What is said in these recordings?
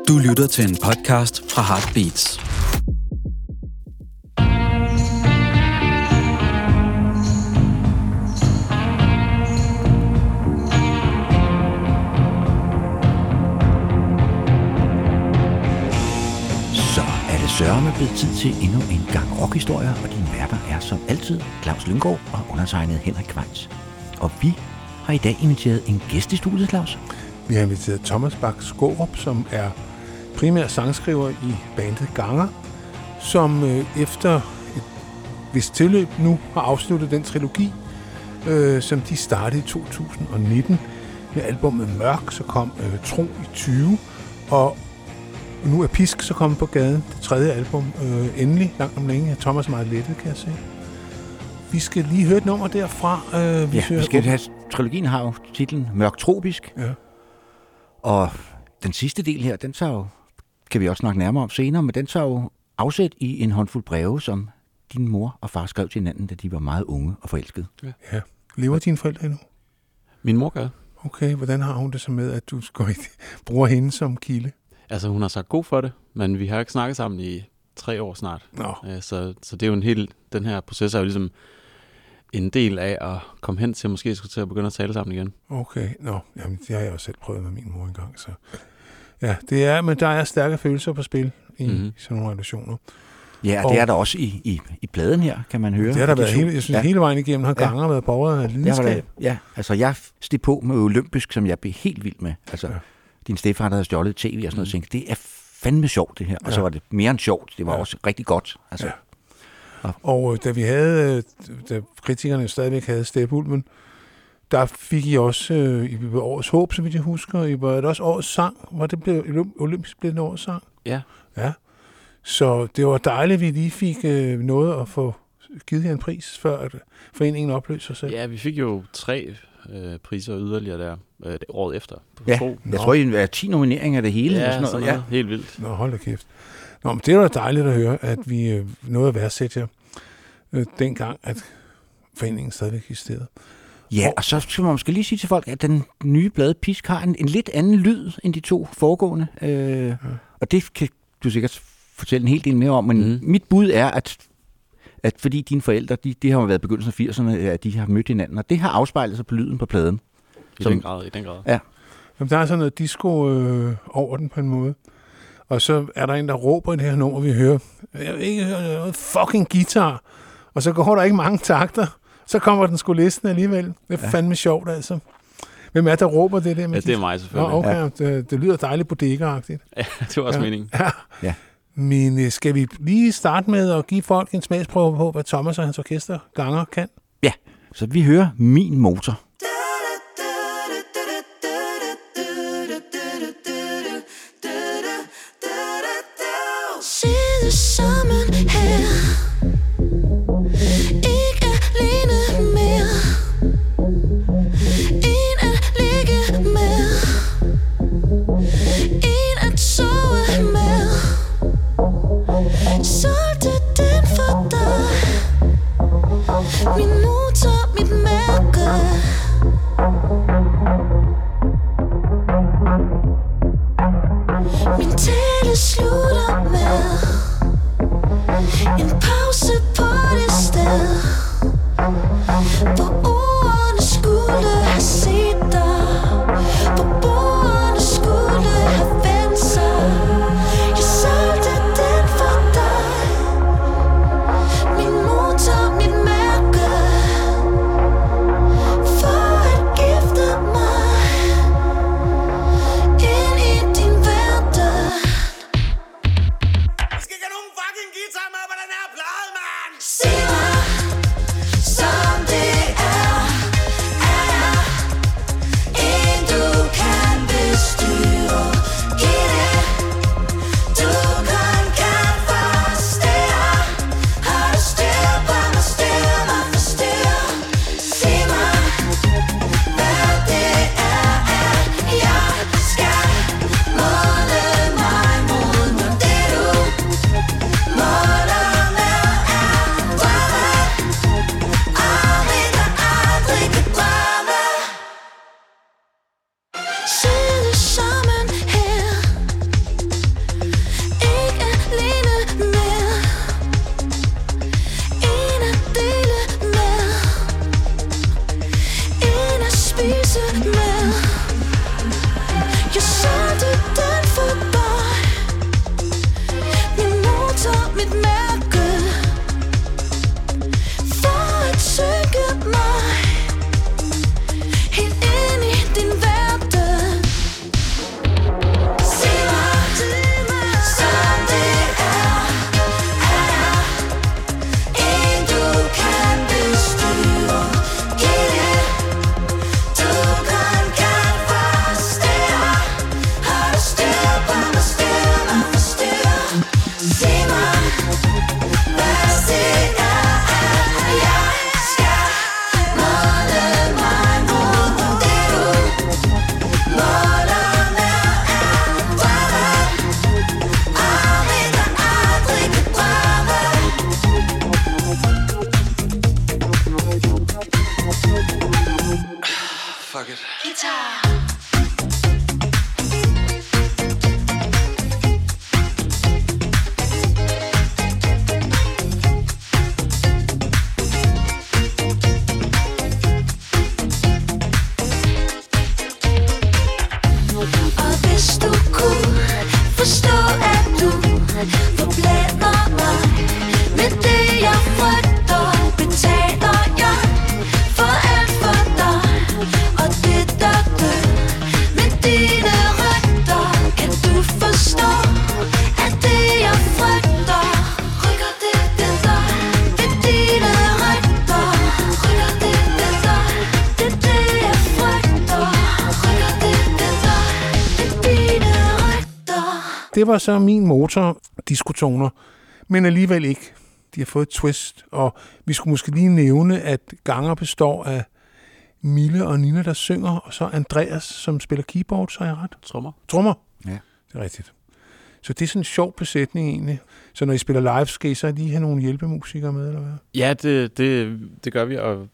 Du lytter til en podcast fra Heartbeats. Sørme blevet tid til endnu en gang rockhistorier, og dine værter er som altid Claus Lynggaard og undertegnet Henrik Kvejs. Og vi har i dag inviteret en gæst i studiet, Claus. Vi har inviteret Thomas Bak-Skaarup, som er primær sangskriver i bandet Ganger, som efter et vist tilløb nu har afsluttet den trilogi, som de startede i 2019 med albumet Mørk, så kom Tro i 20, og nu er Pisk så kommet på gaden, det tredje album, endelig, langt om længe. Thomas er meget lettet, kan jeg se. Vi skal lige høre et nummer derfra. Vi skal have, trilogien har jo titlen Mørk Tropisk, ja. Og den sidste del her, den tager jo, kan vi også snakke nærmere om senere, men den tager jo afsæt i en håndfuld breve, som din mor og far skrev til hinanden, da de var meget unge og forelskede. Ja. Lever dine forældre endnu? Min mor gør. Okay, hvordan har hun det så med, at du bruger hende som kilde? Altså, hun har sagt god for det, men vi har ikke snakket sammen i 3 år snart. Så det er jo den her proces er jo ligesom en del af at komme hen til, måske skulle til at begynde at tale sammen igen. Okay, jamen, det har jeg også selv prøvet med min mor engang, så ja, det er, men der er stærke følelser på spil i sådan nogle relationer. Ja, og det er der også i pladen her, kan man høre. Det har der været hele vejen igennem, har Ganger været borgere af lidenskab. Ja, altså jeg steg på med Olympisk, som jeg blev helt vild med. Altså, din stedfar, der havde stjålet tv og sådan noget, tænkte, det er fandme sjovt det her. Og så var det mere end sjovt, det var også rigtig godt. Altså. Ja. Og da kritikerne stadigvæk havde Stepulmen, der fik I også i årets håb, så vidt jeg husker, I var det også årets sang. Var det Olympisk blev den årets sang? Ja. Så det var dejligt, at vi lige fik noget at få givet jer en pris, før at foreningen opløste sig selv. Ja, vi fik jo 3 priser yderligere der året efter. Ja, jeg tror, I var 10 nomineringer af det hele. Ja, sådan noget. Ja. Helt vildt. Nå, hold da kæft. Nå, men det var dejligt at høre, at vi nåede at værdsætte jer dengang, at foreningen stadigvæk eksisterede. Ja, og så skal man måske lige sige til folk, at den nye plade Pisk har en lidt anden lyd end de 2 foregående. Og det kan du sikkert fortælle en hel del mere om, men mit bud er, at fordi dine forældre, de har været begyndelsen af 80'erne, at de har mødt hinanden, og det har afspejlet sig på lyden på pladen. I den grad. Ja. Jamen, der er sådan noget disco over den på en måde. Og så er der en, der råber i det her nummer, vi hører. Jeg vil ikke høre noget fucking guitar. Og så går der ikke mange takter. Så kommer den sgu listen alligevel. Det er fandme sjovt, altså. Hvem er der råber det der? Ja, det er mig selvfølgelig. Okay, det lyder dejligt bodega-agtigt. Ja, det var også meningen. Ja. Men skal vi lige starte med at give folk en smagsprøve på, hvad Thomas og hans orkester Ganger kan? Ja, så vi hører Min Motor. Sidde sammen her, ikke alene mere, en at ligge med, en at sove med. Solgte den for dig, min motor, mit mærke. Min tale slutter med en pause på det sted, hvor ordene skulle have set dig, hvor ordene skulle have vendt sig. Jeg solgte den for dig, min motor, mit mærke, for at gifte mig ind i din verden. Jeg skal ikke have nogen fucking guitar med på den her plade, mand! Sig mig, Solgte den for dig. Min motor, mit mærke. For at synke mig helt ind i din verden. Sig mig, som det er. En du kan bestyre. Giv det, du kun kan forstyrre. Har du styr på mig, styr mig, forstyr. Sig mig, hvad det er, jeg skal måle mig mod det du måler med en drømme. Og vi der aldrig kan drømme. Fuck it. Guitar. Og hvis du kunne forstå, at du forblænder mig med det jeg frygter, betaler jeg for alt for dig. Og det der dør med dine rygter, kan du forstå, at det jeg frygter, rykker det ved dig. Med dine rygter, rykker det ved dig. Det er det jeg frygter, rykker det ved dig. Med dine rygter. Det var så min motor, diskotoner, men alligevel ikke. De har fået et twist, og vi skulle måske lige nævne, at Ganger består af Mille og Nina, der synger, og så Andreas, som spiller keyboard, så er jeg ret? Trommer? Ja. Det er rigtigt. Så det er sådan en sjov besætning egentlig. Så når I spiller live, skal I så lige have nogle hjælpemusikere med, eller hvad? Ja, det gør vi, og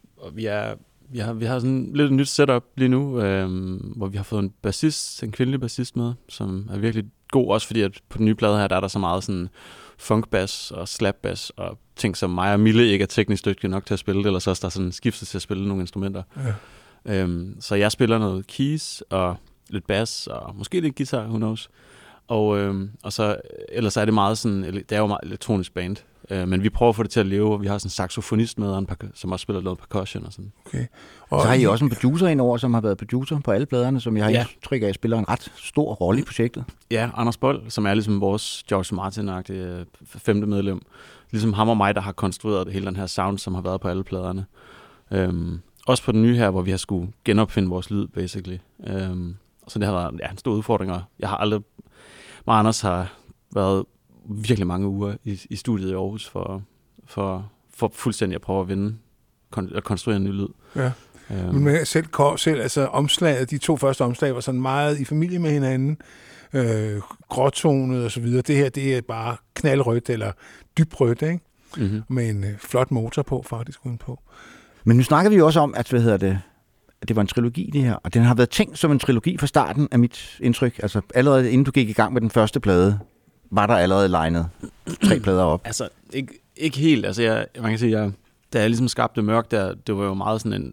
vi har sådan lidt et nyt setup lige nu, hvor vi har fået en kvindelig bassist med, som er virkelig god, også fordi at på den nye plade her, der er der så meget sådan funkbass og slapbass og ting, som mig og Mille ikke er teknisk dygtige nok til at spille, eller så også der er sådan skiftet til at spille nogle instrumenter. Ja. Så jeg spiller noget keys og lidt bass og måske lidt guitar, who knows. Og så ellers er det meget sådan, det er jo meget elektronisk band, men vi prøver at få det til at leve, og vi har sådan en saxofonist med, som også spiller noget percussion og sådan. Okay. Og så har I også en producer indover, som har været producer på alle pladerne, som jeg har indtryk af, spiller en ret stor rolle i projektet. Ja, Anders Bold, som er ligesom vores George Martin-agtige 5. medlem. Ligesom ham og mig, der har konstrueret hele den her sound, som har været på alle pladerne. Også på den nye her, hvor vi har skulle genopfinde vores lyd, basically. Så det har været en stor udfordring, og jeg har aldrig... Mig og Anders har været virkelig mange uger i studiet i Aarhus for fuldstændig at prøve at konstruere en ny lyd. Ja. Men selv altså omslaget, de 2 første omslag var sådan meget i familie med hinanden, gråtonet og så videre. Det her, det er bare knaldrødt eller dybrødt, ikke? Mm-hmm. Med en flot motor på, faktisk udenpå. Men nu snakker vi jo også om, at det var en trilogi, det her, og den har været tænkt som en trilogi fra starten af mit indtryk. Altså allerede inden du gik i gang med den første plade, var der allerede legnet 3 plader op. Altså ikke helt. Altså man kan sige, da jeg ligesom skabte Mørk der, det var jo meget sådan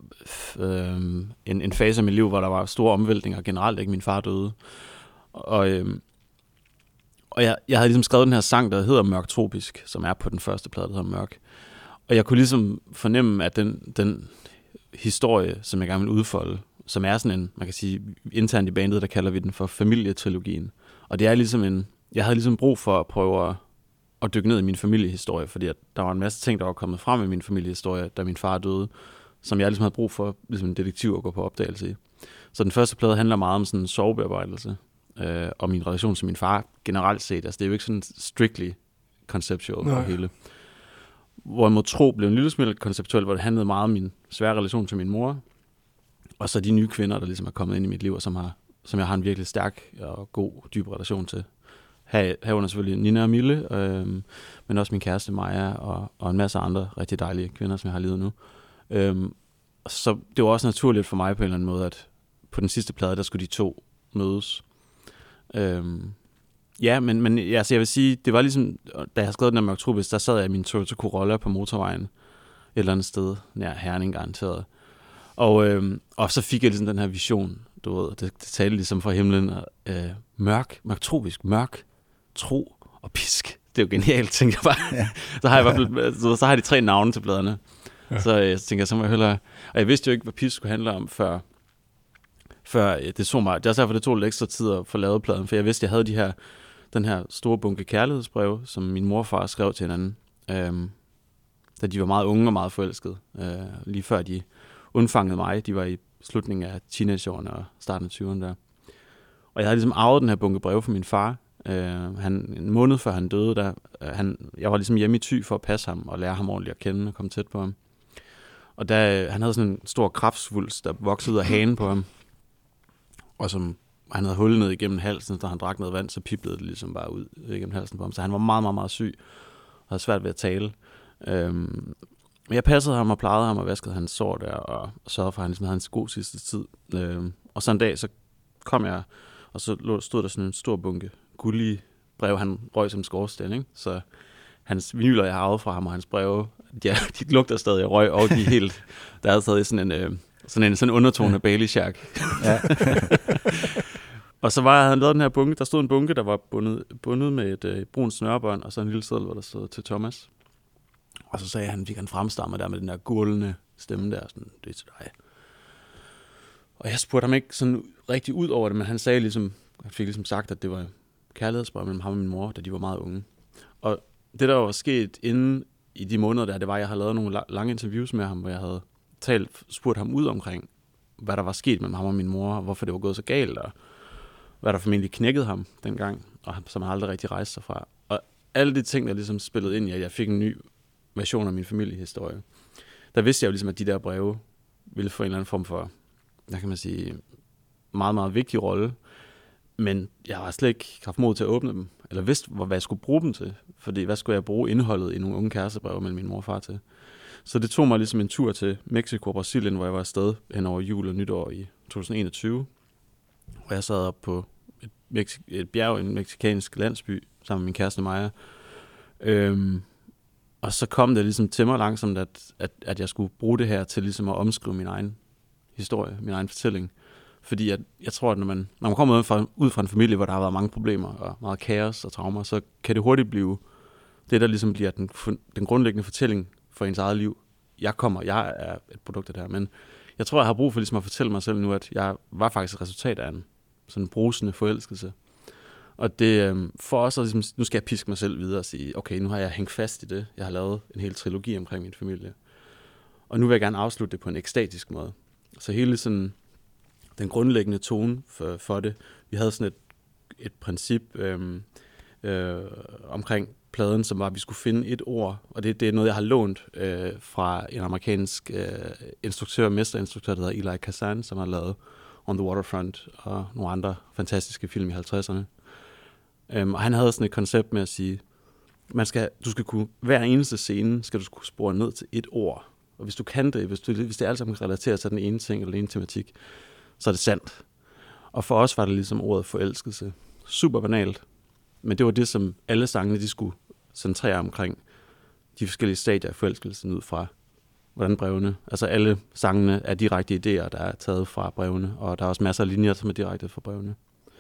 en fase af mit liv, hvor der var store omvæltninger generelt, ikke? Min far døde. Og jeg havde ligesom skrevet den her sang, der hedder Mørk Tropisk, som er på den første plade, der hedder Mørk. Og jeg kunne ligesom fornemme, at den historie, som jeg gerne vil udfolde, som er sådan en, man kan sige, internt i bandet, der kalder vi den for familietrilogien. Og det er ligesom jeg havde ligesom brug for at prøve at dykke ned i min familiehistorie, fordi at der var en masse ting, der var kommet frem i min familiehistorie, da min far døde, som jeg ligesom havde brug for, ligesom en detektiv at gå på opdagelse i. Så den første plade handler meget om sådan en sorgbearbejdelse, og min relation til min far generelt set. Altså det er jo ikke sådan strictly conceptual og hele. Hvorimod Tro blev en lille smule konceptuel, hvor det handlede meget om min svære relation til min mor, og så de nye kvinder, der ligesom er kommet ind i mit liv, og som jeg har en virkelig stærk og god, dyb relation til. Herunder selvfølgelig Nina og Mille, men også min kæreste Maja, og en masse andre rigtig dejlige kvinder, som jeg har levet nu. Så det var også naturligt for mig på en eller anden måde, at på den sidste plade, der skulle de 2 mødes. Men altså, jeg vil sige, det var ligesom, da jeg skrev den her Mørk Tropisk, der sad jeg i min Toyota Corolla på motorvejen et eller andet sted, nær Herning garanteret. Og så fik jeg ligesom den her vision, du ved, det talte ligesom fra himlen, mørk, tro og pisk. Det er jo genialt, tænker jeg bare. Ja. Så har jeg i hvert fald, så har de 3 navne til pladerne. Ja. Så tænker jeg, så må jeg hellere... Og jeg vidste jo ikke, hvad pisk skulle handle om, før det så mig. Det er også derfor, det tog lidt ekstra tid at få lavet pladen, for jeg vidste, jeg havde den her store bunke kærlighedsbreve, som min mor og far skrev til hinanden, da de var meget unge og meget forelskede, lige før de undfangede mig. De var i slutningen af teenageårene og starten af 20'erne der. Og jeg havde ligesom arvet den her bunke breve fra min far. En måned før han døde, jeg var ligesom hjemme i Thy for at passe ham og lære ham ordentligt at kende og komme tæt på ham. Og han havde sådan en stor kræftsvulst, der voksede ud af hagen på ham, og som han havde hullet ned igennem halsen, da han drak noget vand, så piblede det ligesom bare ud igennem halsen på ham. Så han var meget, meget, meget syg og havde svært ved at tale. Men jeg passede ham og plejede ham og vaskede hans sår der og sørgede for, at han ligesom havde en god sidste tid. Og så en dag, så kom jeg, og så stod der sådan en stor bunke gullige brev, han røg som skorsten, ikke? Så hans vinyler, jeg har arvet fra ham, og hans breve, de lugter stadig af røg, og de er helt, der er stadig sådan en undertone Bailey-shark. Ja. Og så han lavet den her bunke, der stod en bunke, der var bundet med et brunt snørebånd, og så en lille seddel, hvor der stod til Thomas. Og så sagde han, fik han fremstammer der med den der gurlende stemme der, sådan, det er til dig. Og jeg spurgte ham ikke sådan rigtig ud over det, men han sagde ligesom, han fik ligesom sagt, at det var kærlighedsbrev mellem ham og min mor, da de var meget unge. Og det, der var sket inden i de måneder der, det var, at jeg havde lavet nogle lange interviews med ham, hvor jeg havde spurgt ham ud omkring, hvad der var sket mellem ham og min mor, og hvorfor det var gået så galt, og hvad der formentlig knækkede ham dengang, og som han aldrig rigtig rejste sig fra. Og alle de ting, der ligesom spillede ind i, at jeg fik en ny version af min familiehistorie, der vidste jeg jo ligesom, at de der breve ville få en eller anden form for, hvad kan man sige, meget, meget vigtig rolle. Men jeg har slet ikke haft mod til at åbne dem, eller vidste, hvad jeg skulle bruge dem til. Fordi hvad skulle jeg bruge indholdet i nogle unge kærestebreve mellem min mor og far til? Så det tog mig ligesom en tur til Mexico og Brasilien, hvor jeg var afsted hen over jul og nytår i 2021. Hvor jeg sad op på et bjerg i en mexikansk landsby sammen med min kæreste Maja. Og så kom det ligesom til mig langsomt, at jeg skulle bruge det her til ligesom at omskrive min egen historie, min egen fortælling. Fordi jeg tror, at når man kommer ud fra en familie, hvor der har været mange problemer og meget kaos og traumer, så kan det hurtigt blive det, der ligesom bliver den grundlæggende fortælling for ens eget liv. Jeg er et produkt af det her, men jeg tror, jeg har brug for ligesom at fortælle mig selv nu, at jeg var faktisk et resultat af en sådan brusende forelskelse. Og det for os, ligesom, nu skal jeg piske mig selv videre og sige, okay, nu har jeg hængt fast i det. Jeg har lavet en hel trilogi omkring min familie. Og nu vil jeg gerne afslutte det på en ekstatisk måde. Så hele sådan den grundlæggende tone for det. Vi havde sådan et princip omkring pladen, som var, at vi skulle finde et ord, og det er noget, jeg har lånt fra en amerikansk mesterinstruktør, der hedder Eli Kazan, som har lavet On the Waterfront og nogle andre fantastiske film i 50'erne. Og han havde sådan et koncept med at sige, du skal kunne, hver eneste scene skal du kunne spore ned til et ord. Og hvis du kan det, hvis det alt sammen kan relatere til den ene ting eller den ene tematik, så er det sandt. Og for os var det ligesom ordet forelskelse. Super banalt. Men det var det, som alle sangene, de skulle centrere omkring de forskellige stadier af forelskelsen ud fra, hvordan brevene, altså alle sangene er direkte idéer, der er taget fra brevene, og der er også masser af linjer, som er direkte fra brevene.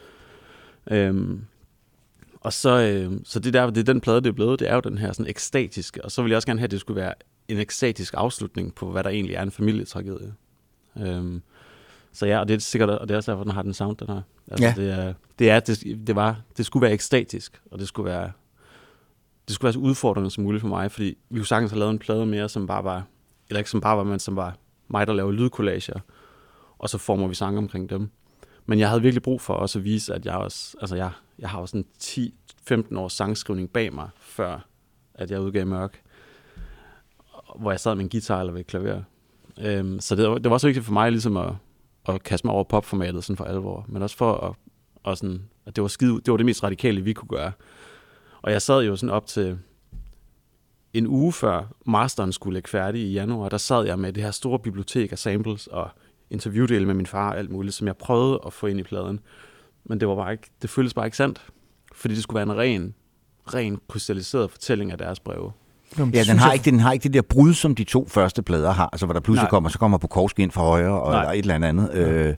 Og så det er den plade, det er blevet, det er jo den her sådan ekstatiske, og så vil jeg også gerne have, at det skulle være en ekstatisk afslutning på, hvad der egentlig er en familietragedie. Så ja, og det er sikkert, og det er også derfor, den har den sound, den her. Altså, ja. Det skulle være ekstatisk, og det skulle være så udfordrende som muligt for mig, fordi vi jo sagtens har lavet en plade mere, som bare var, eller ikke som bare var, men som var mig, der laver lydcollager, og så former vi sange omkring dem. Men jeg havde virkelig brug for også at vise, at jeg også, altså jeg har også en 10-15 års sangskrivning bag mig, før at jeg udgav Mørk, hvor jeg sad med en guitar eller ved et klaver. Så det var også vigtigt for mig ligesom at kaste mig over popformatet sådan for alvor, men også for at sådan, at det var det mest radikale, vi kunne gøre. Og jeg sad jo sådan op til en uge før masteren skulle lægge færdig i januar, der sad jeg med det her store bibliotek af samples og interviewdele med min far og alt muligt, som jeg prøvede at få ind i pladen. Men det føltes bare ikke sandt, fordi det skulle være en ren krystalliseret fortælling af deres breve. Ja, den har ikke det der brud, som de to første plader har, altså hvor der pludselig kommer på Korsken fra højre og eller et eller andet.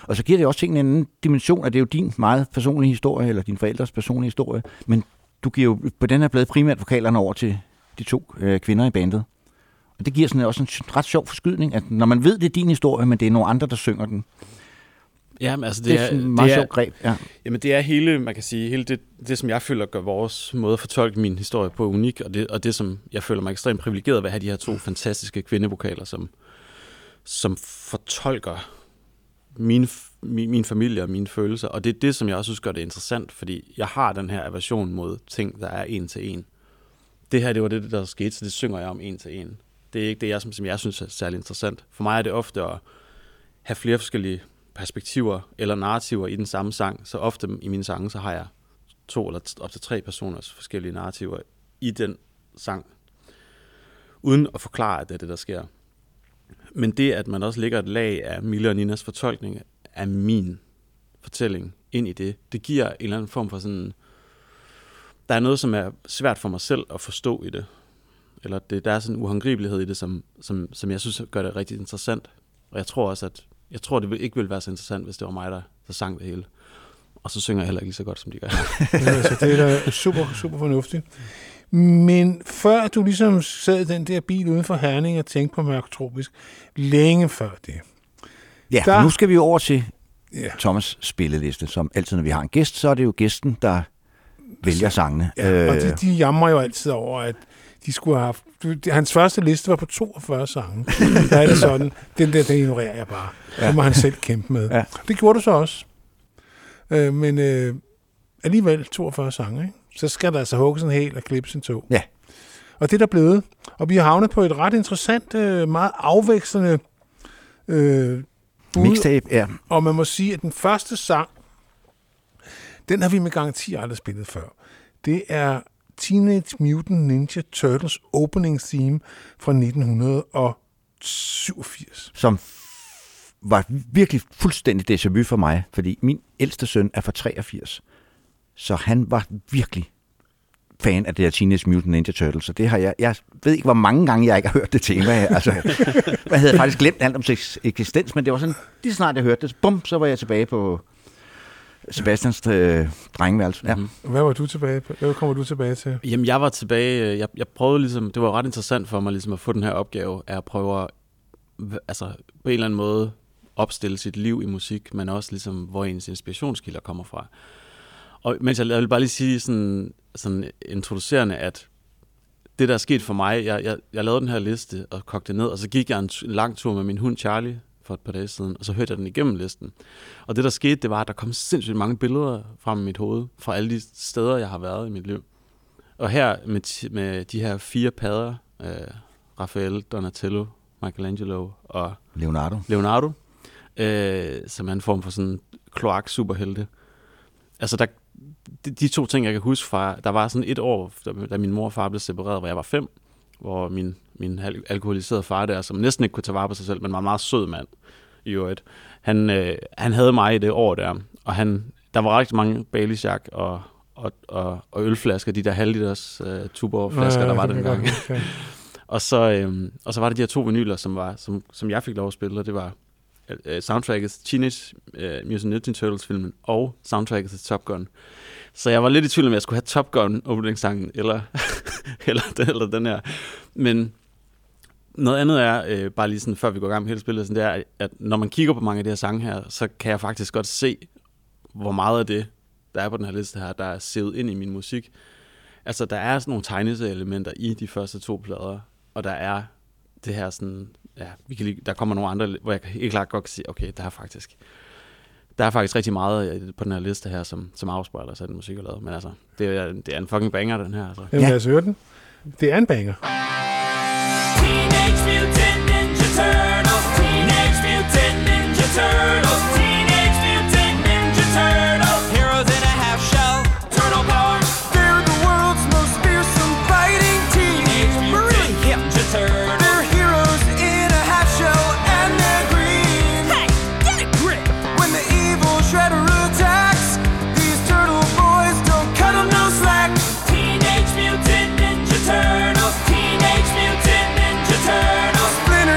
Og så giver det også tingene en anden dimension, at det er jo din meget personlige historie, eller din forældres personlige historie, men du giver jo på den her plade primært vokalerne over til de 2 kvinder i bandet. Og det giver sådan også en ret sjov forskydning, at når man ved, det er din historie, men det er nogle andre, der synger den. Ja, men altså Det er sådan et meget sjovt greb. Ja. Jamen det er hele, man kan sige, hele det som jeg føler gør vores måde at fortolke min historie på unik, og det som jeg føler mig ekstremt privilegeret ved at have de her 2 fantastiske kvindevokaler, som fortolker min familie og mine følelser. Og det er det, som jeg også synes gør det interessant, fordi jeg har den her aversion mod ting, der er en til en. Det her, det var det, der skete, så det synger jeg om en til en. Det er ikke det, som jeg synes er særlig interessant. For mig er det ofte at have flere forskellige perspektiver eller narrativer i den samme sang. Så ofte i mine sange, så har jeg 2 eller op til 3 personers forskellige narrativer i den sang, uden at forklare, at det er det, der sker. Men det, at man også lægger et lag af Mille og Ninas fortolkning af min fortælling ind i det, det giver en eller anden form for sådan... Der er noget, som er svært for mig selv at forstå i det. Eller der er sådan en uhåndgribelighed i det, som jeg synes gør det rigtig interessant. Og jeg tror også, at det ikke ville være så interessant, hvis det var mig, der sang det hele. Og så synger jeg heller ikke lige så godt, som de gør. Altså, det er da super, super fornuftigt. Men før du ligesom sad i den der bil uden for Herning og tænkte på Mørketropisk, længe før det. Ja, nu skal vi over til Thomas' spilleliste. Som altid, når vi har en gæst, så er det jo gæsten, der vælger sangene. Ja, og de jammer jo altid over, at de skulle have haft... Hans første liste var på 42 sange. Der er det sådan, den ignorerer jeg bare. Det må han selv kæmpe med. Ja. Det gjorde du så også. Men alligevel 42 sange, ikke? Så skal der altså hugges en hel og klippes en 2. Ja. Og det er der blevet. Og vi har havnet på et ret interessant, meget afvekslende mixtape, ja. Og man må sige, at den første sang, den har vi med garanti aldrig spillet før. Det er Teenage Mutant Ninja Turtles opening theme fra 1987. Som var virkelig fuldstændig déjà vu for mig, fordi min ældste søn er fra 83. Så han var virkelig fan af det her Teenage Mutant Ninja Turtles, så det har jeg ved ikke, hvor mange gange jeg ikke har hørt det tema. Altså, jeg havde faktisk glemt alt om eksistens, men det var sådan, lige snart jeg hørte det, bum, så var jeg tilbage på Sebastians drengeværelse. Ja. Hvad var du tilbage på? Hvad kommer du tilbage til? Jamen, jeg var tilbage, jeg prøvede ligesom, det var ret interessant for mig ligesom at få den her opgave, af at prøve at, altså på en eller anden måde opstille sit liv i musik, men også ligesom, hvor ens inspirationskilder kommer fra. Og mens jeg vil bare lige sige sådan introducerende, at det, der er sket for mig, jeg lavede den her liste og kogte ned, og så gik jeg en lang tur med min hund Charlie for et par dage siden, og så hørte jeg den igennem listen. Og det, der skete, det var, at der kom sindssygt mange billeder frem i mit hoved, fra alle de steder, jeg har været i mit liv. Og her med de her 4 padder, Raphael, Donatello, Michelangelo og Leonardo, som er en form for sådan kloak-superhelte. Altså, de 2 ting, jeg kan huske fra, der var sådan et år, da min mor og far blev separeret, hvor jeg var 5, hvor min alkoholiserede far der, som næsten ikke kunne tage vare på sig selv, men var en meget sød mand i øvrigt. Han havde mig i det år der, og der var rigtig mange Baileys og ølflasker, de der halvliters Tuborg-flasker, der var dengang. Okay. og så var der de her 2 vinyler, som jeg fik lov at spille, og det var soundtracket til Teenage Mutant Ninja Turtles filmen og soundtracket til Top Gun. Så jeg var lidt i tvivl om, jeg skulle have Top Gun åbningssangen eller den her. Men noget andet er, bare lige sådan, før vi går i gang med hele spillet, sådan, det er, at når man kigger på mange af de her sange her, så kan jeg faktisk godt se, hvor meget af det, der er på den her liste her, der er sivet ind i min musik. Altså, der er sådan nogle tegneserieelementer i de første 2 plader, og der er det her sådan, ja, der kommer nogle andre, hvor jeg helt klart godt kan sige, okay, der er faktisk rigtig meget på den her liste her, som afspejler sig den musik, jeg lavede. Men altså, det er en fucking banger, den her. Altså. Jamen, lad os høre den. Det er en banger. Teenage Mutant Ninja Turtles, Teenage Mutant Ninja Turtles, Teenage Mutant Ninja Turtles, heroes in a half shell, turtle power. They're the world's most fearsome fighting team. Teenage Mutant Ninja Turtles. They're heroes in a half shell and they're green. Hey, get a grip! When the evil Shredder attacks, these turtle boys don't cut them no slack. Teenage Mutant Ninja Turtles, Teenage Mutant Ninja Turtles. Splinter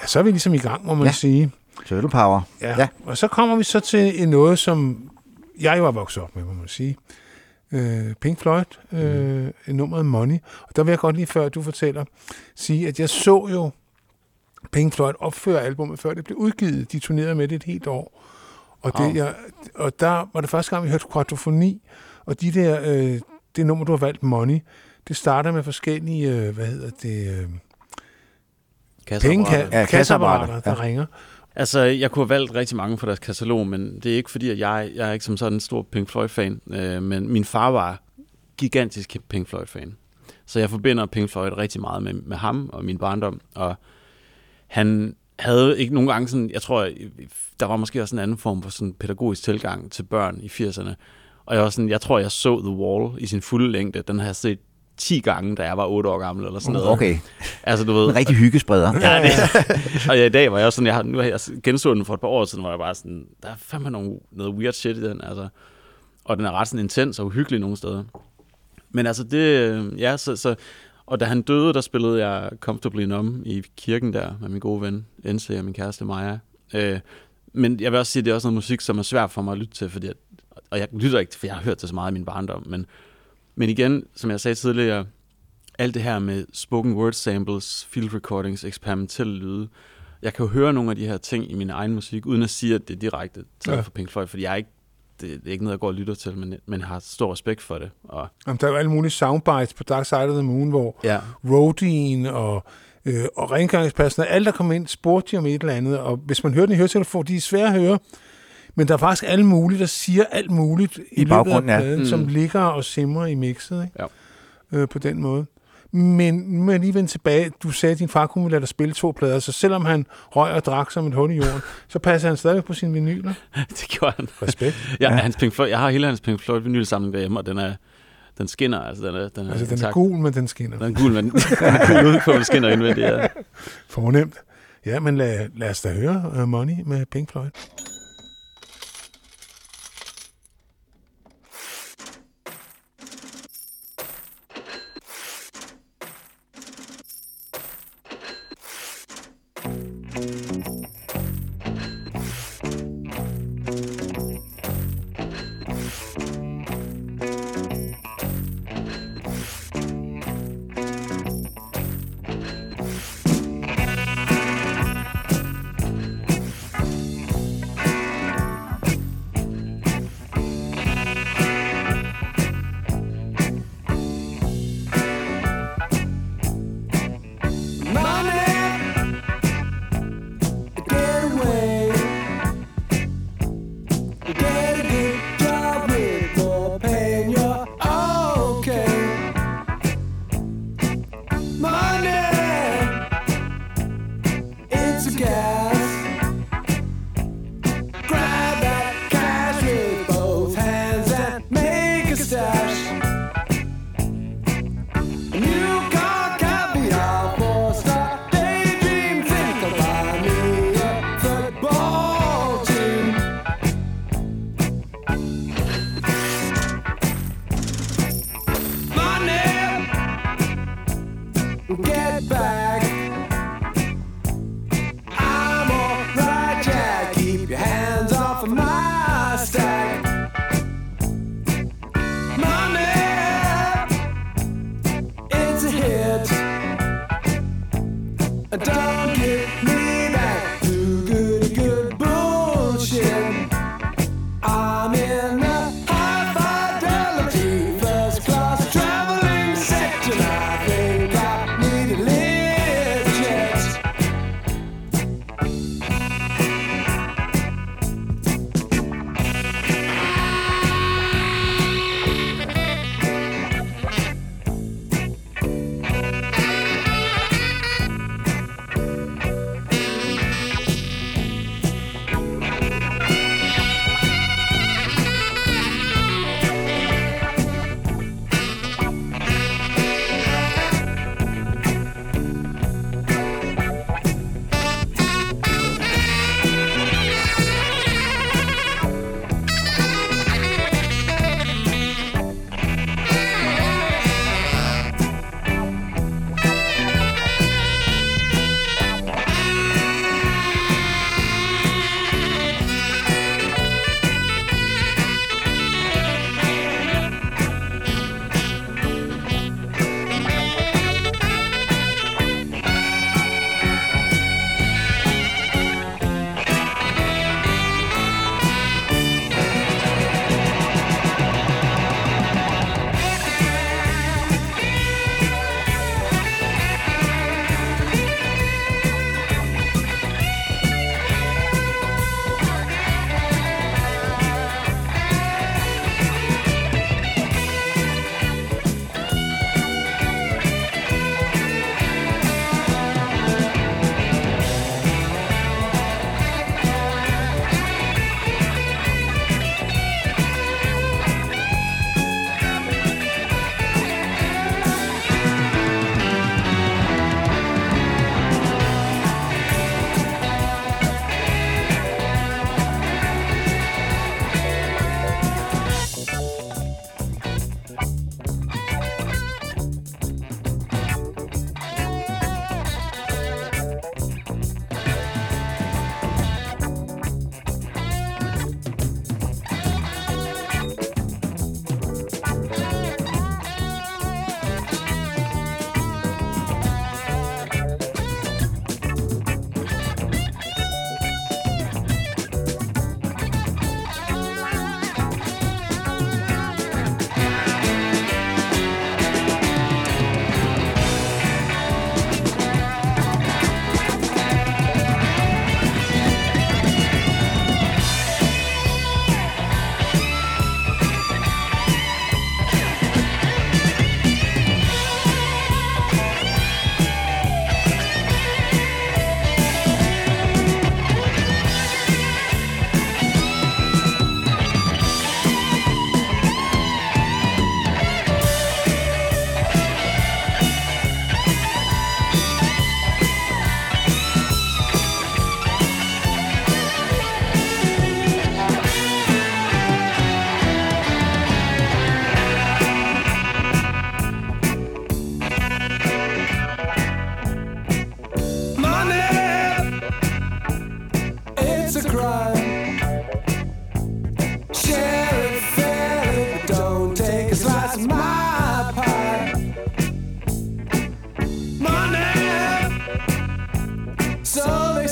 så er vi ligesom i gang, må man sige. Turtle Power. Ja. Og så kommer vi så til noget, som jeg jo har vokset op med, må man sige. Pink Floyd, nummeret Money. Og der vil jeg godt lige, før du fortæller, sige, at jeg så jo Pink Floyd opføre albumet, før det blev udgivet. De turnerede med det et helt år. Og der var det første gang, vi hørte Quadrofoni, og det nummer, du har valgt, Money, det starter med forskellige, kasseapparater, der ringer. Altså, jeg kunne have valgt rigtig mange fra deres katalog, men det er ikke fordi, at jeg er ikke som sådan en stor Pink Floyd-fan, men min far var gigantisk Pink Floyd-fan. Så jeg forbinder Pink Floyd rigtig meget med ham og min barndom, og han havde ikke nogen gange sådan, jeg tror, der var måske også en anden form for sådan pædagogisk tilgang til børn i 80'erne, og jeg tror, jeg så The Wall i sin fulde længde. Den har jeg set 10 gange, da jeg var 8 år gammel, eller sådan noget. Okay. Altså, du ved... En rigtig hyggespreder. Ja, og i dag var jeg også sådan, nu har jeg genså den for et par år siden, hvor jeg bare sådan, der er fandme noget weird shit i den, altså. Og den er ret sådan intens og uhyggelig nogle steder. Men altså, og da han døde, der spillede jeg Comfortably Numb i kirken der, med min gode ven, Ense, og min kæreste Maja. Men jeg vil også sige, at det er også noget musik, som er svært for mig at lytte til, og jeg lytter ikke, for jeg har hørt det så meget i min barndom, men igen, som jeg sagde tidligere, alt det her med spoken word samples, field recordings, eksperimentelle lyde, jeg kan jo høre nogle af de her ting i min egen musik, uden at sige, at det er direkte taget fra Pink Floyd, fordi det er ikke noget, jeg går og lytter til, men har stor respekt for det. Og der er jo alle mulige soundbites på Dark Side of the Moon, hvor roadien og rengøringspladsen, alt der kom ind, spurgte de om et eller andet, og hvis man hører den i høretelefonen, de er svære at høre, men der er faktisk alt muligt, der siger alt muligt i løbet af pladen, som ligger og simrer i mixet, ikke? Ja. På den måde. Men nu er jeg lige vendt tilbage. Du sagde, at din far kunne lade dig spille 2 plader, så selvom han røg og drak som et hul i jorden, så passer han stadig på sine vinyler. Det gjorde han. Respekt. Jeg har hele hans Pink Floyd vinylsamling derhjemme, og den skinner. Altså, den er gul, men den skinner. Den er gul, men den skinner indvendigt, ja. Fornemt. Ja, men lad os da høre Money med Pink Floyd.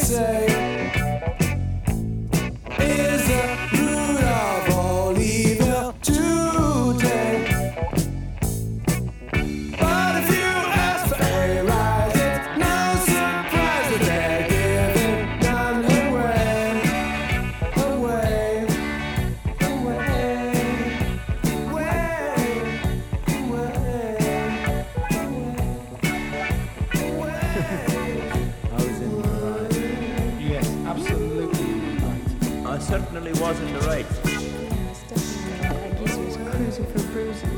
say is the root of all evil today. But if you ask for a rise, it's no surprise that they're giving none away, away, away, Yes, absolutely right. I certainly was in the right. Yes, definitely. That geezer was cruising for bruising.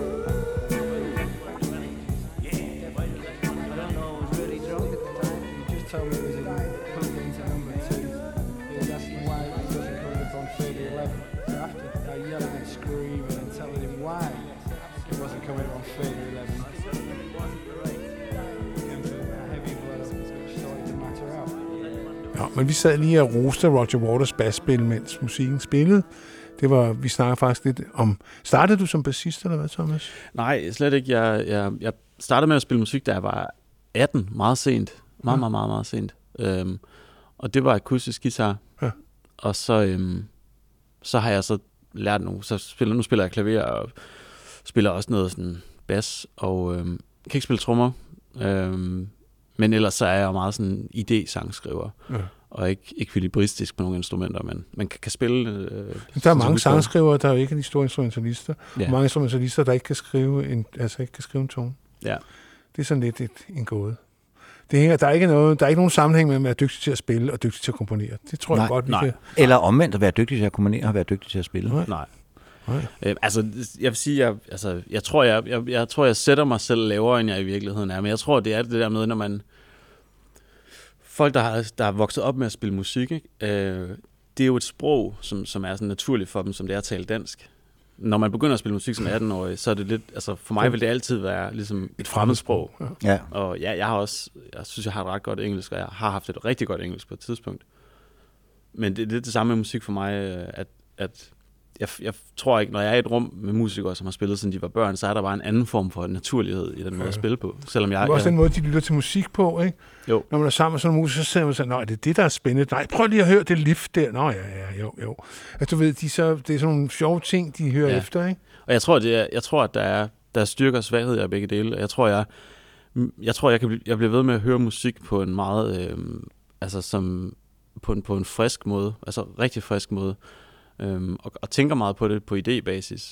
I don't know, I was really drunk at the time. You just told me it was in put into number 2. He was asking why it wasn't coming up on 3011. So after yelling and screaming and telling him why it wasn't coming up on 3011, heavy blood started to matter out. Ja, men vi sad lige og roste Roger Waters basspil, mens musikken spillede. Det var, vi snakker faktisk lidt om... Startede du som bassist, eller hvad, Thomas? Nej, slet ikke. Jeg startede med at spille musik, da jeg var 18, meget sent. Meget sent. Og det var akustisk guitar. Ja. Og så har jeg så lært nu spiller jeg klaver og spiller også noget sådan bas, og kan ikke spille trommer. Men ellers så er jeg jo meget sådan idé-sangskriver. Ja. Og ikke ekvilibristisk på nogle instrumenter, men man kan spille... der er mange sangskrivere, der er jo ikke de store instrumentalister. Ja. Og mange instrumentalister, der ikke kan skrive en tone. Ja. Det er sådan lidt en gåde. Der er ikke nogen sammenhæng med at være dygtig til at spille og dygtig til at komponere. Det tror jeg godt, vi kan... Eller omvendt at være dygtig til at komponere og være dygtig til at spille. Nej. Altså, jeg vil sige, jeg tror, jeg sætter mig selv lavere, end jeg i virkeligheden er. Men jeg tror, det er det der med, når man... Folk, der er vokset op med at spille musik, ikke? Det er jo et sprog, som er sådan naturligt for dem, som det er at tale dansk. Når man begynder at spille musik som 18-årig, så er det lidt... Altså, for mig vil det altid være ligesom et fremmedsprog. Ja. Og ja, jeg synes, jeg har et ret godt engelsk, og jeg har haft et rigtig godt engelsk på et tidspunkt. Men det er lidt det samme med musik for mig, at jeg tror ikke, når jeg er i et rum med musikere, som har spillet, siden de var børn, så er der bare en anden form for naturlighed i den måde at spille på. Selvom jeg... Det er også den måde, de lytter til musik på, ikke? Jo. Når man er sammen med sådan en musik, så sidder man og siger, nej, det er det, der er spændende. Nej, prøv lige at høre det lift der. Nå, jo. Altså, du ved, det er sådan nogle sjove ting, de hører efter, ikke? Og jeg tror, at der er styrker og svaghed af begge dele. Jeg tror, jeg bliver ved med at høre musik på en meget... på en frisk måde. Altså, rigtig frisk måde. Og tænker meget på det på idébasis.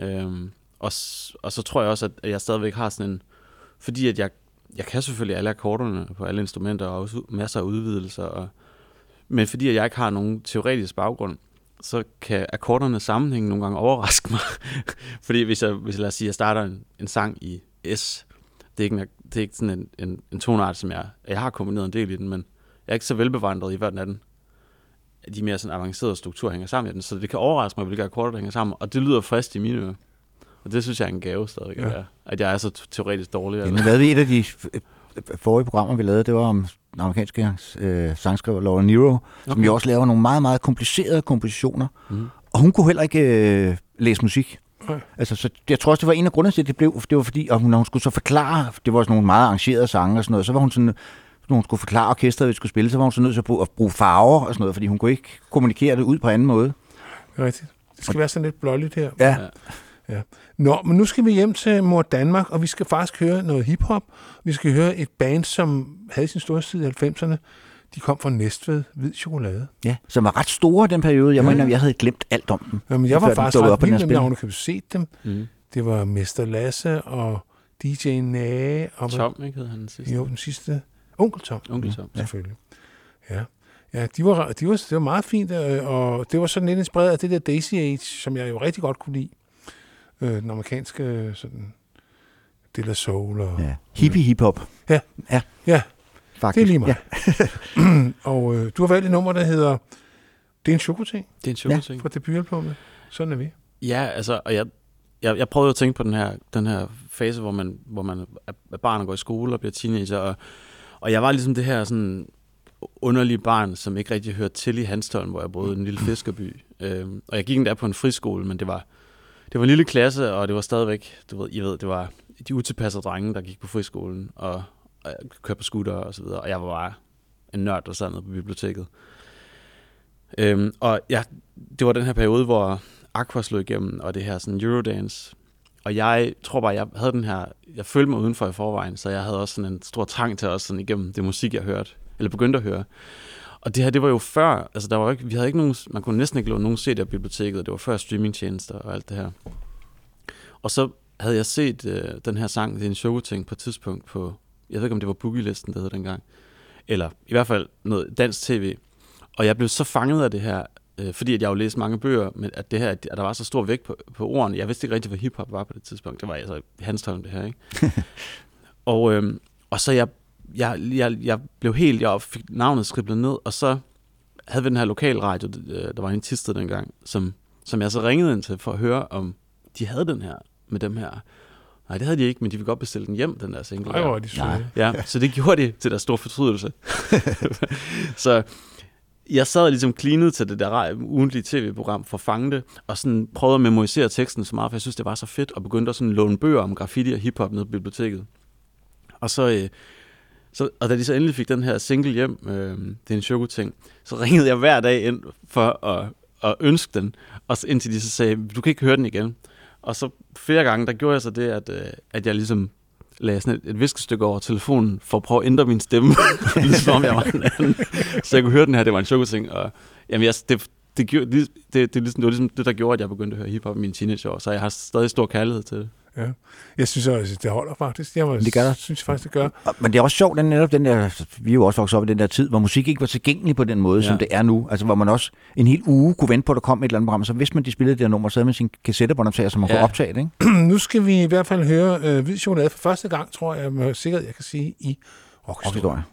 Og så tror jeg også, at jeg stadigvæk har sådan en... Fordi at jeg kan selvfølgelig alle akkorderne på alle instrumenter, og også masser af udvidelser. Men fordi at jeg ikke har nogen teoretisk baggrund, så kan akkorderne sammenhænge nogle gange overraske mig. Fordi hvis jeg lad os sige, jeg starter en sang i S, det er ikke sådan en tonart, som jeg har kombineret en del i den, men jeg er ikke så velbevandret i hver den af den. De mere sådan avancerede strukturer hænger sammen i den, så det kan overraske mig, hvilke akkorder der hænger sammen, og det lyder frisk i mine ører. Og det synes jeg er en gave stadig, at jeg er så teoretisk dårlig. Jamen, hvad vi et af de forrige programmer, vi lavede, det var om den amerikanske sangskriver Laura Nyro, som jo også laver nogle meget, meget komplicerede kompositioner, og hun kunne heller ikke læse musik. Altså, så jeg tror også, det var en af grundene til, at det var fordi, når hun skulle så forklare, det var sådan nogle meget arrangerede sange og sådan noget, så var hun sådan... Når hun skulle forklare orkestret, vi skulle spille, så var hun så nødt til at bruge farver og sådan noget, fordi hun kunne ikke kommunikere det ud på anden måde. Rigtigt. Det skal være sådan lidt blåligt her. Ja. Nå, men nu skal vi hjem til Mor Danmark, og vi skal faktisk høre noget hiphop. Vi skal høre et band, som havde sin storhedstid i 90'erne. De kom fra Næstved, Hvid Chokolade. Ja, som var ret store den periode. Jeg mener, jeg havde glemt alt om dem. Jamen, jeg var faktisk ret vild med navnet, kan du se dem. Det var Mester Lasse og DJ Nage. Og Tom, ikke hed han den sidste? Jo, den sidste. Onkel Tom. Selvfølgelig. Ja, det var meget fint, og det var sådan lidt inspireret af det der Daisy Age, som jeg jo rigtig godt kunne lide. Den amerikanske sådan De La Soul og... Ja. Hippie hip-hop. Ja. Faktisk. Det er lige mig. Ja. Og du har valgt et nummer, der hedder Det er en chokoting. Det er en chokoting. Fra debutalbummet. Sådan er vi. Ja, altså, og jeg prøvede at tænke på den her fase, hvor man er barn og går i skole og bliver teenager, og jeg var ligesom det her sådan underlige barn, som ikke rigtig hørte til i Hanstholm, hvor jeg boede i en lille fiskerby. Og jeg gik endda på en friskole, men det var en lille klasse, og det var stadigvæk, det var de utilpassede drenge, der gik på friskolen, og jeg kørte på scooter og så videre, og jeg var bare en nørd, der sad nede på biblioteket. Og ja, det var den her periode, hvor Aqua slog igennem, og det her sådan Eurodance. Og jeg tror bare, jeg havde den her, jeg følte mig udenfor i forvejen, så jeg havde også sådan en stor trang til også sådan igennem det musik, jeg hørte, eller begyndte at høre. Og det her, det var jo før, altså der var ikke, vi havde ikke nogen, man kunne næsten ikke låne nogen CD'er i biblioteket, og det var før streamingtjenester og alt det her. Og så havde jeg set den her sang, det er en showting på et tidspunkt på, jeg ved ikke om det var Boogie-listen, der hed dengang, eller i hvert fald noget dansk tv. Og jeg blev så fanget af det her, fordi at jeg jo læste mange bøger, men at det her, at der var så stor vægt på ordene. Jeg vidste ikke rigtig, hvad hiphop var på det tidspunkt. Det var altså Hanstholm, det her, ikke? Og så jeg blev helt, jeg fik navnet skriblet ned, og så havde vi den her lokalradio, der var en Thisted dengang, som jeg så ringede ind til for at høre, om de havde den her med dem her. Nej, det havde de ikke, men de ville godt bestille den hjem, den der single. Nej, hvor er de søde. Ja, så det gjorde de til deres store fortrydelse. Så jeg sad ligesom cleanet til det der ugentlige tv-program for at fange det, og sådan prøvede at memorisere teksten så meget, for jeg synes, det var så fedt, og begyndte at sådan låne bøger om graffiti og hiphop nede på biblioteket. Og og da de så endelig fik den her single hjem, det er en Choco-ting, så ringede jeg hver dag ind for at ønske den, og så indtil de så sagde, du kan ikke høre den igen. Og så flere gange, der gjorde jeg så det, at jeg ligesom lagde sådan et viskestykke over telefonen, for at prøve at ændre min stemme, ligesom om jeg var en anden. Så jeg kunne høre den her, det var en Choco-ting, og jamen, det var ligesom det, der gjorde, at jeg begyndte at høre hiphop i mine teenageår, så jeg har stadig stor kærlighed til det. Ja. Jeg synes også, det holder faktisk. Det gør der. Synes faktisk, det gør. Men det er også sjovt, netop den der, vi er jo også vokset op i den der tid, hvor musik ikke var tilgængelig på den måde, som det er nu. Altså hvor man også en hel uge kunne vente på, at der kom et eller andet program, så hvis man de spillede det der nummer, så havde man sin kassettebåndoptager, som man kunne optage det, ikke? Nu skal vi i hvert fald høre Hvid Chokolade for første gang, tror jeg med sikkerhed, jeg kan sige, i Rockhistorie.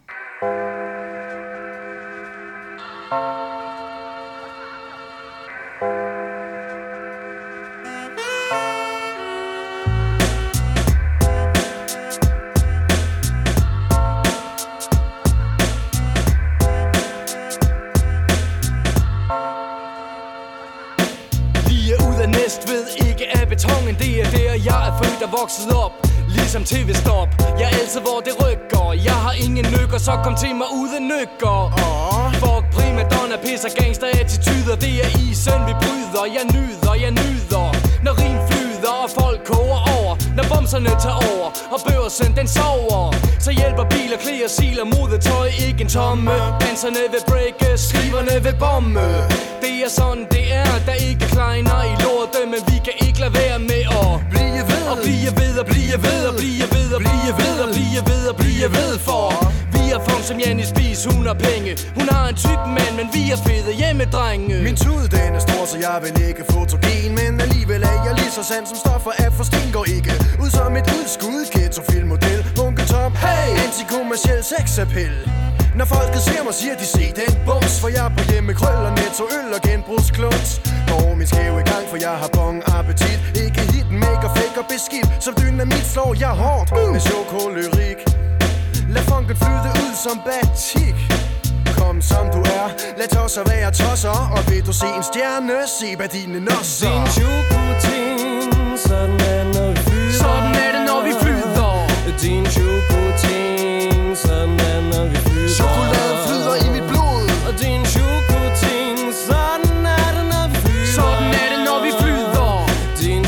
Betongen, det er der, jeg er født og vokset op. Ligesom tv-stop, jeg er altid hvor det rykker. Jeg har ingen nykker, så kom til mig uden nykker. Fuck primadonna, pisser gangster attityder. Det er isen vi bryder, jeg nyder. Når rim flyder og folk koger over. Når bomserne tager over, og børsen den sover. Så hjælper biler, klæder, siler, modetøj, ikke en tomme. Danserne vil breake, skriverne vil bombe. Det er sådan det er, der ikke kleiner i lorte. Men vi kan ikke lade være med at blive ved. Og blive ved, og blive ved, og blive ved, og blive ved, og blive ved, og blive ved. For vi er funk som Janni Spies, hun har penge. Hun har en tyk mand, men vi er fede hjemmedrenge. Min tud den er stor, så jeg vil ikke fotogen. Men alligevel er jeg lige så sand som stoffer af forsten. Går ikke ud som et udskud, ghetto-filmmodel. Punketop, hey, antikommerciel sexappel. Når folket ser mig, siger de se den bums. For jeg er på hjemmekrøller, netto, øl og genbrugskluns. Går min skæve i gang, for jeg har bong appetit. Ikke hit, make og fake og beskidt. Som dynamit slår jeg hårdt med chokolyrik. Lad funket flyde ud som batik. Kom som du er, lad tosser være tosser. Og vil du se en stjerne, se hvad dine nosser. Din chokoting, sådan er når vi flyder. Sådan er det når vi flyder. Din chokoting, sådan er når vi flyder. Chokolade flyder i mit blod. Og din chokoting, sådan er det når vi flyder. Sådan er det når vi flyder. Din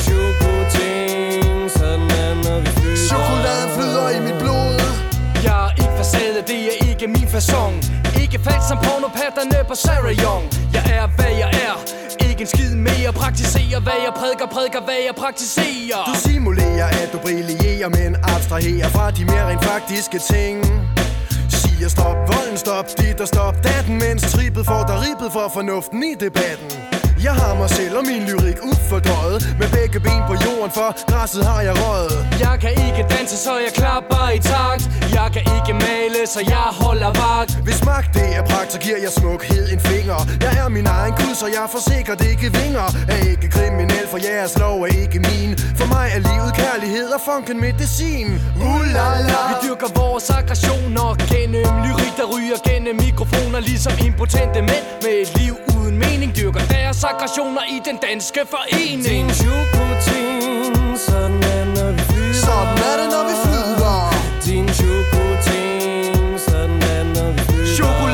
chokoting, sådan er når vi flyder. Chokolade flyder i mit blod. Jeg er ikke facade, det er ikke min façon. Ikke faldt som pornopatterne på Sarah Young. Jeg er hvad jeg er, ikke en skid mere. Praktiserer hvad jeg prædiker hvad jeg praktiserer. Du simulerer at du brillerer, men abstraherer fra de mere rent faktiske ting. Siger stop volden, stop dit og stop datten, mens trippet får dig ribbet for fornuften i debatten. Jeg har mig selv og min lyrik ufordøjet, med begge ben på jorden, for græsset har jeg røget. Jeg kan ikke danse, så jeg klapper i takt. Jeg kan ikke male, så jeg holder vagt. Hvis magt det er pragt, så giver jeg smukhed en finger. Jeg er min egen kud, så jeg forsikrer det ikke vinger. Er ikke kriminel, for jeres lov er ikke min. For mig er livet kærlighed og funken medicin. La. Vi dyrker vores aggressioner gennem lyrik, der ryger gennem mikrofoner. Ligesom impotente mænd med et liv uden mening dyrker deres aggressioner i den danske forening. Din chokoting, sådan er når vi flyder. Sådan er det når vi flyder. Din chokoting, sådan er når vi flyder.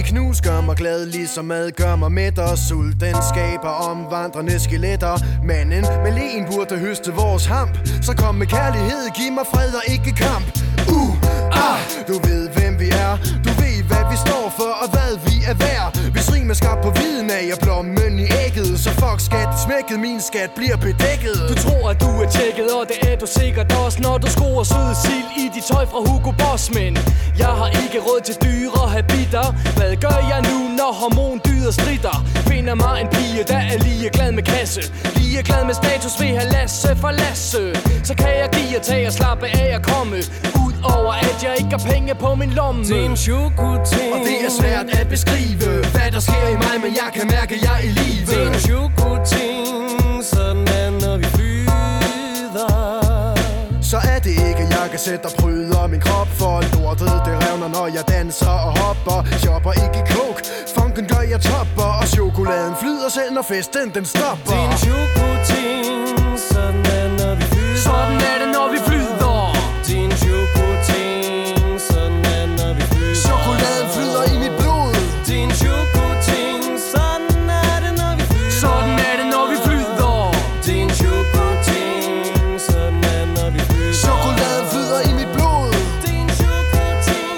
knus gør mig glad, ligesom mad gør mig mæt, og sult den skaber omvandrende skeletter. Manden med len burde høste vores hamp, så kom med kærlighed, giv mig fred og ikke kamp. Du ved hvem vi er, du ved hvad vi står for og hvad vi er værd. Hvis rim er skabt på viden af jeg blommen i ægget, så fuck skat smækket, min skat bliver bedækket. Du tror at du er tjekket, og det er du sikkert også, når du skruer søde sild i dit tøj fra Hugo Boss. Men jeg har ikke råd til dyre habiter. Hvad gør jeg nu, når hormondyder stritter? Finder mig en pige, der er lige glad med kasse, lige glad med status, vil have Lasse for Lasse. Så kan jeg give og tage og slappe af og komme ud over at jeg ikke har penge på min lomme. Det er en chokoting, og det er svært at beskrive hvad der sker i mig, men jeg kan mærke at jeg er i live. det er en chokoting, sådan er når vi flyder. Så er det ikke jeg kan sætte og bryder min krop, for lortet det revner når jeg danser og hopper. Shopper ikke coke, funken gør jeg topper, og chokoladen flyder selv når festen den stopper. Det er en chokoting, sådan er når vi flyder. Sådan er det når vi flyder. Det er en chokoting, sådan er når vi flyder. Chokoladen flyder i mit blod. Det er en chokoting, sådan er det når vi flyder. Sådan er det når vi flyder. Det er en chokoting, sådan er når vi flyder. Chokoladen flyder i mit blod. Det er en chokoting.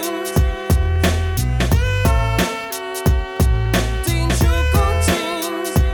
Det er en chokoting.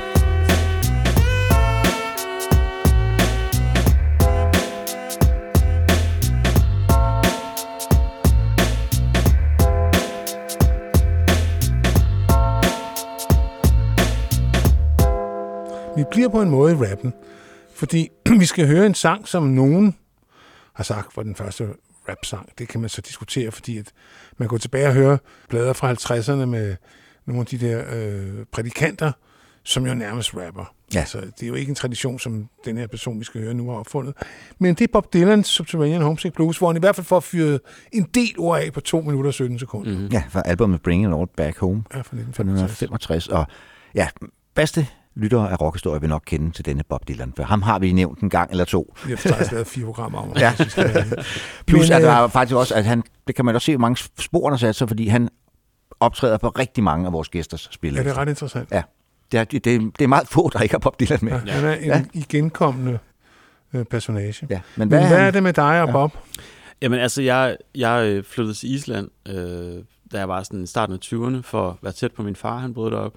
Vi bliver på en måde i rappen, fordi vi skal høre en sang, som nogen har sagt var den første rap-sang. Det kan man så diskutere, fordi at man går tilbage og hører blader fra 50'erne med nogle af de der prædikanter, som jo nærmest rapper. Ja. Altså, det er jo ikke en tradition, som den her person, vi skal høre nu, har opfundet. Men det er Bob Dylans Subterranean Homesick Blues, hvor han i hvert fald får fyret en del ord af på 2 minutter og 17 sekunder. Mm-hmm. Ja, fra albumet Bring It All Back Home Ja, fra fra 1965. 1965. Og ja, bedste lyttere af rockhistorie vil nok kende til denne Bob Dylan, for ham har vi nævnt en gang eller to. Vi har faktisk lavet 4 programmer om. Ja. Plus at der er faktisk også, at han, det kan man også se, hvor mange spor der satte sig, fordi han optræder på rigtig mange af vores gæsters spil. Ja, det er ret interessant. Ja, det er meget få, der ikke har Bob Dylan med. Ja, han er en igenkommende personage. Ja, men hvad er det med dig og Bob? Jamen altså, jeg flyttede til Island, da jeg var sådan i starten af 20'erne, for at være tæt på min far, han boede deroppe.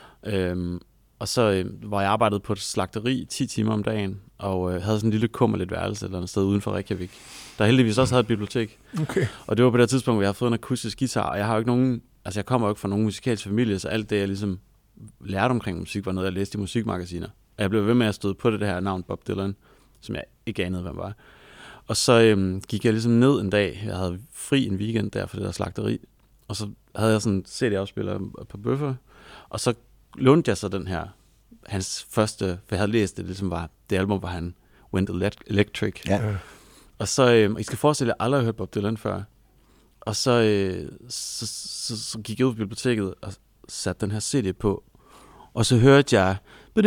Og så var jeg arbejdet på et slagteri 10 timer om dagen, og havde sådan en lille kummerligt værelse et eller andet sted uden for Reykjavik, der heldigvis også havde et bibliotek. Okay. Og det var på det tidspunkt, hvor jeg havde fået en akustisk guitar, og jeg har jo ikke nogen, altså jeg kommer jo ikke fra nogen musikalsk familie, så alt det, jeg ligesom lærte omkring musik, var noget, jeg læste i musikmagasiner. Og jeg blev ved med at støde på det her navn Bob Dylan, som jeg ikke anede, hvem var. Og så gik jeg ligesom ned en dag, jeg havde fri en weekend der for det der slagteri, og så havde jeg sådan en CD-afspiller på bøffer, og så lånte jeg så den her, hans første, for jeg havde læst det, ligesom var det album, hvor han Went Electric. Ja. Og så, I skal forestille, at jeg aldrig har hørt Bob Dylan før. Og så gik jeg ud på biblioteket og satte den her CD på, og så hørte jeg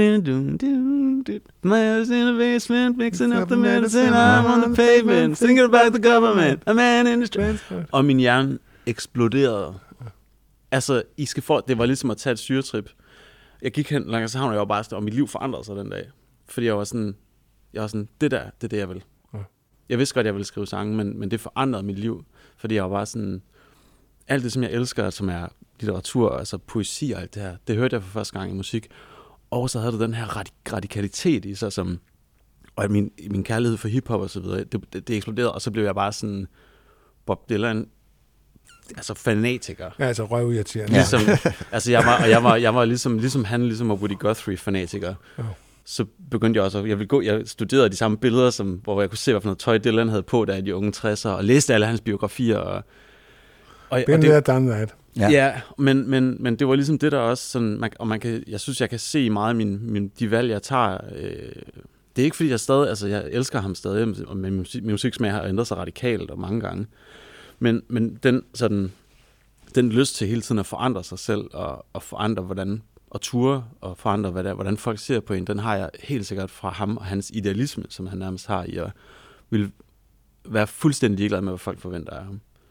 Miles in the basement, mixing up the medicine, I'm on the pavement, thinking about the government, a man in the street. Og min hjerne eksploderede. Altså, det var ligesom at tage et syretrip. Jeg gik hen langs havnen, og jeg var bare sådan, og mit liv forandrede sig den dag. Fordi jeg var sådan, det er det, jeg vil. Ja. Jeg vidste godt, jeg ville skrive sange, men det forandrede mit liv. Fordi jeg var bare sådan, alt det, som jeg elsker, som er litteratur, altså poesi og alt det her, det hørte jeg for første gang i musik. Og så havde det den her radikalitet i sig, og min kærlighed for hiphop og så videre, det eksploderede, og så blev jeg bare sådan, Bob Dylan, altså fanatiker. Ja, altså røvirriterende. Ligesom, altså jeg var ligesom han, ligesom Woody Guthrie fanatiker. Oh. Så begyndte jeg også, jeg studerede de samme billeder, hvor jeg kunne se, hvad for noget tøj Dylan havde på, der i de unge 60'ere, og læste alle hans biografier. Og det done that. Ja, men det var ligesom det, der også sådan, jeg synes, jeg kan se meget de valg, jeg tager. Det er ikke, fordi jeg stadig, altså jeg elsker ham stadig, og min musiksmag har ændret sig radikalt og mange gange. Men den lyst til hele tiden at forandre sig selv, og forandre hvordan, og ture, og forandre hvordan folk ser på en, den har jeg helt sikkert fra ham og hans idealisme, som han nærmest har i at vil være fuldstændig ligeglad med, hvad folk forventer af ham.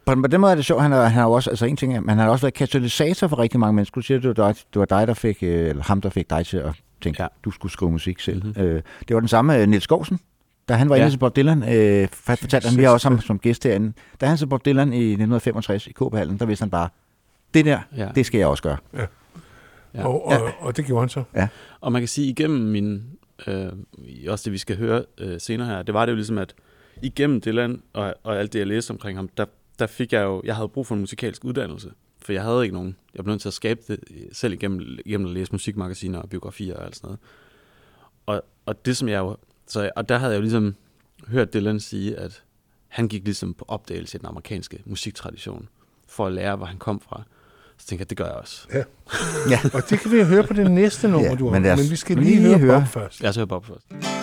på den måde er det sjovt, han har jo også, altså en ting, han har også været katalysator for rigtig mange mennesker. Du siger, det var dig, der fik, eller ham, der fik dig til at tænke, du skulle skrive musik selv. Det var den samme Niels Skousen, da han var inde til Bob Dylan, fortalte han, vi har også ham som gæst herinde. Da han så Bob Dylan i 1965 i KB-hallen, der vidste han bare, det der, det skal jeg også gøre. Ja. Ja. Og det gjorde han så. Ja. Og man kan sige, igennem min, også det vi skal høre senere her, det var det jo ligesom, at igennem Dylan og alt det, jeg læste omkring ham, der fik jeg jo, jeg havde brug for en musikalsk uddannelse, for jeg havde ikke nogen. Jeg blev nødt til at skabe det selv igennem at læse musikmagasiner og biografier og alt sådan noget. Og det som jeg jo, og der havde jeg jo ligesom hørt Dylan sige, at han gik ligesom på opdagelse i den amerikanske musiktradition, for at lære, hvor han kom fra. Så tænkte jeg, det gør jeg også. Ja. Og det kan vi jo høre på det næste nummer, du har. Men vi skal lige høre Bob først. Jeg skal høre Bob først.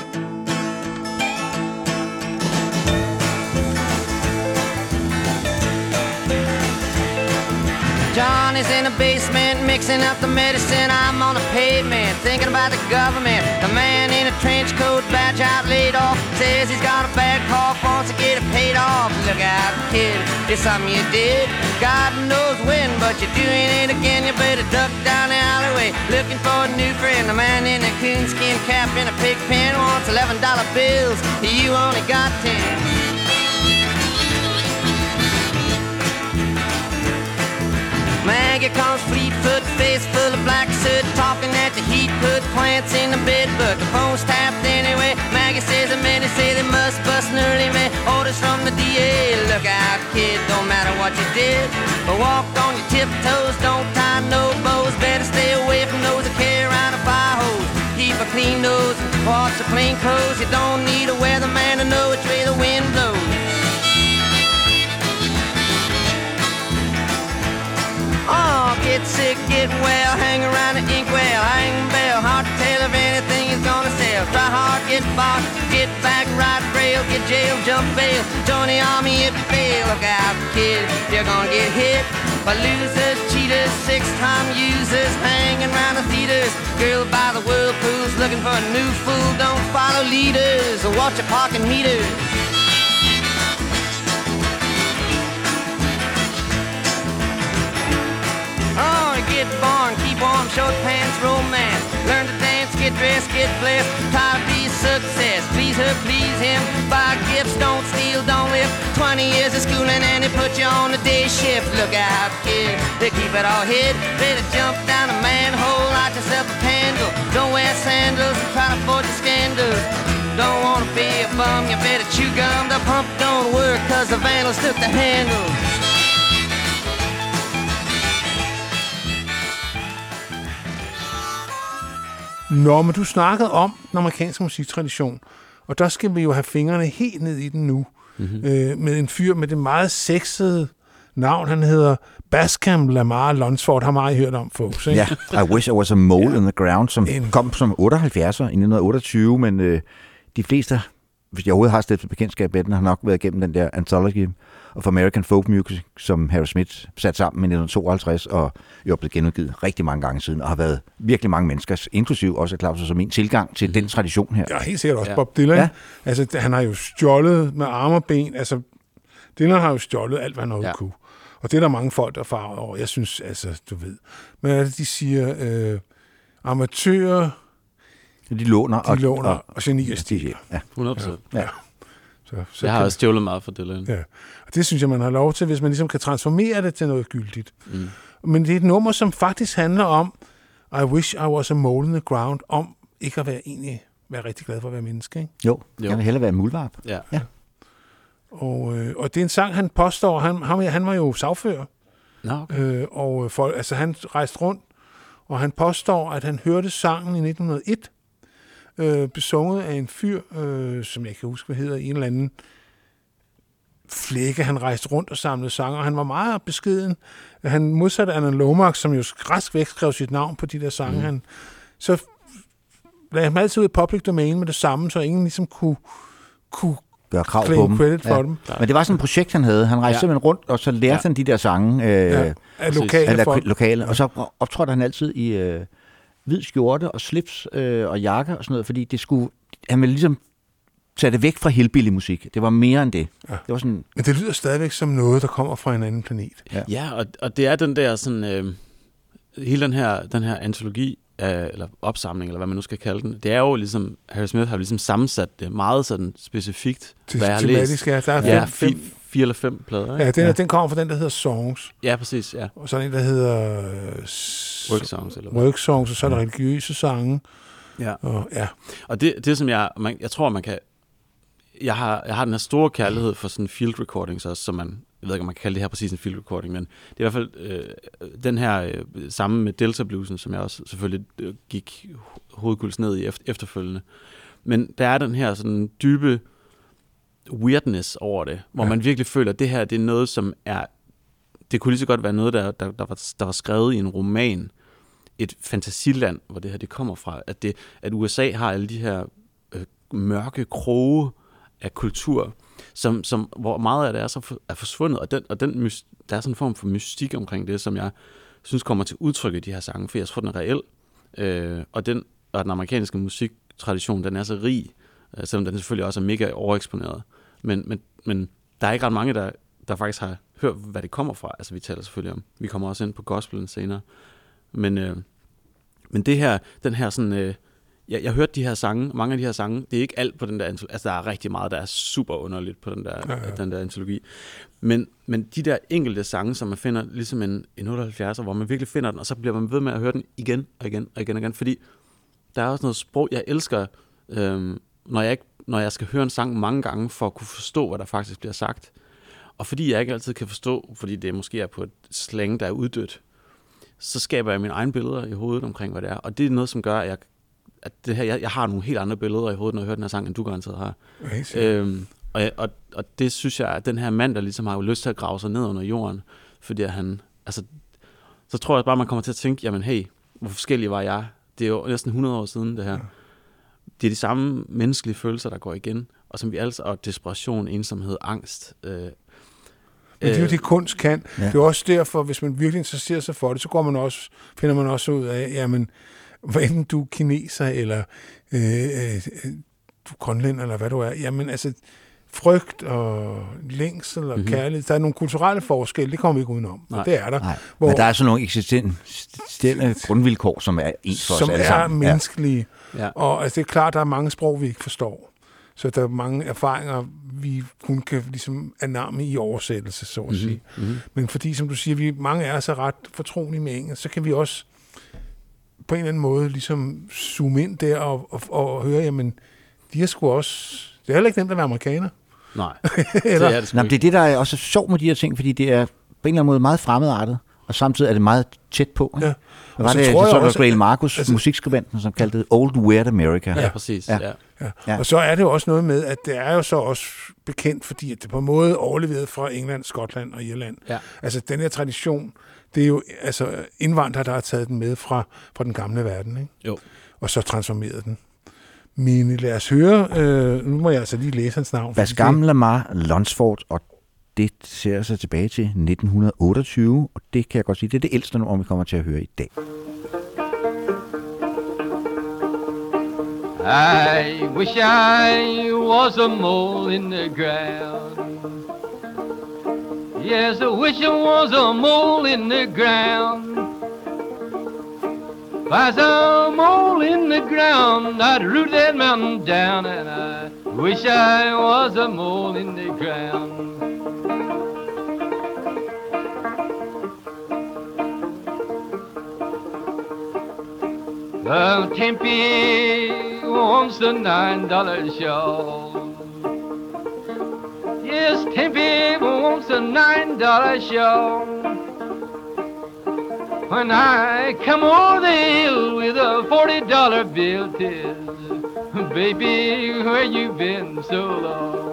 John is in the basement mixing up the medicine. I'm on the pavement thinking about the government. The man in a trench coat, badge out, laid off, says he's got a bad cough, wants to get it paid off. Look out, kid, it's something you did. God knows when, but you're doing it again. You better duck down the alleyway looking for a new friend. The man in a coonskin cap and a pig pen wants $11 bills. You only got 10. Maggie comes fleet-foot, face full of black soot, talking at the heat, put plants in the bed, but the phone's tapped anyway. Maggie says the men say they must bust an early man. Orders from the DA, look out kid, don't matter what you did, but walk on your tiptoes, don't tie no bows, better stay away from those that carry around a fire hose. Keep a clean nose, wash your plain clothes, you don't need a weatherman to know which way the wind blows. Oh, get sick, get well, hang around the inkwell, hang bell, hard to tell if anything is gonna sell. Try hard, get bought, get back, ride rail, get jail, jump bail, join the army if you fail. Look out, kid, you're gonna get hit by losers, cheaters, six-time users, hanging around the theaters. Girl by the whirlpools, looking for a new fool, don't follow leaders, or watch your parking meters. Oh, get born, keep warm, short pants, romance. Learn to dance, get dressed, get blessed. Try to be success, please her, please him. Buy gifts, don't steal, don't live. 20 years of schooling and they put you on the day shift. Look out, kid, they keep it all hid. Better jump down a manhole, light yourself a candle. Don't wear sandals and try to avoid the scandals. Don't wanna be a bum, you better chew gum. The pump don't work cause the vandals took the handle. Nå, men du snakkede om den amerikanske musiktradition, og der skal vi jo have fingrene helt ned i den nu, med en fyr med det meget sexede navn, han hedder Bascom Lamar Lunsford, har meget hørt om, folks. Ja, I Wish I Was a Mole in the Ground, som kom som 78'er i 1928, men de fleste, hvis jeg overhovedet har stiftet bekendtskab med den, har nok været igennem den der Anthology of American Folk Music, som Harry Smith satte sammen i 1952, og jo er blevet genudgivet rigtig mange gange siden, og har været virkelig mange menneskers, inklusiv også Claus som min tilgang til den tradition her. Ja, helt sikkert også Bob Dylan. Ja. Altså, han har jo stjålet med arme og ben. Altså, Dylan har jo stjålet alt, hvad han overhovedet kunne. Og det er der mange folk, der farver over. Jeg synes, altså, du ved. Men de siger, amatører... De låner og genier stiger. Ja, 100%. Ja. Så jeg har også stjålet meget for Dylan. Ja, og det synes jeg, man har lov til, hvis man ligesom kan transformere det til noget gyldigt. Men det er et nummer, som faktisk handler om I Wish I Was a Mole in the Ground, om ikke at være rigtig glad for at være menneske, ikke? Jo. Jeg vil hellere være en muldvarp. Ja. Og det er en sang, han påstår, han var jo sagfører. Okay. Han rejste rundt, og han påstår, at han hørte sangen i 1901, besunget af en fyr, som jeg ikke kan huske, hvad hedder, en eller anden flække. Han rejste rundt og samlede sanger, og han var meget beskeden. Han modsatte Anna Lomax, som jo rask væk skrev sit navn på de der sange. Så lagde han altid ud i public domain med det samme, så ingen ligesom kunne gøre krav på dem. Credit for dem. Men det var sådan et projekt, han havde. Han rejste simpelthen rundt, og så lærte han de der sange af lokale. Og så optrådte han altid i hvid skjorte og slips og jakke og sådan noget, fordi han ville ligesom tage det væk fra hillbilly-musik. Det var mere end det. Ja. Det var sådan... Men det lyder stadigvæk som noget, der kommer fra en anden planet. Ja, og det er den der sådan... hele den her antologi, eller opsamling, eller hvad man nu skal kalde den, det er jo ligesom... Harry Smith har ligesom sammensat det meget sådan specifikt, hvad jeg har læst. Ja, der er 4 eller 5 plader, ikke? Ja, den kommer fra den, der hedder Songs. Ja, præcis, ja. Og så er en, der hedder... Work Songs, eller hvad? Work Songs, og så er der religiøse sange. Ja. Og det som jeg tror, man kan... Jeg har den her store kærlighed for sådan field recordings også, som man... Jeg ved ikke, om man kan kalde det her præcis en field recording, men det er i hvert fald den her sammen med Delta Bluesen, som jeg også selvfølgelig gik hovedkuls ned i efterfølgende. Men der er den her sådan dybe weirdness over det, hvor man virkelig føler, at det her det er noget, som er... Det kunne lige så godt være noget, der var skrevet i en roman, et fantasiland, hvor det her det kommer fra. At USA har alle de her mørke kroge af kultur, hvor meget af det er forsvundet, og der er sådan en form for mystik omkring det, som jeg synes kommer til udtryk i de her sange, for jeg tror, den er reel, og den amerikanske musiktradition, den er så rig, selvom den selvfølgelig også er mega overeksponeret, men der er ikke ret mange, der faktisk har hørt, hvad det kommer fra. Altså, vi taler selvfølgelig om, vi kommer også ind på gospelen senere, men det her, den her sådan... Jeg hørte de her sange, mange af de her sange, det er ikke alt på den der antologi, altså der er rigtig meget, der er super underligt på den der antologi, men de der enkelte sange, som man finder ligesom en 78'er, hvor man virkelig finder den, og så bliver man ved med at høre den igen og igen og igen og igen, fordi der er også noget sprog, jeg elsker, når jeg skal høre en sang mange gange, for at kunne forstå, hvad der faktisk bliver sagt, og fordi jeg ikke altid kan forstå, fordi det måske er på et slang, der er uddødt, så skaber jeg mine egne billeder i hovedet omkring, hvad det er, og det er noget, som gør, at det her, jeg har nogle helt andre billeder i hovedet, når jeg hører den her sang, end du garanteret har. Og det synes jeg, at den her mand, der ligesom har jo lyst til at grave sig ned under jorden, fordi han, altså, så tror jeg bare, man kommer til at tænke, jamen hey, hvor forskellig var jeg? Det er jo næsten 100 år siden, det her. Det er de samme menneskelige følelser, der går igen, og som vi altså, og desperation, ensomhed, angst. Men det er jo det, kunst kan. Ja. Det er også derfor, hvis man virkelig interesserer sig for det, så finder man også ud af, jamen, hvad enten du er kineser, eller du er grønlænder, eller hvad du er, jamen altså, frygt og længsel og kærlighed, der er nogle kulturelle forskelle, det kommer vi ikke udenom. Og det er der. Hvor, men der er sådan nogle eksisterende grundvilkår, som er ens for os alle sammen. Som er menneskelige. Ja. Og altså, det er klart, der er mange sprog, vi ikke forstår. Så der er mange erfaringer, vi kun kan ligesom anamme i oversættelse, så at sige. Men fordi, som du siger, mange af os er ret fortrolige med engelsk, så kan vi også på en eller anden måde ligesom zoome ind der og høre, jamen, de har sgu også... Det er heller ikke nemt at være amerikaner. Nej, eller? Det er det, der er også sjovt med de her ting, fordi det er på en eller anden måde meget fremmedartet, og samtidig er det meget tæt på. Ja. Var det så Grail Marcus, altså, musikskribenten, som kaldte det Old Weird America. Ja, præcis. Ja. Og så er det jo også noget med, at det er jo så også bekendt, fordi at det på en måde overleveret fra England, Skotland og Irland. Ja. Altså, den her tradition, det er jo altså indvandrere, der har taget den med fra den gamle verden, ikke? Jo. Og så transformeret den. Men lad os høre, nu må jeg altså lige læse hans navn. Bascom Lamar Lunsford, og det ser sig tilbage til 1928, og det kan jeg godt sige, det er det ældste nummer, vi kommer til at høre i dag. I wish I was a mole in the ground. Yes, I wish I was a mole in the ground. If I was a mole in the ground, I'd root that mountain down, and I wish I was a mole in the ground. Oh, Tempe wants the $9 show. Yes, Tempe wants a $9 show. When I come over the hill with a $40 bill, 'tis, baby, where you been so long?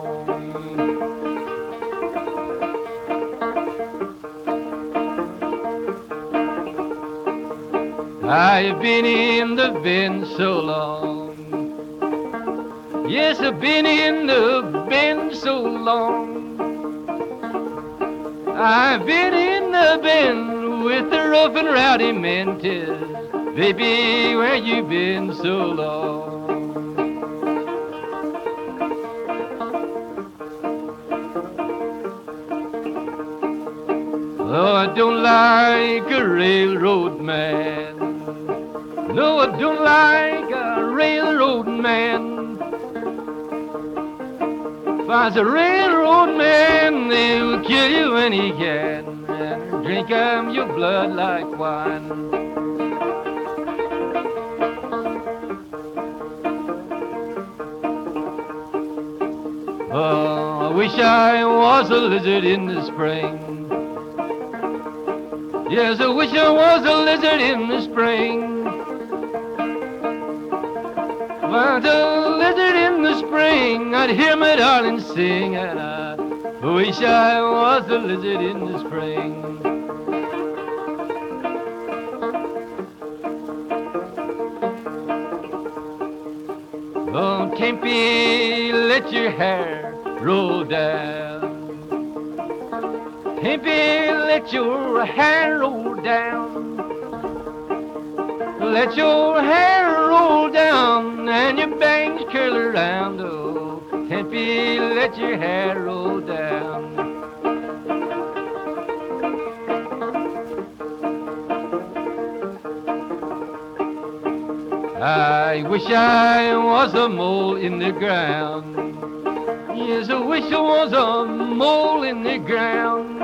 I've been in the bin so long. Yes, I've been in the bin so long. I've been in the bin with the rough and rowdy men, 'tis, baby, where you been so long? Oh, I don't like a railroad man. No, I don't like a railroad man. If I was a railroad man, they'll kill you when he can and drink your blood like wine. Oh, I wish I was a lizard in the spring. Yes, I wish I was a lizard in the spring. If I was a lizard in the spring, I'd hear my darling sing, and I wish I was a lizard in the spring. Oh, Tempe, let your hair roll down. Tempe, let your hair roll down. Let your hair roll down and your bangs curl around. Oh, Tempe, let your hair roll down. I wish I was a mole in the ground. Yes, I wish I was a mole in the ground.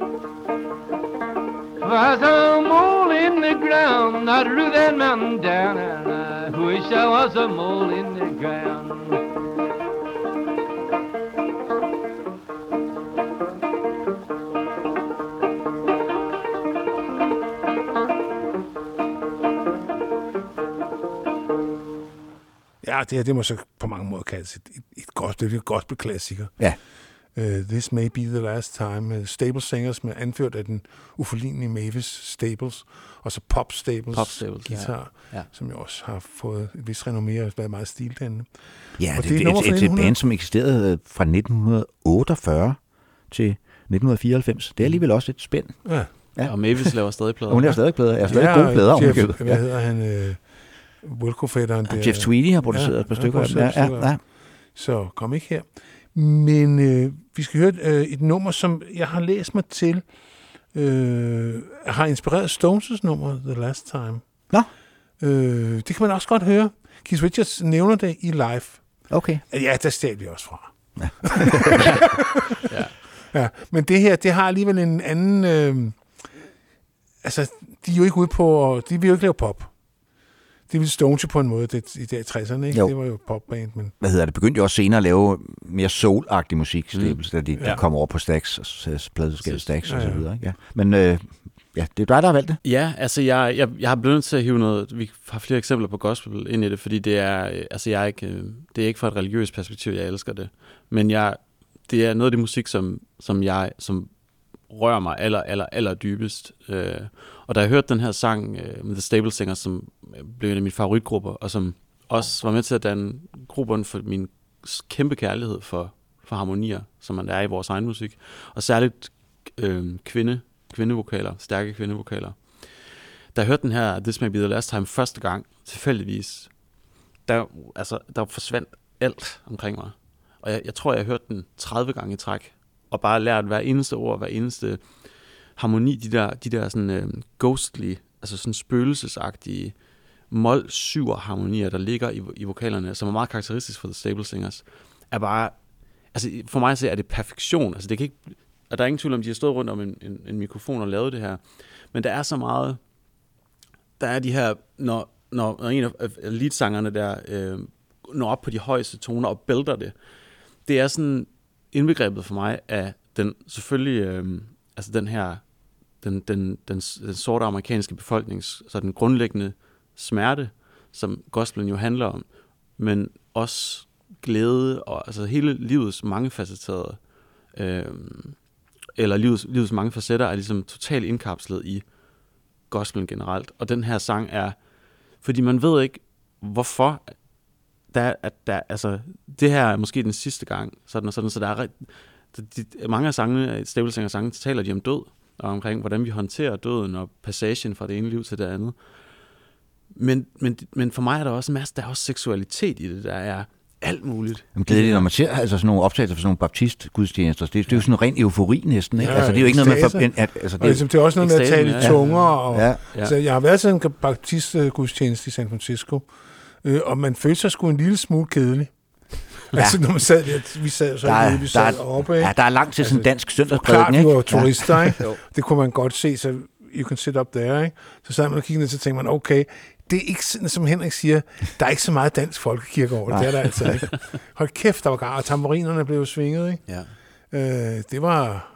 If I was a mole in the ground, I'd root that mountain down, and I wish I was a mole in the ground. Ja, det må så på mange måder kaldes et gospel-klassiker. Ja. This May Be The Last Time. Staples Singers med anført af den uforlignelige Mavis Staples, og så Pop Staples guitar, som jo også har fået et vis renommé og været meget sildannende. Ja, det er et band, som eksisterede fra 1948 til 1994. Det er alligevel også et spænd. Ja. Og Mavis laver stadig plader. Hun laver stadig plader. Jeg har stadig gode plader. Hvad hedder han? Wilco-fætteren der. Jeff Tweedy har produceret et par stykker. Ja. Så kom ikke her. Men vi skal høre et nummer, som jeg har læst mig til, har inspireret Stones' nummer The Last Time. Nå. Det kan man også godt høre. Keith Richards nævner det i live. Okay. Ja, der stjal vi også fra. Ja. Ja, men det her, det har alligevel en anden... altså, de er jo ikke ude på... De vil jo ikke lave pop. Det ville Stones på en måde i de 60'erne, ikke? Jo. Det var jo popband, men... Det begyndte jo også senere at lave mere soul-agtig musik, da de kom over på Stax, pladselskabet Stax og så videre, ikke? Ja. Men det er dig, der har valgt det. Ja, altså jeg har blevet nødt til at hive noget... Vi har flere eksempler på gospel ind i det, fordi det er... Altså jeg er ikke... Det er ikke fra et religiøst perspektiv, jeg elsker det. Men det er noget af det musik, som rører mig aller dybest. Og da jeg hørte den her sang med The Staples Singers, som blev en af mine favoritgrupper, og som også var med til at danne gruppen for min kæmpe kærlighed for harmonier, som man er i vores egen musik, og særligt kvindevokaler, stærke kvindevokaler. Da jeg hørte den her This May Be The Last Time første gang, tilfældigvis, der forsvandt alt omkring mig. Og jeg tror, jeg hørte den 30 gange i træk, og bare lært hver eneste ord, hver eneste harmoni, de der sådan ghostly, altså sådan spøgelsesagtige mol-syver harmonier, der ligger i vokalerne, som er meget karakteristisk for The Staples Singers, er bare, altså for mig så er det perfektion. Altså det kan ikke, og der er ingen tvivl om, de har stået rundt om en mikrofon og lavet det her, men der er så meget, der er de her, når en af leadsangerne der når op på de højeste toner og bælter det, det er sådan indbegrebet for mig af den selvfølgelig, altså den her den sorte amerikanske befolknings så den grundlæggende smerte, som gospelen jo handler om, men også glæde og altså hele livets mangefacetterede eller livets mange facetter er ligesom totalt indkapslet i gospelen generelt. Og den her sang er, fordi man ved ikke hvorfor altså det her er måske den sidste gang, så der er mange af sangene, Staples Singers sange, taler de om død, og omkring, hvordan vi håndterer døden og passagen fra det ene liv til det andet. Men for mig er der også en masse, der er også seksualitet i det. Der er alt muligt. Jamen, glædeligt, når man ser altså sådan nogle optagelser for sådan nogle baptist-gudstjenester, det er jo sådan en ren eufori næsten, ikke? Altså, det er jo ikke noget med... det er også noget med at tale i tunger. Og, ja. Altså, jeg har været sådan en baptist-gudstjeneste i San Francisco, og man følte sig sgu en lille smule kedelig. Ja. Altså, når man sad der, vi sad så vi sad oppe, ikke? Ja, der er langt til sådan en dansk søndagsprædiken, ikke? Klart, vi var turister, ikke? Ja. Det kunne man godt se, så you can sit up there, ikke? Så sad man og kiggede ned, så tænkte man, okay, det er ikke sådan, som Henrik siger, der er ikke så meget dansk folkekirke over det, er der altså ikke. Hold kæft, der var gang, og tamburinerne blev svinget, ikke? Ja. Det var,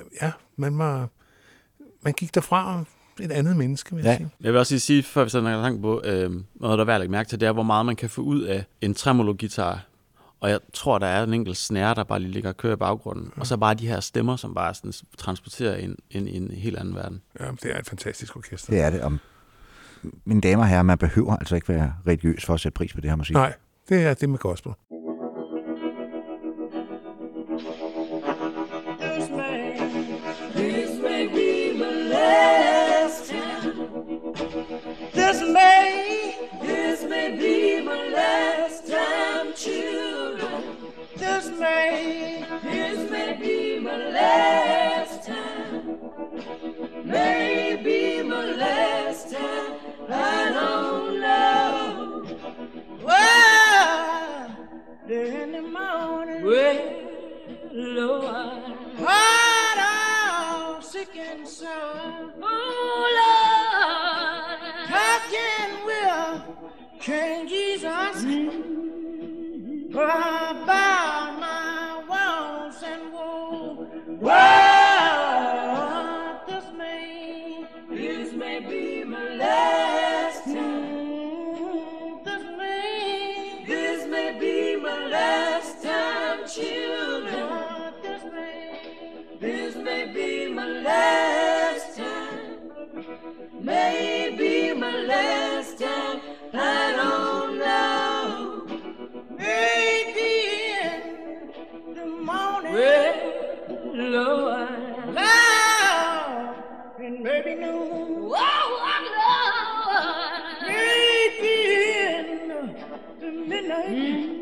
man gik derfra et andet menneske, vil jeg sige. Jeg vil også sige, før vi sætter en gang på, noget der er værd at lægge mærke til, det er, hvor meget man kan få ud af en tremolo-guitar. Og jeg tror, der er en enkelt snare, der bare lige ligger og kører i baggrunden. Og så bare de her stemmer, som bare sådan transporterer ind i en helt anden verden. Ja, det er et fantastisk orkester. Det er det. Mine damer og herrer, man behøver altså ikke være religiøs for at sætte pris på det her musik. Nej, det er det med gospel. This may be my last time. This may be my last time, children. This may be my last time. Maybe my last time. I don't know. Well, in the morning, well, Lord, heart all sick and sore. Oh Lord, how can we, King Jesus, about my wants and woe? Well, this may be my last time. This may be my last time, children. This may be my last time. Maybe my last time. I don't know. Maybe in the morning. Well, Lord, loud, and maybe noon. Whoa, Lord, maybe in the midnight.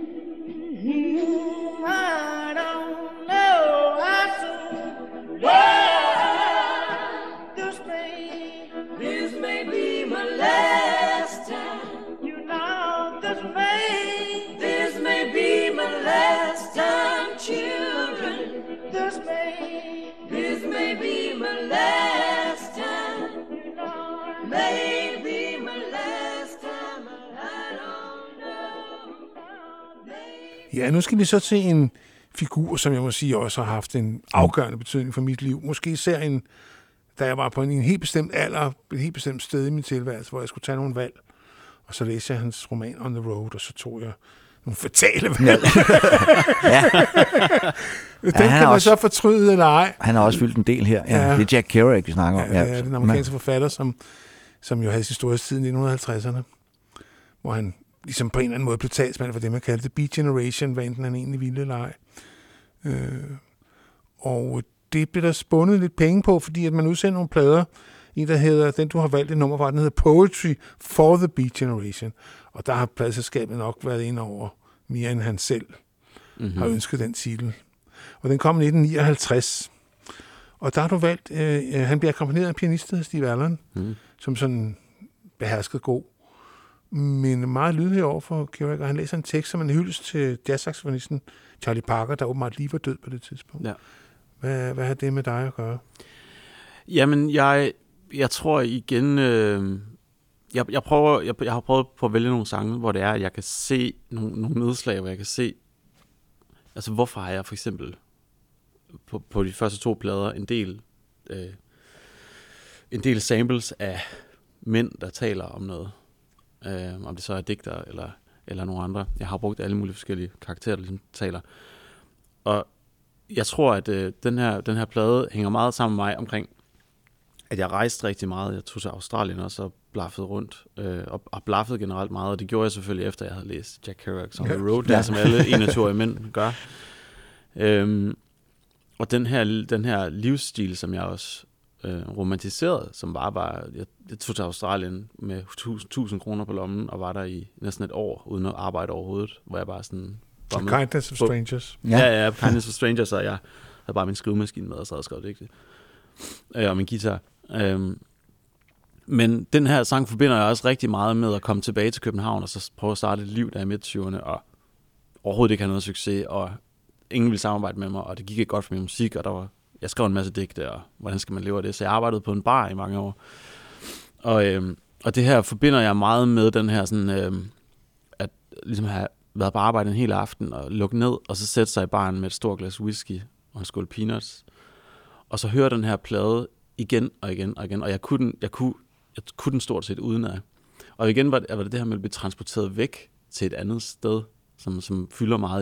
I don't know. I soon. Well, this may be my last time. You know, this may be my last time, children. This may be my last time. You know, maybe my last time. I don't know. Ja, nu skal vi så til en figur, som jeg må sige også har haft en afgørende betydning for mit liv. Måske især da jeg var på en helt bestemt alder, et helt bestemt sted i min tilværelse, hvor jeg skulle tage nogle valg. Og så læste jeg hans roman On the Road, og så tog jeg nogle fatale valg. Ja. Den kan man også så fortryde eller ej. Han har også fyldt en del her. Ja. Det er Jack Kerouac, vi snakker om. Ja, det er den amerikanske forfatter, som jo havde sin storhedstid i 1950'erne, hvor han ligesom på en eller anden måde blev talsmand for det, man kaldte Beat Generation, hvad enten han egentlig ville eller ej. Og det blev der spundet lidt penge på, fordi at man udsendte nogle plader, en der hedder, den du har valgt et nummer fra, den hedder Poetry for the Beat Generation. Og der har pladeselskabet nok været ind over mere end han selv har ønsket den titel. Og den kom i 1959. Og der har du valgt, han bliver akkompagneret af en pianist, der hedder Steve Allen, som sådan behersket god, men meget lydhør over for Kerouac, og han læser en tekst som en hyldest til jazzsaxofonisten Charlie Parker, der åbenbart lige var død på det tidspunkt. Ja. Hvad har det med dig at gøre? Jamen, jeg tror igen... Jeg har prøvet på at vælge nogle sange, hvor det er, at jeg kan se nogle nedslag, hvor jeg kan se... Altså, hvorfor har jeg for eksempel på de første 2 plader en del samples af mænd, der taler om noget. Om det så er digter eller nogle andre. Jeg har brugt alle mulige forskellige karakterer, der ligesom taler. Og jeg tror, at den her plade hænger meget sammen med mig omkring, at jeg rejste rigtig meget. Jeg tog til Australien også og blaffede rundt. Og blaffede generelt meget, og det gjorde jeg selvfølgelig efter, jeg havde læst Jack Kerouac On the Road, der som alle 21-årige mænd gør. Og den her livsstil, som jeg også romantiseret, som var jeg tog til Australien med 1.000 kroner på lommen, og var der i næsten et år, uden at arbejde overhovedet, hvor jeg bare sådan Kindness of Strangers. Ja, Kindness of Strangers, og jeg havde bare min skrivemaskine med, og så havde jeg skrevet digte. Og min guitar. Men den her sang forbinder jeg også rigtig meget med at komme tilbage til København, og så prøve at starte et liv der i midt-20'erne, og overhovedet ikke have noget succes, og ingen ville samarbejde med mig, og det gik ikke godt for min musik, og jeg skrev en masse digte, og hvordan skal man leve af det? Så jeg arbejdede på en bar i mange år. Og det her forbinder jeg meget med den her sådan, at ligesom have været på arbejde en hel aften, og lukke ned, og så sætte sig i baren med et stort glas whisky, og en skål peanuts, og så høre den her plade igen og igen og igen, og jeg kunne den stort set udenad. Og igen var det her med at blive transporteret væk til et andet sted, som fylder meget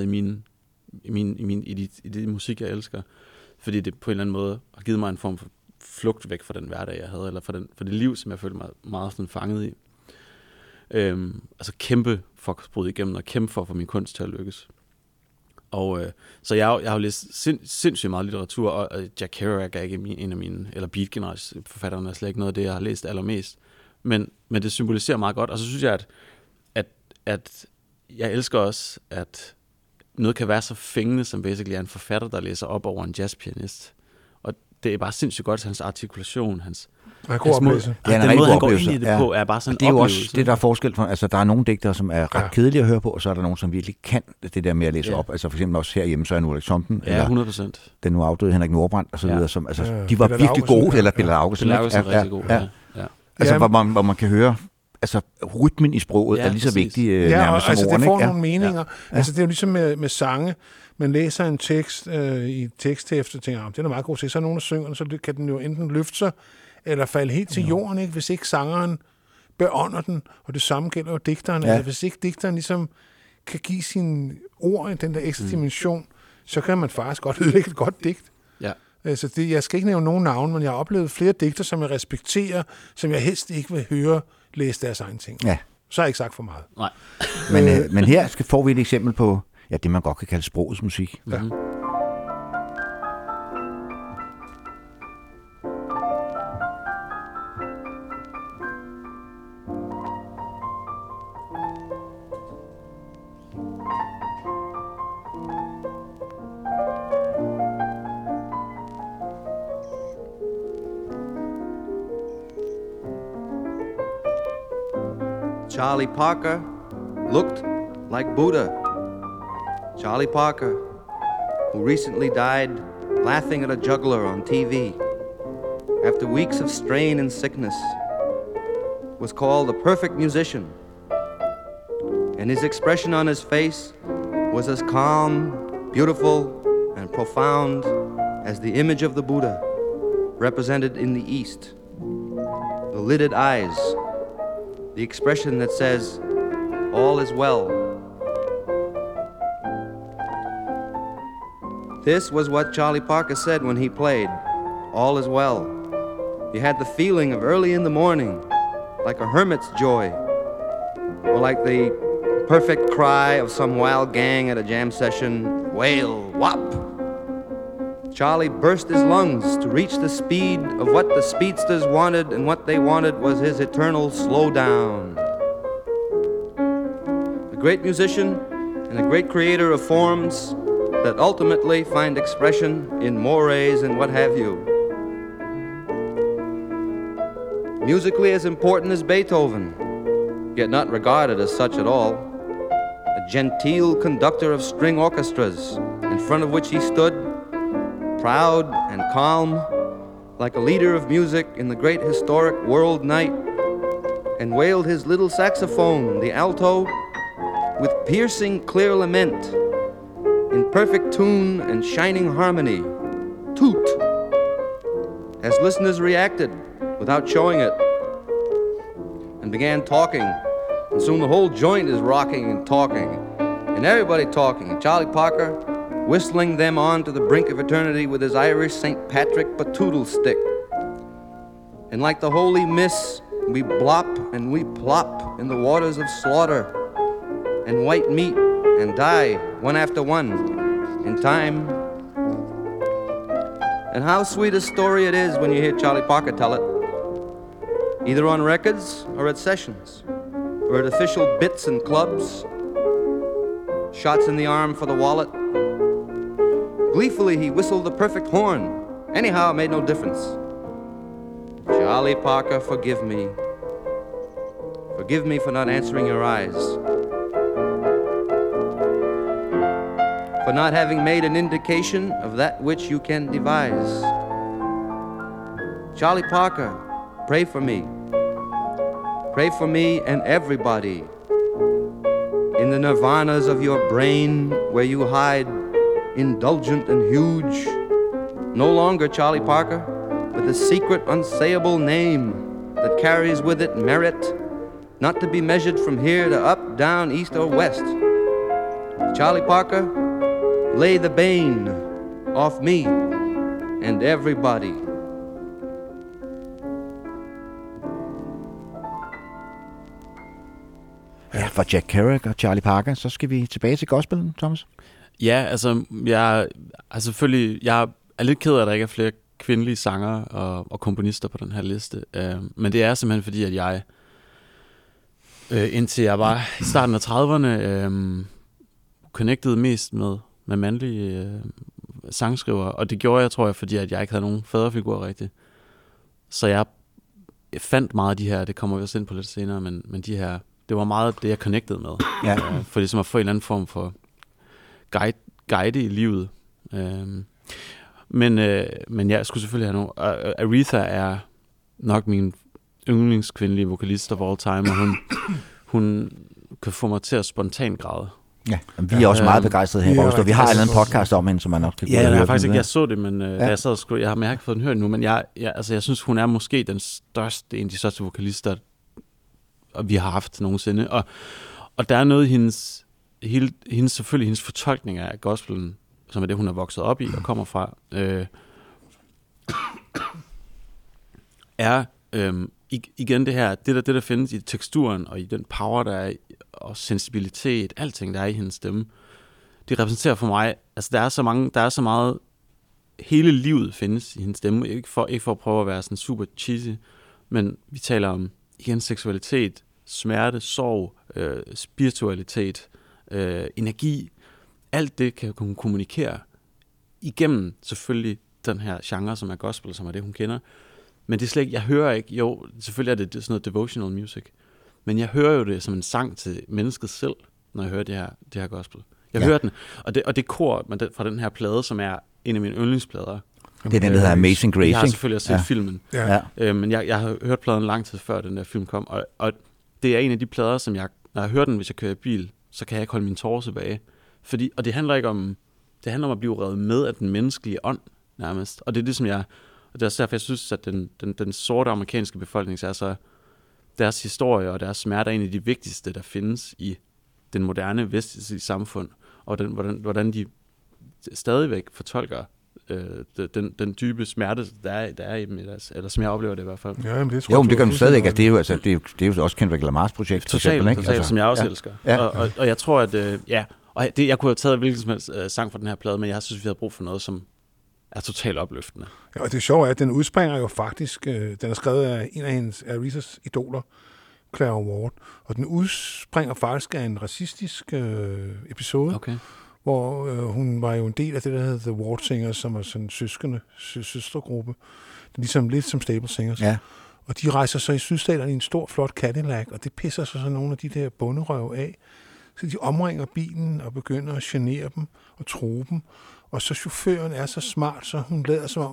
i det musik, jeg elsker. Fordi det på en eller anden måde har givet mig en form for flugt væk fra den hverdag, jeg havde, eller for det liv, som jeg følte mig meget sådan fanget i. Altså kæmpe for at bryde igennem, og kæmpe for at få min kunst til at lykkes. Og så jeg har jo læst sindssygt meget litteratur, og Jack Kerouac er ikke en af mine, eller Beat-forfatterne er slet ikke noget af det, jeg har læst allermest. Men det symboliserer meget godt, og så synes jeg, at jeg elsker også, at noget kan være så fængende, som basically er en forfatter, der læser op over en jazzpianist. Og det er bare sindssygt godt, hans artikulation, hans måde, den måde, han går ind i det på, er bare sådan en oplevelse. Det er jo også det, der er forskel for. Altså, der er nogle digtere, som er ret kedelige at høre på, og så er der nogen, som virkelig kan det der med at læse op. Altså for eksempel også herhjemme, så er Ulrik Thomsen, eller 100%. Den nu afdøde Henrik Nordbrandt, og så videre, som, altså, de var virkelig gode, eller Bille August. Bille August er rigtig god, Altså, hvor man kan høre, altså rytmen i sproget er lige så vigtig nærmest som altså, ordene. Det får nogle meninger. Altså, det er jo ligesom med sange. Man læser en tekst i et teksthæfte og tænker, det er meget god til. Så er nogen, der synger, så kan den jo enten løfte sig, eller falde helt til jorden, ikke? Hvis ikke sangeren beånder den. Og det samme gælder jo digteren. Altså, hvis ikke digteren ligesom kan give sine ord i den der ekstra dimension, så kan man faktisk godt ødelægge et godt digt. Ja. Altså, jeg skal ikke nævne nogen navn, men jeg har oplevet flere digter, som jeg respekterer, som jeg helst ikke vil høre læse deres egen ting. Ja. Så har jeg ikke sagt for meget. Nej. Men her får vi et eksempel på det, man godt kan kalde sprogets musik. Ja. Charlie Parker looked like Buddha. Charlie Parker, who recently died laughing at a juggler on TV after weeks of strain and sickness, was called a perfect musician. And his expression on his face was as calm, beautiful, and profound as the image of the Buddha represented in the East. The lidded eyes, the expression that says, all is well. This was what Charlie Parker said when he played, all is well. You had the feeling of early in the morning, like a hermit's joy, or like the perfect cry of some wild gang at a jam session, wail, whop. Charlie burst his lungs to reach the speed of what the speedsters wanted, and what they wanted was his eternal slowdown. A great musician and a great creator of forms that ultimately find expression in mores and what have you. Musically as important as Beethoven, yet not regarded as such at all. A genteel conductor of string orchestras, in front of which he stood, proud and calm, like a leader of music in the great historic world night, and wailed his little saxophone, the alto, with piercing clear lament, in perfect tune and shining harmony, toot, as listeners reacted without showing it, and began talking, and soon the whole joint is rocking and talking, and everybody talking, and Charlie Parker whistling them on to the brink of eternity with his Irish St. Patrick batoodle stick. And like the holy mists, we blop and we plop in the waters of slaughter and white meat and die one after one in time. And how sweet a story it is when you hear Charlie Parker tell it, either on records or at sessions or at official bits and clubs. shots in the arm for the wallet. Gleefully, he whistled the perfect horn. Anyhow, it made no difference. Charlie Parker, forgive me. Forgive me for not answering your eyes. For not having made an indication of that which you can devise. Charlie Parker, pray for me. Pray for me and everybody. In the nirvanas of your brain, where you hide, indulgent and huge. No longer Charlie Parker, with a secret unsayable name that carries with it merit, not to be measured from here to up, down, east or west. Charlie Parker, lay the bane off me and everybody. Ja, for Jack Kerouac og Charlie Parker, så skal vi tilbage til gospelen, Thomas. Ja, altså, jeg er lidt ked af, at der ikke er flere kvindelige sanger og komponister på den her liste. Men det er simpelthen fordi, at jeg, indtil jeg var i starten af 30'erne, connectede mest med mandlige sangskrivere. Og det gjorde jeg, tror jeg, fordi at jeg ikke havde nogen faderfigur rigtigt. Så jeg fandt meget af de her, det kommer vi også ind på lidt senere, men de her, det var meget det, jeg connectede med. Ja. For ligesom at få en eller anden form for guide i livet. Men jeg skulle selvfølgelig have nogle. Aretha er nok min yndlingskvindelige vokalist of all time, og hun kan få mig til at spontant græde. Ja, vi er også meget begejstrede her i Rostor. Vi har en eller anden podcast om hende, som man nok kan høre. Ja, jeg har faktisk ikke, jeg så det, men da jeg sad og skulle, jeg har ikke fået den hørt endnu, men jeg synes, hun er måske den største, en af de største vokalister, og vi har haft nogensinde. Og der er noget i hendes fortolkning af gospelen, som er det, hun er vokset op i og kommer fra, er igen det her, det der findes i teksturen og i den power, der er, og sensibilitet, alting, der er i hendes stemme, det repræsenterer for mig, altså der er så meget, hele livet findes i hendes stemme, ikke for at prøve at være sådan super cheesy, men vi taler om, igen, seksualitet, smerte, sorg, spiritualitet, energi, alt det kan hun kommunikere igennem selvfølgelig den her genre, som er gospel, som er det, hun kender. Men det er slet ikke, jeg hører ikke, jo, selvfølgelig er det sådan noget devotional music, men jeg hører jo det som en sang til mennesket selv, når jeg hører det her gospel. Jeg hører den, og det kor fra den her plade, som er en af mine yndlingsplader. Det er den, der hedder Amazing Grace. Jeg har selvfølgelig også set filmen, men jeg har hørt pladen lang tid før den der film kom, og det er en af de plader, som jeg, når jeg hører den, hvis jeg kører i bil, så kan jeg ikke holde mine tårer tilbage. Og det handler ikke om, det handler om at blive revet med af den menneskelige ånd, nærmest. Og det er det, som og det er derfor, jeg synes, at den sorte amerikanske befolkning, altså deres historie og deres smerte er en af de vigtigste, der findes i den moderne vestlige samfund, og hvordan de stadigvæk fortolker den dybe smerte, der er i dem, eller som jeg oplever det i hvert fald. Ja, men det men det gør du stadigvæk. Det er jo også Kendrick Lamars projekt. Totalt, som jeg også elsker. Ja. Og jeg tror, at jeg kunne have taget hvilken som helst sang fra den her plade, men jeg synes, vi havde brug for noget, som er totalt opløftende. Ja, og det sjove er, at den udspringer jo faktisk, den er skrevet af en af hendes Arethas idoler, Clara Ward, og den udspringer faktisk af en racistisk episode, hvor hun var jo en del af det, der hedder The Ward Singers, som er sådan en søstergruppe, ligesom lidt som Staple Singers. Ja. Og de rejser så i Sydstaterne i en stor, flot Cadillac, og det pisser så nogle af de der bunderøv af. Så de omringer bilen og begynder at genere dem og true dem. Og så chaufføren er så smart, så hun lader som om,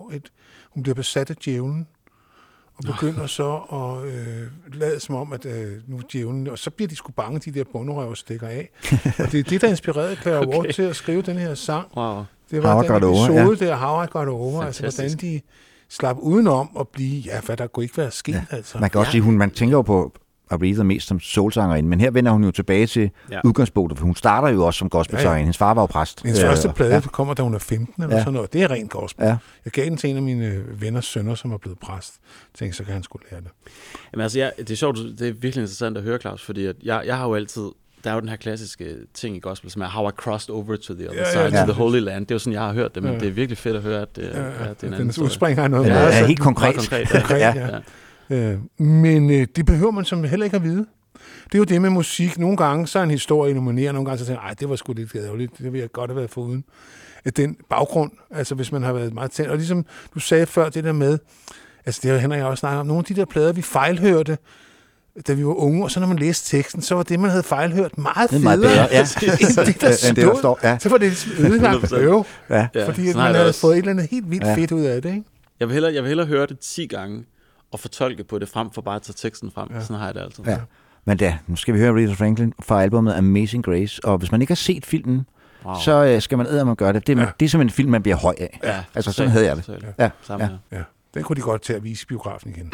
hun bliver besat af djævlen. Og begynder så at lade som om, at nu er djævlen... Og så bliver de sgu bange, de der bunderøv stikker af. Og det er det, der inspirerede Clara Ward til at skrive den her sang. Wow. Det var den episode der, How I Got Over. Altså, hvordan de slap udenom at blive... Ja, hvad der kunne ikke være sket, altså. Man kan også sige, man tænker jo på Aretha mest som soulsangerinde, men her vender hun jo tilbage til udgangspunktet, for hun starter jo også som gospelsangerinde. Hendes far var jo præst. Hendes første plade kommer, da hun er 15 eller sådan noget. Det er rent gospel. Ja. Jeg gav den til en af mine venners sønner, som er blevet præst. Jeg tænkte, så kan han skulle lære det. Jamen altså, det er sjovt, det er virkelig interessant at høre, Claus, fordi at jeg har jo altid, der er jo den her klassiske ting i gospel, som er How I Crossed Over to the Other Side, to the Holy Land. Det er jo sådan, jeg har hørt det, men det er virkelig fedt at høre, at det er en anden historie. Den udspringer af noget. Ja, helt konkret. Men det behøver man som heller ikke at vide. Det er jo det med musik. Nogle gange så er en historie nomineret, nogle gange så tænker jeg, det var sgu lidt ærgerligt, det ville jeg godt have været foruden. Den baggrund, altså hvis man har været meget tæt. Og ligesom du sagde før, det der med, altså det har Henrik også snakket om, nogle af de der plader, vi fejlhørte, da vi var unge, og så når man læste teksten, så var det, man havde fejlhørt, meget federe, bedre, ja. end det, der stod. Ja. Så var det ligesom ødelagt prøve, fordi man havde fået et eller andet helt vildt fedt ud af det. Ikke? Jeg vil hellere høre det 10 gange, og fortolke på det frem, for bare at tage teksten frem. Ja. Sådan har jeg det altid. Ja. Men nu skal vi høre Aretha Franklin fra albumet Amazing Grace, og hvis man ikke har set filmen, så skal man eddermame gøre det. Det er som en film, man bliver høj af. Ja, altså, sådan havde jeg det. Ja. Den kunne de godt tage at vise i biografen igen.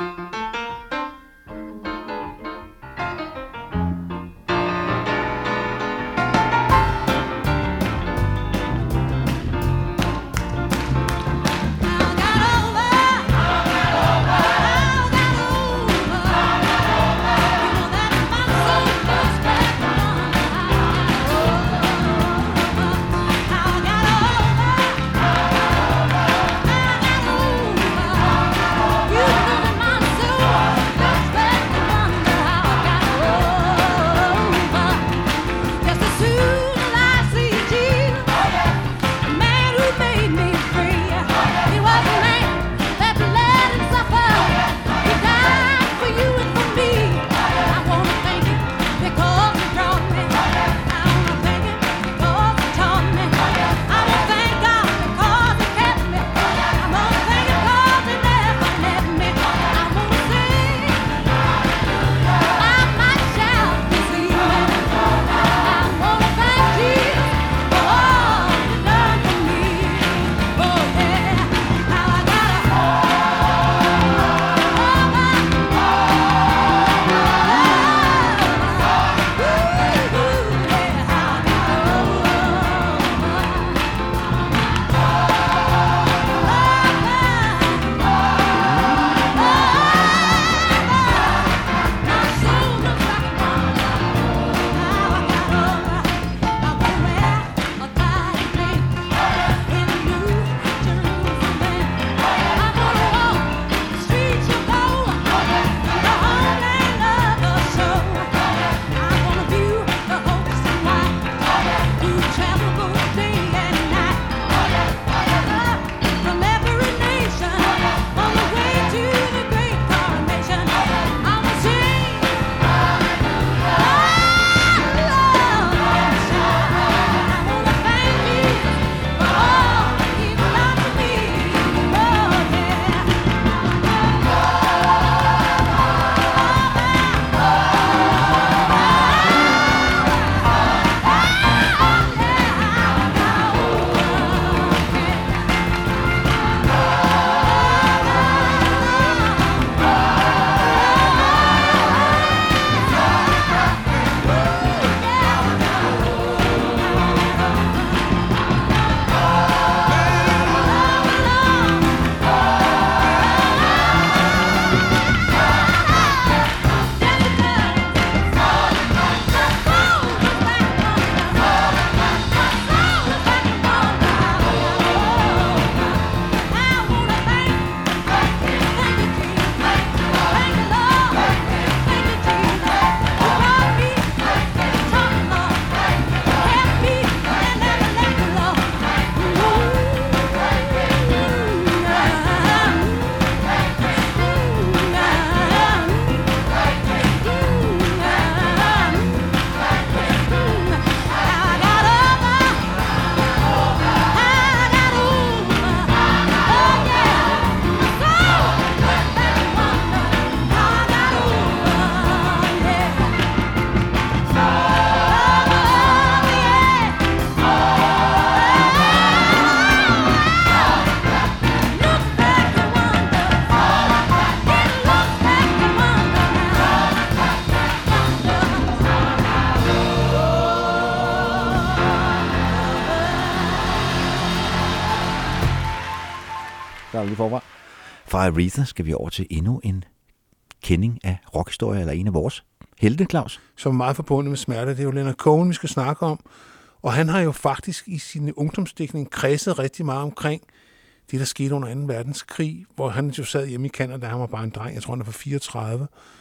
lige forfra. Fra Aretha skal vi over til endnu en kending af rockhistorie, eller en af vores helte, Claus. Som er meget forbundet med smerte. Det er jo Leonard Cohen, vi skal snakke om. Og han har jo faktisk i sin ungdomsdækning kredset rigtig meget omkring det, der skete under 2. verdenskrig, hvor han jo sad hjemme i Canada, han var bare en dreng, jeg tror han er fra 34.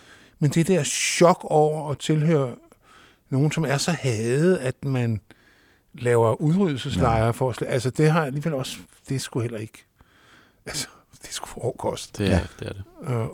Men det der chok over at tilhøre nogen, som er så hadet, at man laver udryddelseslejre for altså det har alligevel også, det er sgu heller ikke, altså det er sgu overkost. Det er det.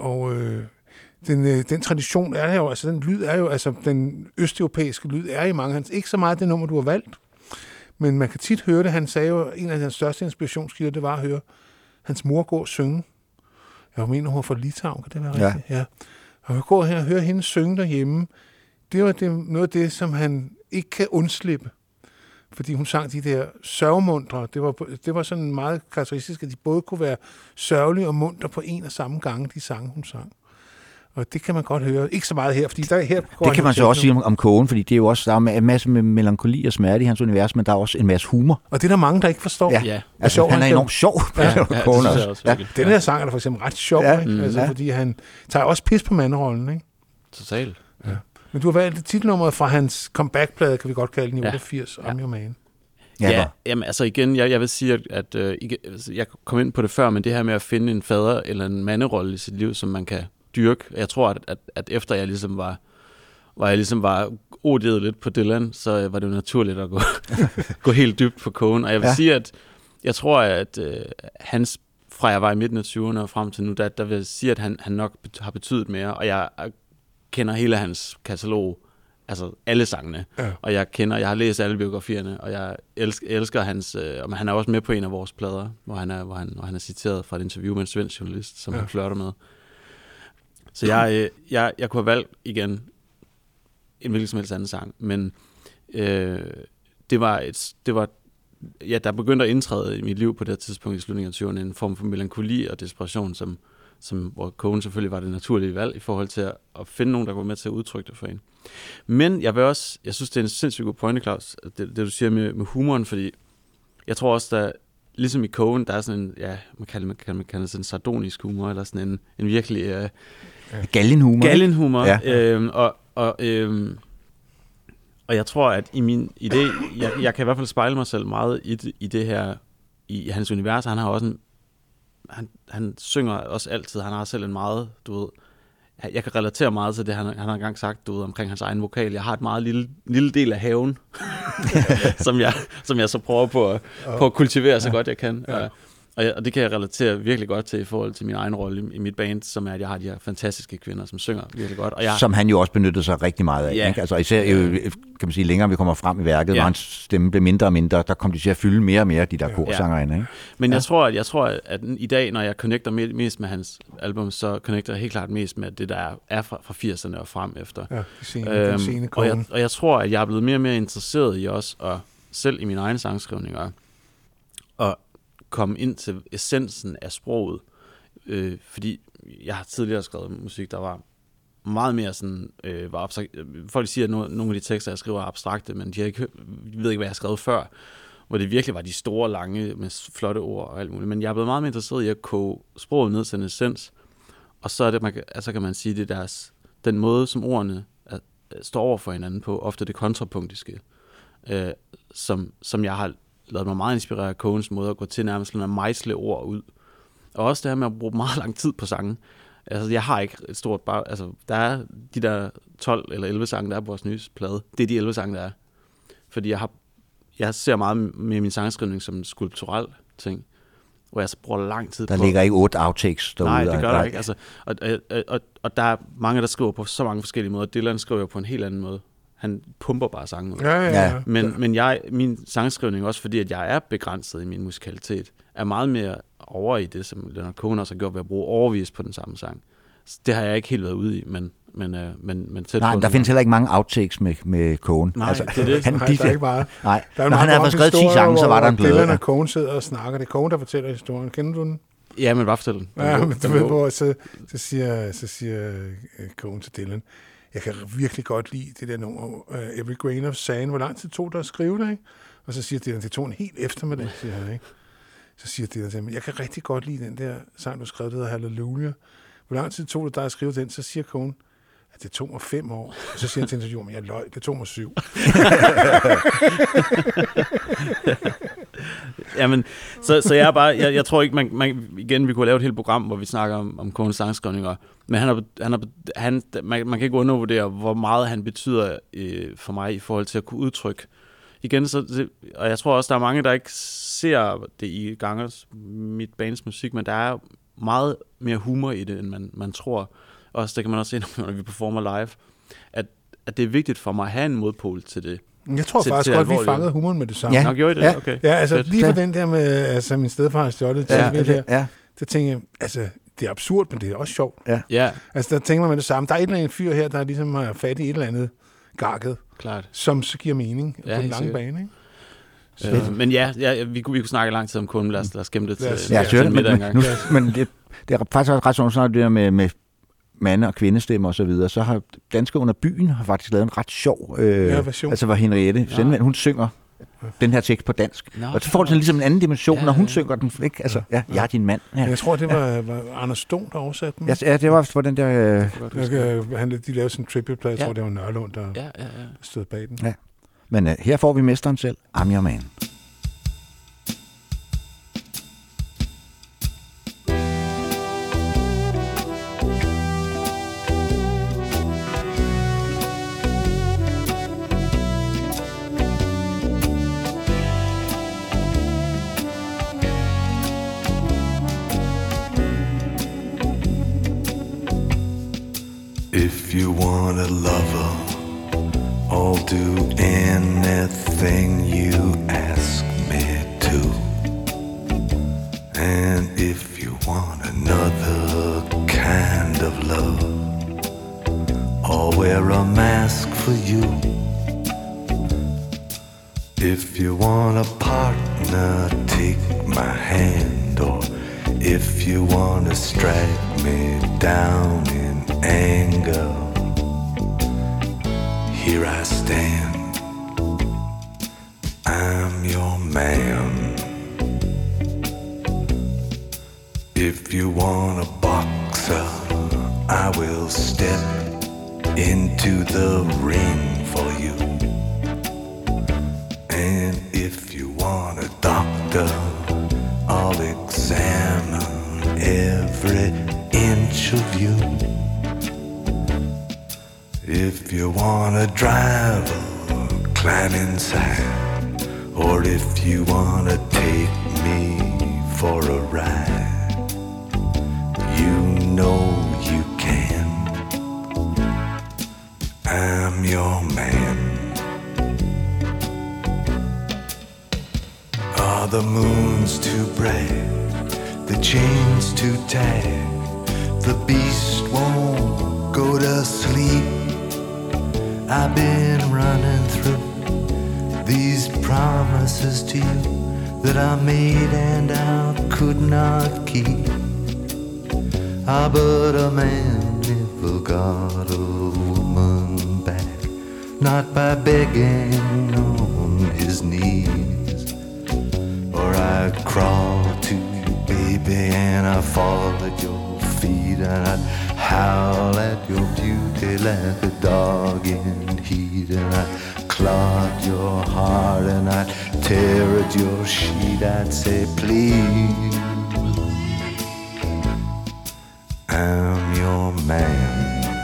Den tradition er jo, altså den lyd er jo, altså den østeuropæiske lyd er i mange hans, ikke så meget det nummer, du har valgt, men man kan tit høre det. Han sagde jo, en af hans største inspirationskilder, det var at høre hans mor gå og synge. Jeg mener, hun var fra Litauen, kan det være rigtigt? Ja. Og vi går her og hører hende synge derhjemme. Det var noget af det, som han ikke kan undslippe. Fordi hun sang de der sørgemundre. Det var sådan meget karakteristisk, at de både kunne være sørgelige og muntre på en og samme gang, de sange, hun sang. Og det kan man godt høre. Ikke så meget her, fordi her går det kan man så også sige om Cohen, fordi det er jo også, der er en masse med melankoli og smerte i hans univers, men der er også en masse humor. Og det er der mange, der ikke forstår. Ja. Altså, han er enormt sjov. Cohen også. Ja. Den her sang er der for eksempel ret sjov, ikke? Altså, fordi han tager også pis på manderollen, ikke? Totalt. Ja. Men du har valgt titelnummeret fra hans comeback-plade, kan vi godt kalde den, i 88, I'm Your Man. Ja, jamen altså igen, jeg vil sige, at jeg kom ind på det før, men det her med at finde en fader eller en manderolle i sit liv, som man kan dyrke. Jeg tror, at efter jeg ligesom var odiet lidt på Dylan, så var det jo naturligt at gå helt dybt på Cohen. Og jeg vil sige, at jeg tror, at hans, fra jeg var i midten af 20'erne og frem til nu, der vil jeg sige, at han nok har betydet mere, og jeg kender hele hans katalog, altså alle sangene, og jeg har læst alle biografierne, og jeg elsker hans, og han er også med på en af vores plader, hvor han er citeret fra et interview med en svensk journalist, som han flørter med. Så jeg kunne have valgt igen en hvilken som helst anden sang, men det var der begyndte at indtræde i mit liv på det tidspunkt i slutningen af 20'erne en form for melankoli og desperation, hvor Cohen selvfølgelig var det naturlige valg i forhold til at finde nogen, der kunne være med til at udtrykke det for en. Men jeg synes, det er en sindssygt god pointe, Claus, det du siger med humoren, fordi jeg tror også, der ligesom i Cohen, der er sådan en, man kalder sådan en sardonisk humor, eller sådan en virkelig galgenhumor. Galgenhumor. Og jeg tror, at i min idé, jeg kan i hvert fald spejle mig selv meget i det her, i hans univers. Han har også han synger også altid, han har selv en meget, du ved, jeg kan relatere meget til det, han har engang sagt, du ved, omkring hans egen vokal. Jeg har et meget lille del af haven, som jeg så prøver på at kultivere så godt jeg kan. Og det kan jeg relatere virkelig godt til i forhold til min egen rolle i mit band, som er, at jeg har de her fantastiske kvinder, som synger virkelig godt. Som han jo også benyttede sig rigtig meget af. Ikke? Altså især, kan man sige, længere vi kommer frem i værket, hvor hans stemme blev mindre og mindre, der kom de til at fylde mere og mere, de der korsangere. Ikke? Men jeg tror, at i dag, når jeg connecter mest med hans album, så connecter jeg helt klart mest med det, der er fra 80'erne og frem efter. Og jeg tror, at jeg er blevet mere og mere interesseret i også, og selv i mine egne sangskrivninger, og komme ind til essensen af sproget, fordi jeg har tidligere skrevet musik, der var meget mere sådan, var abstrakt. Folk siger, at nogle af de tekster, jeg skriver, er abstrakte, men de ved ikke, hvad jeg har skrevet før, hvor det virkelig var de store, lange, med flotte ord og alt muligt. Men jeg er blevet meget mere interesseret i at koge sproget ned til en essens, og så er det, kan man sige, det er den måde, som ordene står over for hinanden på, ofte det kontrapunktiske, som jeg har lavet mig meget inspirere af Cohens måde at gå til nærmest at mejsle ord ud. Og også det her med at bruge meget lang tid på sangen. Altså, jeg har ikke et stort der er de der 12 eller 11 sange, der er på vores nye plade. Det er de 11 sange, der er. Fordi jeg ser meget med min sangskrivning som en skulpturel ting, hvor jeg så bruger lang tid på. Der ligger ikke 8 outtakes derude. Nej, det gør der ikke. Altså, og der er mange, der skriver på så mange forskellige måder. Dylan skriver på en helt anden måde. Han pumper bare sangen ud. Ja. Men min sangskrivning, også fordi at jeg er begrænset i min musikalitet, er meget mere over i det, som Leonard Cohen også har gjort ved at bruge overvis på den samme sang. Det har jeg ikke helt været ude i, men tæt. Nej, der findes heller ikke mange outtakes med Cohen. Nej, det er det. Der er ikke meget. Nej, når han havde skrevet 10 sange, så var der en blød. Dylan og Cohen sidder og snakker. Det er Cohen, der fortæller historien. Kender du den? Ja, men bare fortæl den. Ja, men du ved, hvor så siger Cohen til Dylan, jeg kan virkelig godt lide det der nummer, Every Grain of Sand. Hvor lang tid tog der at skrive det, ikke? Og så siger Dylan, det tog en helt eftermiddag, siger han, ikke? Så siger Dylan til ham, jeg kan rigtig godt lide den der sang, du skrev, der hedder Hallelujah. Hvor lang tid tog det dig at skrive den? Så siger Cohen, at det tog mig 5 år. Og så siger han til interview, men jeg løg, det tog mig 7. Jamen, så jeg er bare, jeg tror ikke, igen, vi kunne lave et helt program, hvor vi snakker om Kogens sangskrivninger, men man kan ikke undervurdere, hvor meget han betyder for mig i forhold til at kunne udtrykke. Igen, og jeg tror også, der er mange, der ikke ser det i Gangers, mit bands musik, men der er meget mere humor i det, end man tror. Også det kan man også se, når vi performer live, at det er vigtigt for mig at have en modpol til det. Jeg tror faktisk godt, vi fangede humoren med det samme. Ja. Nå, gjorde I det? Ja. Okay. Ja, altså fedt. lige for den der med, altså min stedfar har stjålet til her, der tænker jeg, altså det er absurd, men det er også sjovt. Ja. Altså der tænker man med det samme. Der er et eller andet fyr her, der ligesom har fat i et eller andet garket, klart, som så giver mening på den lange bane, ikke? Men vi kunne snakke lang tid om kunden. Lad os gemme det til middag engang. Men det er faktisk også ret sådan noget, det der med mande- og kvindestemmer og så videre. Så har Danskere under byen har faktisk lavet en ret sjov version. Altså hvor Henriette Sendmann, hun synger den her tekst på dansk. Og så får det ligesom en anden dimension, når hun synger den. Ikke? Altså, jeg er din mand. Ja. Jeg tror, det var Anders Stone, der oversatte den. Ja, det var for den der... De lavede sådan en tribute-plade, jeg tror, det var Nørlund, der stod bag den. Ja. Men her får vi mesteren selv, I'm Your Man. If you want a lover, I'll do anything you ask me to. And if you want another kind of love, I'll wear a mask for you. If you want a partner, take my hand. Or if you want to strike me down in anger, here I stand, I'm your man. If you want a boxer, I will step into the ring for you. And if you want a doctor, I'll examine every inch of you. If you wanna drive, climb inside. Or if you wanna take me for a ride, you know you can. I'm your man. Are the moons too bright? The chains too tight? The beast won't go to sleep. I've been running through these promises to you that I made and I could not keep. But a man never got a woman back, not by begging on his knees. Or I'd crawl to you, baby, and I'd fall at your feet, and I'd howl at your beauty like a dog in heat, and I'd claw at your heart, and I'd tear at your sheet. I'd say, please, I'm your man.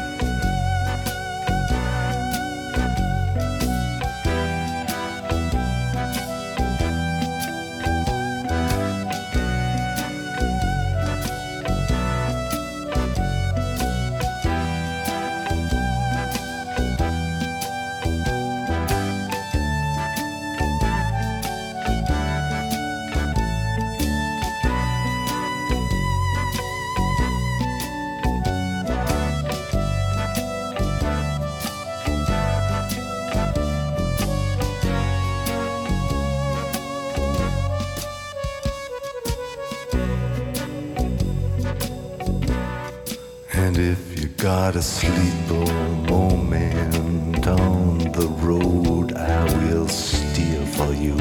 And if you got a sleeper moment on the road, I will steer for you.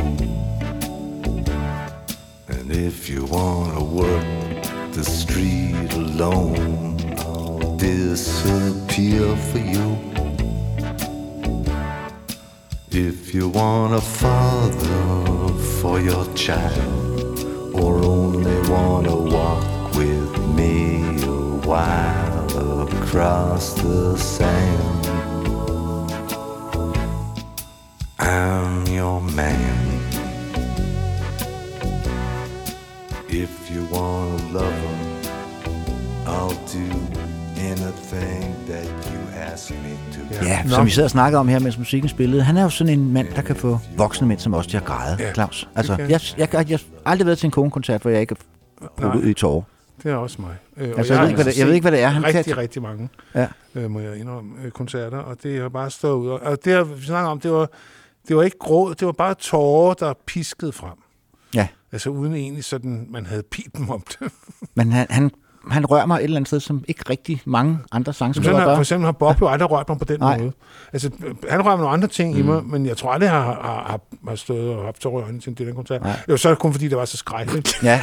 And if you wanna work the street alone, I'll disappear for you. If you want a father for your child, or only want to walk with me a while across the sand, I'm your man. If you want to love him, I'll do anything that you ask me to. Ja, som vi sidder og snakker om her, mens musikken spillede. Han er jo sådan en mand, der kan få voksne mænd som os til at græde, Claus. Altså, jeg har aldrig været til en konekoncert, hvor jeg ikke har brugt ud i tårer. Det er også mig. Altså, jeg ved ikke, hvad det er. Han rigtig mange, må jeg indrømme, koncerter, og det har bare stået ud. Og det, vi snakker om, det var ikke gråd, det var bare tårer, der piskede frem. Ja. Altså uden egentlig sådan, man havde pipen om det. Men han rører mig et eller andet sted, som ikke rigtig mange andre sangspillere gør. For eksempel har Bob jo aldrig rørt mig på den måde. Altså, han rører nogle andre ting i mig, men jeg tror aldrig, jeg har stået og haft tårer i øjnene til en del af koncert. Det var så kun fordi, det var så skrækkeligt. Ja.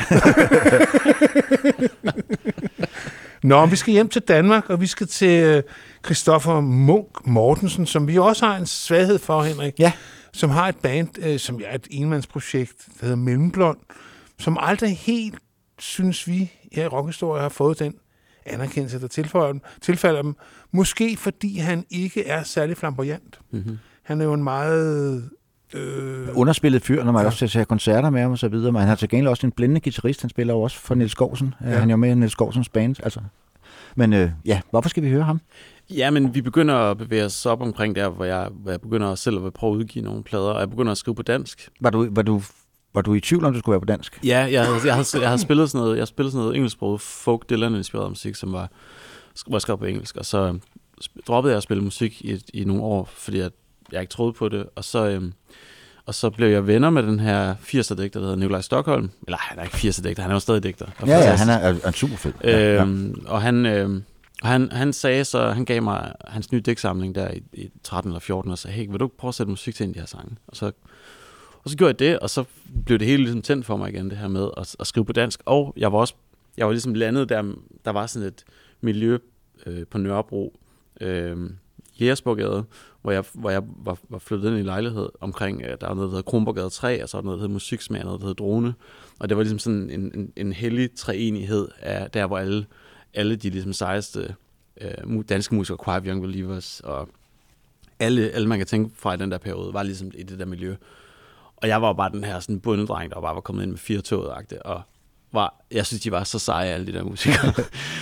Nå, vi skal hjem til Danmark, og vi skal til Christoffer Munk Mortensen, som vi også har en svaghed for, Henrik. Ja. Som har et band, som er et enmandsprojekt, der hedder Mellemblond, som aldrig helt, synes vi, her i Rockhistorie har fået den anerkendelse, der tilfalder dem. Måske fordi han ikke er særlig flamboyant. Mm-hmm. Han er jo en meget... underspillet fyr, når man også ser koncerter med ham og så videre, men han har til gengæld også en blændende guitarist. Han spiller jo også for Niels Skousen. Han er jo med i Niels Skousens band. Altså. Men hvorfor skal vi høre ham? Ja, men vi begynder at bevæge os op omkring der, hvor jeg begynder selv at prøve at udgive nogle plader, og jeg begynder at skrive på dansk. Var du i tvivl, om du skulle være på dansk? Ja, jeg havde spillet sådan noget engelsksproget folk Dylan-inspireret musik, som var skrevet på engelsk, og så droppede jeg at spille musik i nogle år, fordi jeg ikke troede på det, og så blev jeg venner med den her 80'er-digter, der hedder Nikolaj Stockholm. Eller han er ikke 80'er-digter, han er jo stadig digter. Ja, han er super fed. Og han sagde så, han gav mig hans nye digtsamling der i 13 eller 14, og sagde, hey, vil du prøve at sætte musik til en af de her sange? Og så gjorde jeg det, og så blev det hele ligesom tændt for mig igen, det her med at skrive på dansk. Og jeg var ligesom landet der var sådan et miljø på Nørrebro, Jægersborggade, hvor jeg var flyttet ind i lejlighed omkring, der var noget, der hedder Kronborggade 3, og så var der noget, der hedder Musiksmag, noget, der hedder Drone. Og det var ligesom sådan en hellig treenighed af der, hvor alle de ligesom sejeste danske musikere, Quiet Young Believers, og alle man kan tænke fra i den der periode, var ligesom i det der miljø. Og jeg var jo bare den her sådan bundedreng, der bare var kommet ind med 4-toget-agtigt, og jeg synes, de var så seje, alle de der musikere.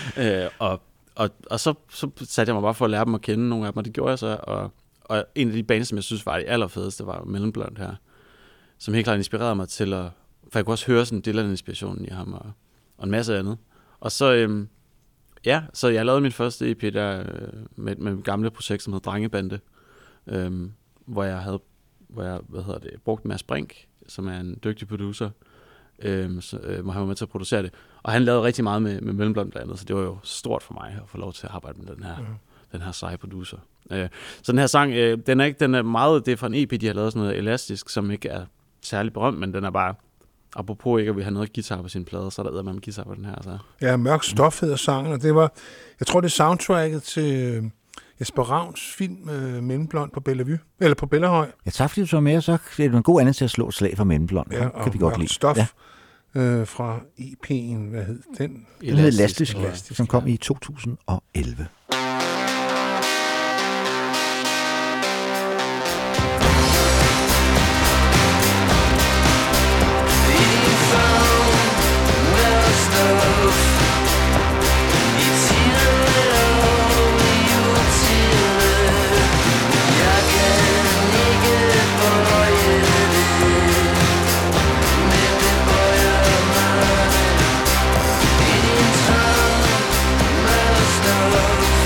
Og så satte jeg mig bare for at lære dem at kende nogle af dem, og det gjorde jeg så. Og en af de bands, som jeg synes var de allerfedeste, var Mellemblond her, som helt klart inspirerede mig til at... For jeg kunne også høre sådan en del af den inspirationen i ham, og en masse andet. Og så, så jeg lavede min første EP der med mit gamle projekt, som hed Drengebande, hvor jeg brugt Mads Brink, som er en dygtig producer, hvor han var med til at producere det. Og han lavede rigtig meget med Mellemblond blandt andet, så det var jo stort for mig at få lov til at arbejde med den her seje producer. Så den her sang, den er meget, det er fra en EP, de har lavet sådan noget elastisk, som ikke er særlig berømt, men den er bare, apropos ikke at vi har noget guitar på sin plade, så er der med guitar på den her. Så. Ja, Mørk Stof hedder sangen, og det var, jeg tror det er soundtracket til Jesper Ravns film Mellemblond på Bellevue, eller på Bellahøj. Ja, tak fordi du så med, så er det en god anden til at slå slag for Mellemblond. Ja, og kan vi godt lide. Stof fra EP'en, hvad hed den? Den hed Elastisk, som kom i 2011. Love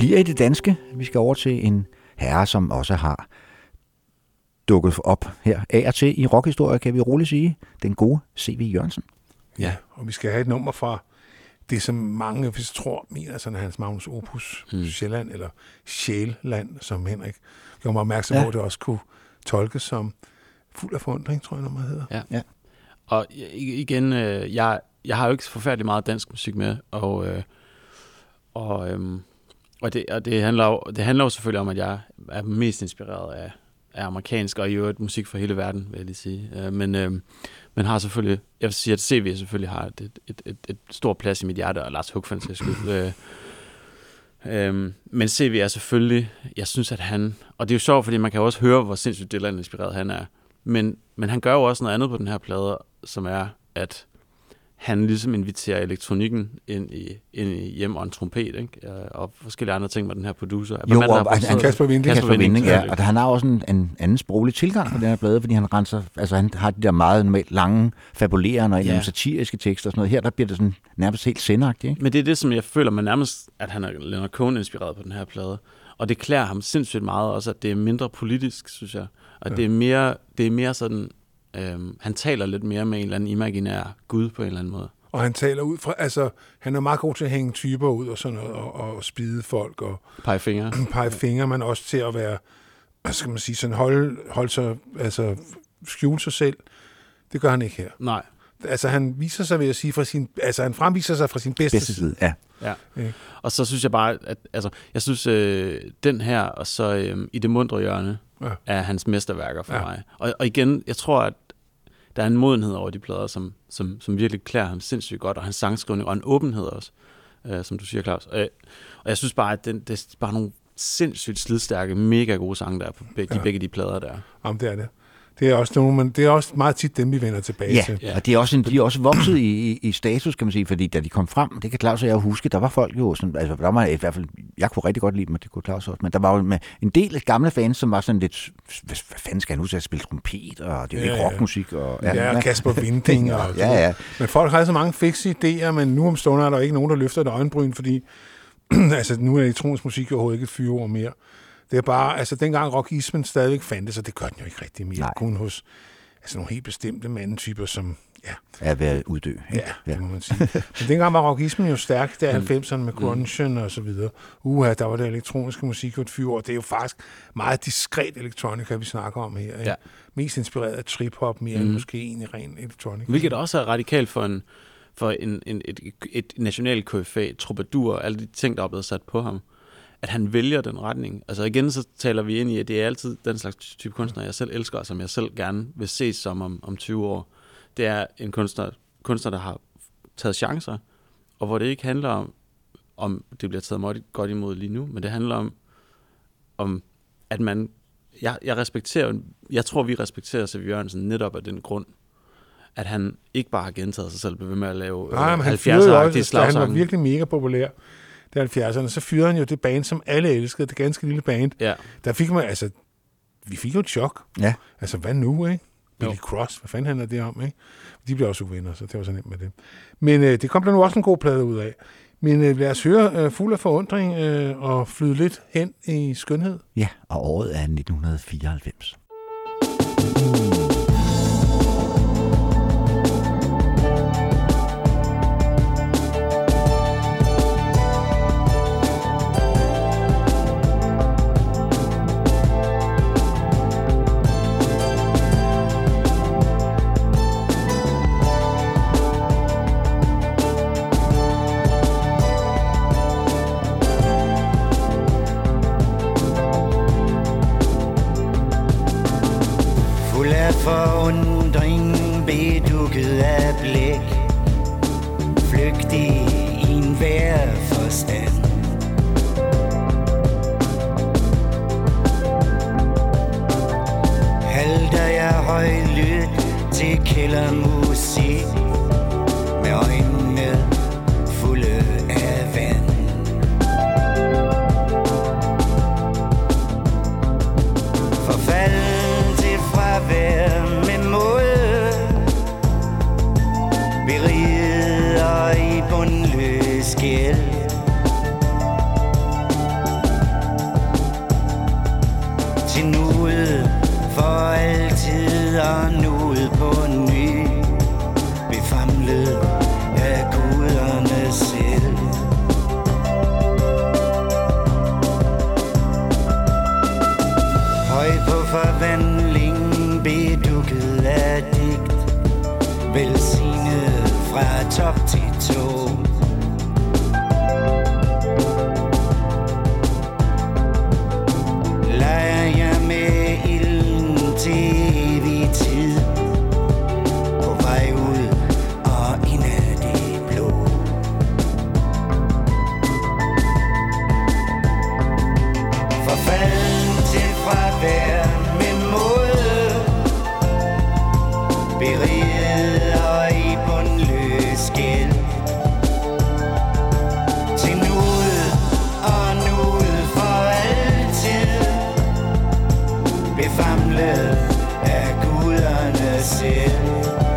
bliver i det danske. Vi skal over til en herre, som også har dukket op her af og til i rockhistorie, kan vi roligt sige. Den gode C.V. Jørgensen. Ja, og vi skal have et nummer fra det, som mange, hvis jeg tror, mener sådan hans Magnus Opus Sjælland, eller Sjælland, som Henrik gjorde mig opmærksom på, det også kunne tolkes som Fuld af forundring, tror jeg, nummeret hedder. Ja. Og igen, jeg har jo ikke så forfærdeligt meget dansk musik med, og det handler jo selvfølgelig om, at jeg er mest inspireret af amerikansk, og i øvrigt musik fra hele verden, vil jeg lige sige. Men har selvfølgelig, jeg vil sige, at CV selvfølgelig har et stort plads i mit hjerte, og Lars Hugfand skal skyde. Men CV er selvfølgelig, jeg synes, at han, og det er jo sjovt, fordi man kan også høre, hvor sindssygt Dylan-inspireret han er, men han gør jo også noget andet på den her plade, som er, at han ligesom inviterer elektronikken ind i hjem og en trompet, ikke? Og forskellige andre ting med den her producer. Jo, og Kasper Winding, ja. Og han har også en anden sproglig tilgang på den her plade, fordi han renser, altså han har de der meget normalt lange fabulerende og satiriske tekster og sådan noget. Her der bliver det sådan nærmest helt sindagtigt, ikke? Men det er det, som jeg føler, man nærmest, at han er Leonard Cohen inspireret på den her plade. Og det klæder ham sindssygt meget også, at det er mindre det synes jeg. Og det er mere sådan, han taler lidt mere med en eller anden imaginær gud på en eller anden måde. Og han taler ud fra, altså, han er meget god til at hænge typer ud og sådan noget, og spide folk og pege fingre, men også til at være, hvad skal man sige, sådan holde sig, altså skjule sig selv. Det gør han ikke her. Nej. Altså han viser sig, vil jeg sige, han fremviser sig fra sin bedste side. Ja. Og så synes jeg bare, at altså, jeg synes den her og så I det mundre hjørne er hans mesterværker for mig. Og igen, jeg tror, at der er en modenhed over de plader, som virkelig klæder ham sindssygt godt, og hans sangskrivning, og en åbenhed også, som du siger, Claus. Og jeg synes bare, at det er bare nogle sindssygt slidstærke, mega gode sange, der er på begge de plader der. Jamen, det er det. Det er også nogle, men det er også meget tit dem, vi vender tilbage til. Ja, og de er også vokset i status, kan man sige, fordi da de kom frem, det kan Claus og jeg huske, der var folk jo sådan, altså der var i hvert fald, jeg kunne rigtig godt lide dem, det kunne Claus også, men der var jo med en del af gamle fans, som var sådan lidt, hvad fanden skal han nu til at spille trompet, og det er jo ikke rockmusik. Og Kasper Winding. Men folk har så mange fikse idéer, men nu om stunder er der ikke nogen, der løfter et øjenbryn, fordi altså, nu er elektronisk musik jo overhovedet ikke et fyreord mere. Det er bare, altså dengang rockismen stadigvæk fandtes, og det gør den jo ikke rigtig mere. Kun hos nogle helt bestemte mandetyper, som er ved at uddø. Ja, det må man sige. Men dengang var rockismen jo stærk, der 90'erne med grungen og så videre. Der var det elektroniske musik jo et fyreord. Det er jo faktisk meget diskret elektronika, vi snakker om her. Ja. Mest inspireret af trip-hop, mere end måske egentlig ren elektronika. Hvilket også er radikalt for et national KFA, troubadour og alle de ting, der er blevet sat på ham. At han vælger den retning. Altså igen, så taler vi ind i, at det er altid den slags type kunstner, jeg selv elsker, og som jeg selv gerne vil ses som om 20 år. Det er en kunstner, der har taget chancer, og hvor det ikke handler om det bliver taget meget godt imod lige nu, men det handler om at man... Jeg tror, vi respekterer C.V. Jørgensen netop af den grund, at han ikke bare har gentaget sig selv, ved med at lave 70'er-agtige slagsange. Han var virkelig mega populær. Det er 70'erne, så fyrede han jo det band, som alle elskede, det ganske lille band. Ja. Der fik man, altså, vi fik jo et chok. Ja. Altså, hvad nu, ikke? Billy Cross, hvad fanden handler det om, ikke? De blev også uvenner, så det var så nemt med det. Men det kom der nu også en god plade ud af. Men lad os høre Fuld af forundring og flyde lidt hen i skønhed. Ja, og året er 1994. Forundring bedukket af blik, flygtig i enhver forstand. Halter jeg højlydt til kældermusik, med øjnene fulde af vand. Forfalden til fravær med måde, beriget og i bundløs gæld. velsignet fra top til tå. Leger jeg med ilden til evig tid, på vej ud og ind af det blå. Forfalden til fravær med måde, beriget og i bundløs gæld. Til nuet og nuet for altid, befamlet af guderne selv.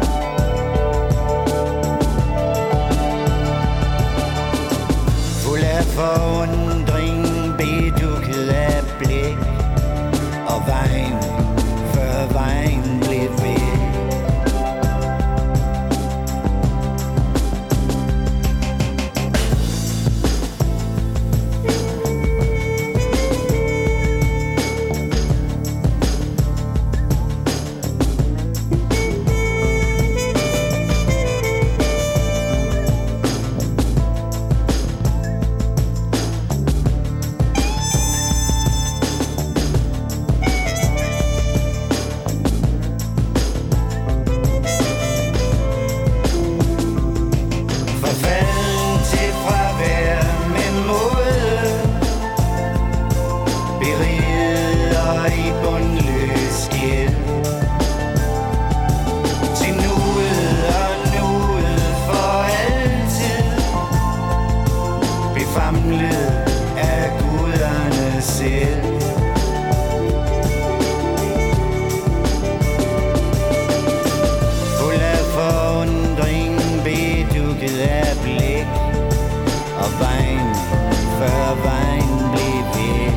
Fuld af forundring, bedukket af blik, og vejen før vejen blev væk. Forfalden til fravær med måde, beriget og i bundløs gæld. Til nuet og nuet for altid, befamlet af guderne selv. Fuld af forundring, bedukket af blik, og vejen før vejen blev væk.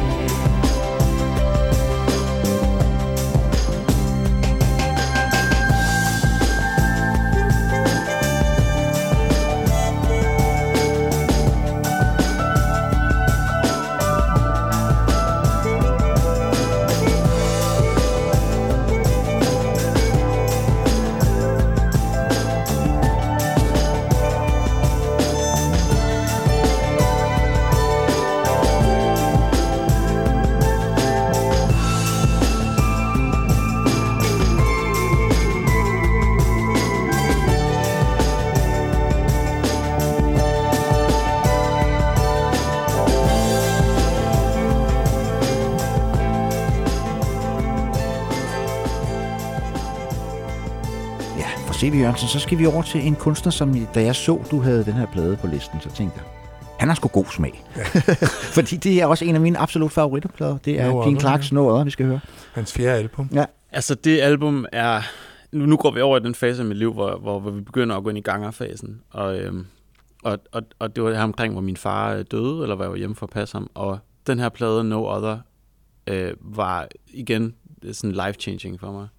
C.V. Jørgensen, så skal vi over til en kunstner, som da jeg så, du havde den her plade på listen, så tænkte jeg, han har sgu god smag. Ja. Fordi det er også en af mine absolut favoritplader. Det er Gene Clarks No Other, vi skal høre. Hans 4. album. Ja. Altså det album er... Nu går vi over i den fase af mit liv, hvor vi begynder at gå ind i gangerfasen. Og det var her omkring, hvor min far døde, eller hvor jeg var hjemme for at passe ham. Og den her plade, No Other, var igen sådan life-changing for mig.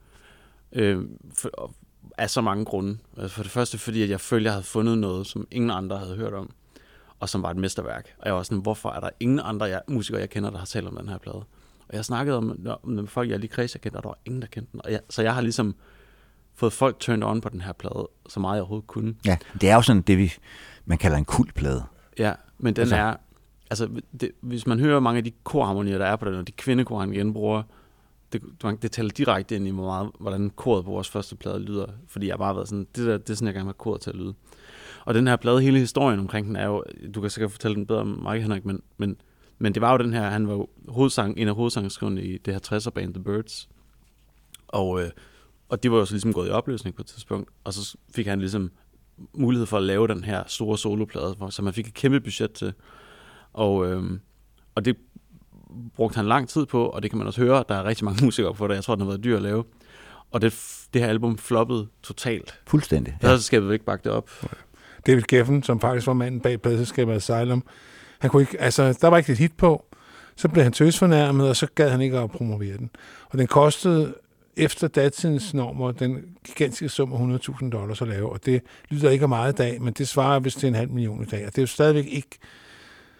Af så mange grunde. Altså for det første, fordi at jeg følte, jeg havde fundet noget, som ingen andre havde hørt om, og som var et mesterværk. Og jeg var sådan, hvorfor er der ingen andre musikere, jeg kender, der har talt om den her plade? Og jeg snakkede om folk, jeg lige kreds, jeg kendte, og der var ingen, der kendte den. Så jeg har ligesom fået folk turned on på den her plade, så meget jeg overhovedet kunne. Ja, det er jo sådan det, man kalder en kultplade. Ja, men den er... Altså, hvis man hører mange af de korharmonier, der er på den, og de kvindekor, han genbruger, det tæller direkte ind i, hvordan koret på vores første plade lyder. Fordi jeg har bare været sådan, det er sådan, jeg gerne vil have koret til at lyde. Og den her plade, hele historien omkring den er jo, du kan sikkert fortælle den bedre om mig, Henrik, men det var jo den her, han var jo en af hovedsangskriverne i det her 60'er-band The Byrds. Og det var jo så ligesom gået i opløsning på et tidspunkt, og så fik han ligesom mulighed for at lave den her store soloplade, som han fik et kæmpe budget til. Og det brugte han lang tid på, og det kan man også høre, der er rigtig mange musikere på det. Jeg tror, den har været dyr at lave. Og det her album floppede totalt. Fuldstændig. Ja. Pladeselskabet vil ikke bakke det op. David Geffen, som faktisk var manden bag pladeselskabet Asylum, han kunne ikke, altså, der var ikke et hit på. Så blev han tøsfornærmet, og så gad han ikke at promovere den. Og den kostede efter datidens normer den gigantiske sum af $100,000 at lave, og det lyder ikke meget i dag, men det svarer vist til 500.000 i dag, og det er jo stadigvæk ikke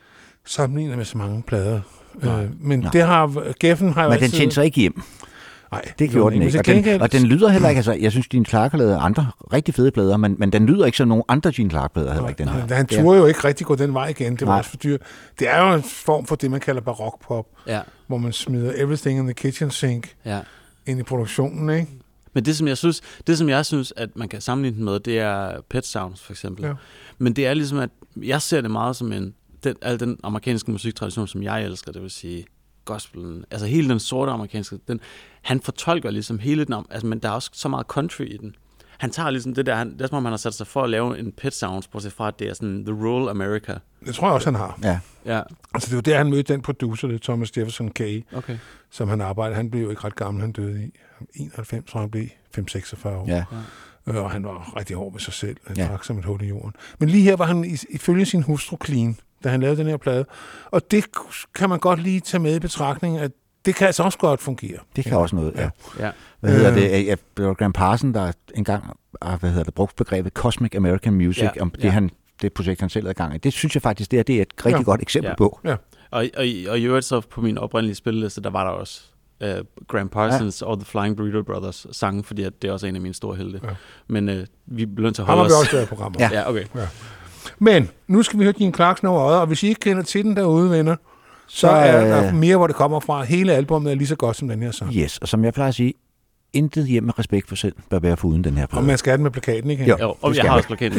sammenlignet med så mange plader. Men det har Geffen har jo men den tjener sig ikke hjem. Nej, det gjorde den ikke. Og den lyder heller ikke, altså jeg synes, Gene Clark har lavet andre rigtig fede plader, men den lyder ikke som nogen andre Gene Clark-plader heller ikke, den her. Han turde jo ikke rigtig gå den vej igen, det var også for dyrt. Det er jo en form for det, man kalder barokpop, hvor man smider everything in the kitchen sink ind i produktionen, ikke? Men det som jeg synes, at man kan sammenligne den med, det er Pet Sounds for eksempel. Ja. Men det er ligesom, at jeg ser det meget som al den amerikanske musiktradition, som jeg elsker, det vil sige gospelen, altså hele den sorte amerikanske, han fortolker ligesom hele den, altså, men der er også så meget country i den. Han tager ligesom det der, det er som om han har sat sig for at lave en Pet Sounds, bortset fra, at det er sådan The Rural America. Det tror jeg også, han har. Ja. Altså det var der, han mødte den producer, det er Thomas Jefferson Kay, som han arbejdede. Han blev jo ikke ret gammel, han døde i 91, så han blev 5-46 år. Ja. Og han var rigtig hård ved sig selv. Han drak som et hul i jorden. Men lige her var han ifølge sin hustru clean, da han lavede den her plade. Og det kan man godt lige tage med i betragtning, at det kan altså også godt fungere. Det kan også noget, ja. Hvad hedder det? Det var Graham Parson, der engang brugt begrebet Cosmic American Music, om det projekt, han selv er i gang i. Det synes jeg faktisk, det er et rigtig godt eksempel på. Ja. Og i øvrigt så på min oprindelige spilleliste, der var der også Graham Parsons og The Flying Burrito Brothers sange, fordi det er også en af mine store helte. Ja. Men vi bliver nødt til at holde os. Han har vi også lavet programmer. Ja, okay. Ja. Men nu skal vi høre Gene Clarks Over Øjet, og hvis I ikke kender til den derude, venner, så er der mere, hvor det kommer fra. Hele albumet er lige så godt som den her sang. Yes, og som jeg plejer at sige, intet hjem med respekt for selv bør være foruden den her plade. Og man skal have den med plakaten, ikke? Jo, og jeg har også plakaten.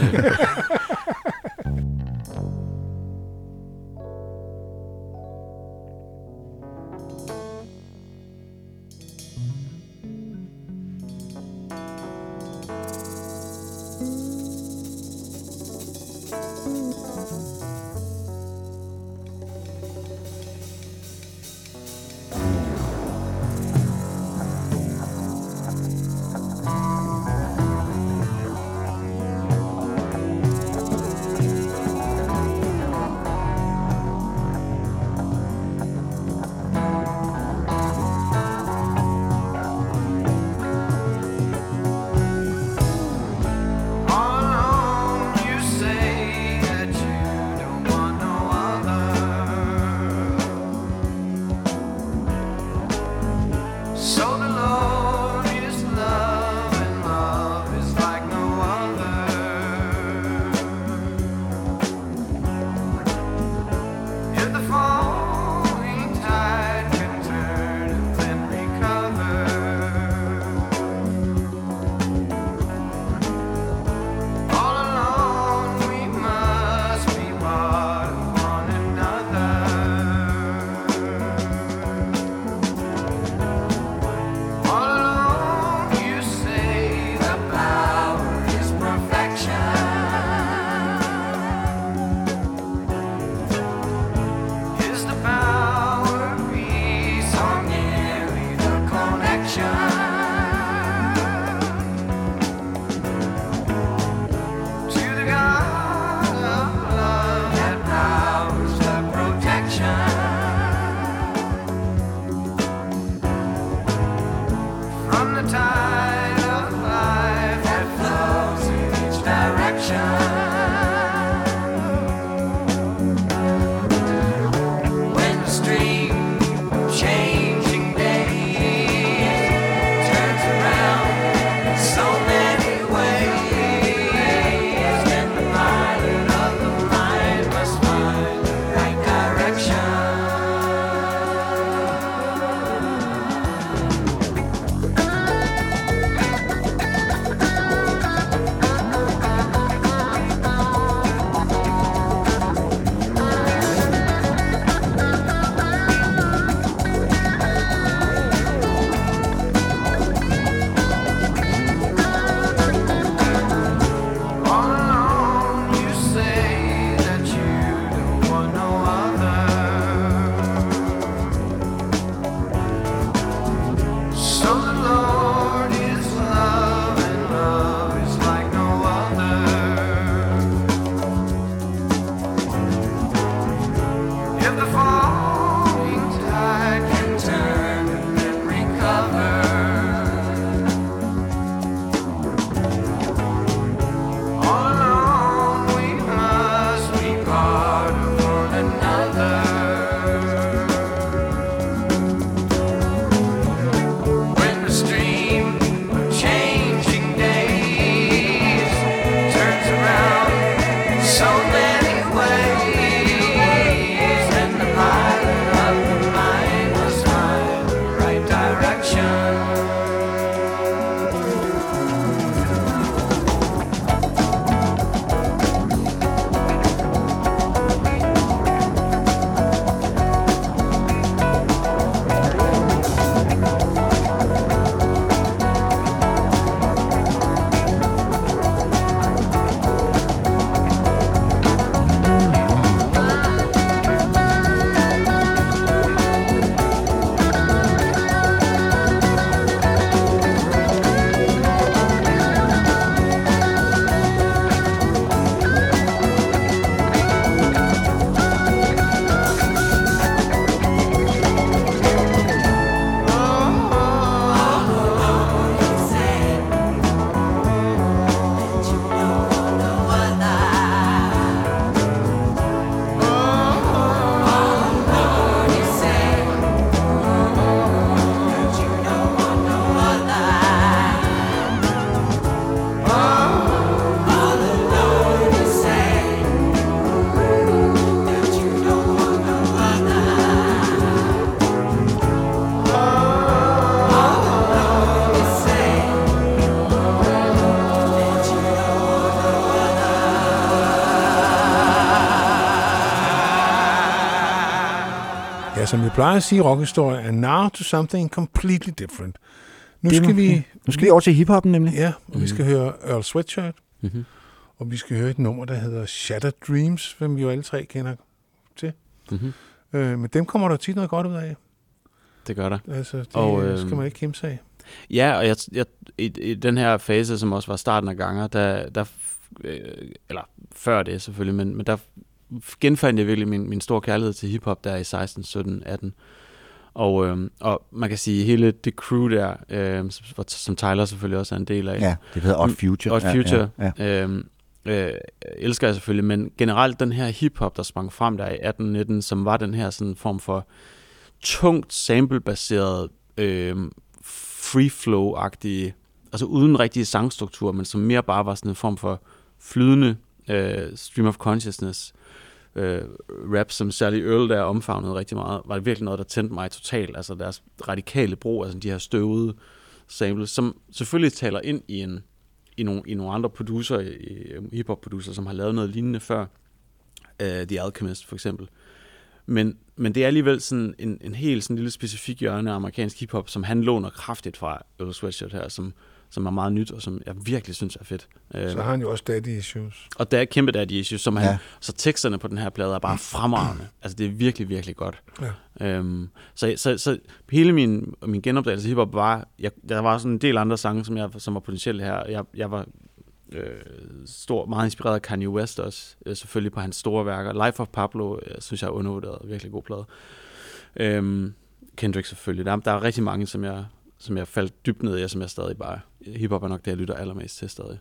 som jeg plejer at sige, rockhistorie er now to something completely different. Nu skal vi over til hiphoppen nemlig. Ja, og vi skal høre Earl Sweatshirt. Mm-hmm. Og vi skal høre et nummer, der hedder Shattered Dreams, som vi jo alle tre kender til. Mm-hmm. Men dem kommer der tit noget godt ud af. Det gør der. Altså, det skal man ikke kæmpe sig af. Ja, og jeg i den her fase, som også var starten af Ganger, der eller før det selvfølgelig, men der genfandt jeg virkelig min store kærlighed til hiphop der i 16, 17, 18. Og man kan sige, hele det crew der, som Tyler selvfølgelig også er en del af. Ja, det hedder Odd Future. Odd Future. Elsker jeg selvfølgelig, men generelt den her hiphop, der sprang frem der i 18-19, som var den her sådan form for tungt samplebaseret free flow-agtige, altså uden rigtig sangstruktur, men som mere bare var sådan en form for flydende stream of consciousness rap, som særlig Earl der omfavnede rigtig meget, var det virkelig noget, der tændte mig totalt. Altså deres radikale brug, altså de her støvede samples, som selvfølgelig taler ind i nogle andre producer, hiphop-producer, som har lavet noget lignende før. The Alchemist for eksempel. Men det er alligevel sådan en helt sådan lille specifik hjørne af amerikansk hiphop, som han låner kraftigt fra Earl Sweatshirt her, som er meget nyt, og som jeg virkelig synes er fedt. Så har han jo også daddy issues. Og der er kæmpe daddy issues, som han, så teksterne på den her plade er bare fremragende. Altså det er virkelig, virkelig godt. Ja. Så hele min genopdagelse af hiphop var, der var sådan en del andre sange, som var potentielle her. Jeg var meget inspireret af Kanye West også, selvfølgelig på hans store værker. Life of Pablo, synes jeg er undervurderet, virkelig god plade. Kendrick selvfølgelig. Der er rigtig mange, som jeg faldt dybt ned i, som jeg stadig bare... Hiphop er nok det, jeg lytter allermest til stadig.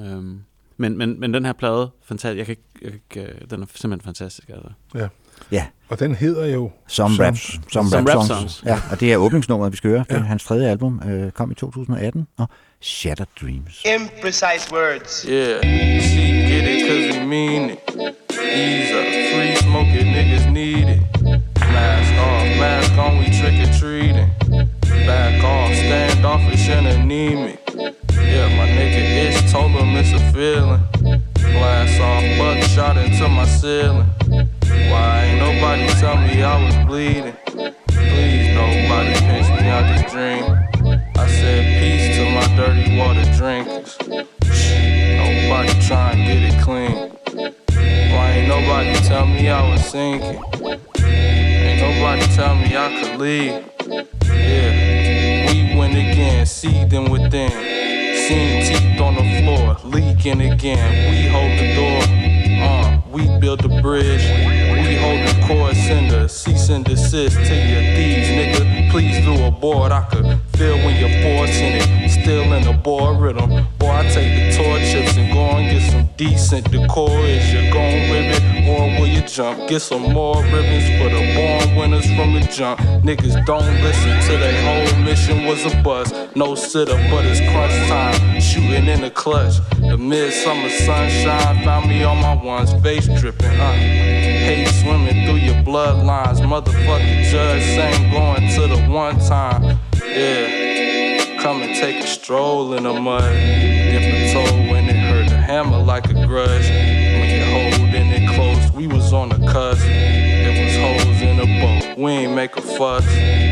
Men den her plade, fantastisk. Den er simpelthen fantastisk, altså. Ja. Ja. Og den hedder jo... Some rap songs. Ja, og det er åbningsnummeret, vi skal høre. Det er hans tredje album, kom i 2018, og Shattered Dreams. Imprecise words. Yeah, she get it cause we mean it. Ease up, free smoking niggas need it. Mask off, mask on, we trick-or-treating. Back off, standoffish and anemic. Yeah, my nigga Ish told him it's a feeling. Glass off, buckshot into my ceiling. Why ain't nobody tell me I was bleeding? Please, nobody pinch me out this dream. I said peace to my dirty water drinkers. Nobody try and get it clean. Why ain't nobody tell me I was sinking? Ain't nobody tell me I could leave. Yeah, we win again, seething within. Seen teeth on the floor, leaking again. We hold the door, we build the bridge. We hold the cord sender, cease and desist to your thieves, nigga. Please do abort. I could feel when you're forcing it, still in the board rhythm. Boy, I take the tour chips and go and get some decent decor. Is you gon' rip it or will you jump? Get some more ribbons for the born winners from the jump. Niggas don't listen to their whole mission was a bust. No sitter, but it's crunch time. Shooting in the clutch. The midsummer sunshine found me on my ones, face dripping. Hate swimming through your bloodlines. Motherfucking judge saying going to the one time. Yeah, come and take a stroll in the mud. Dip a toe when it hurt, the hammer like a grudge. When you're holding it close, we was on the cusp. It was holes in the boat, we ain't make a fuss.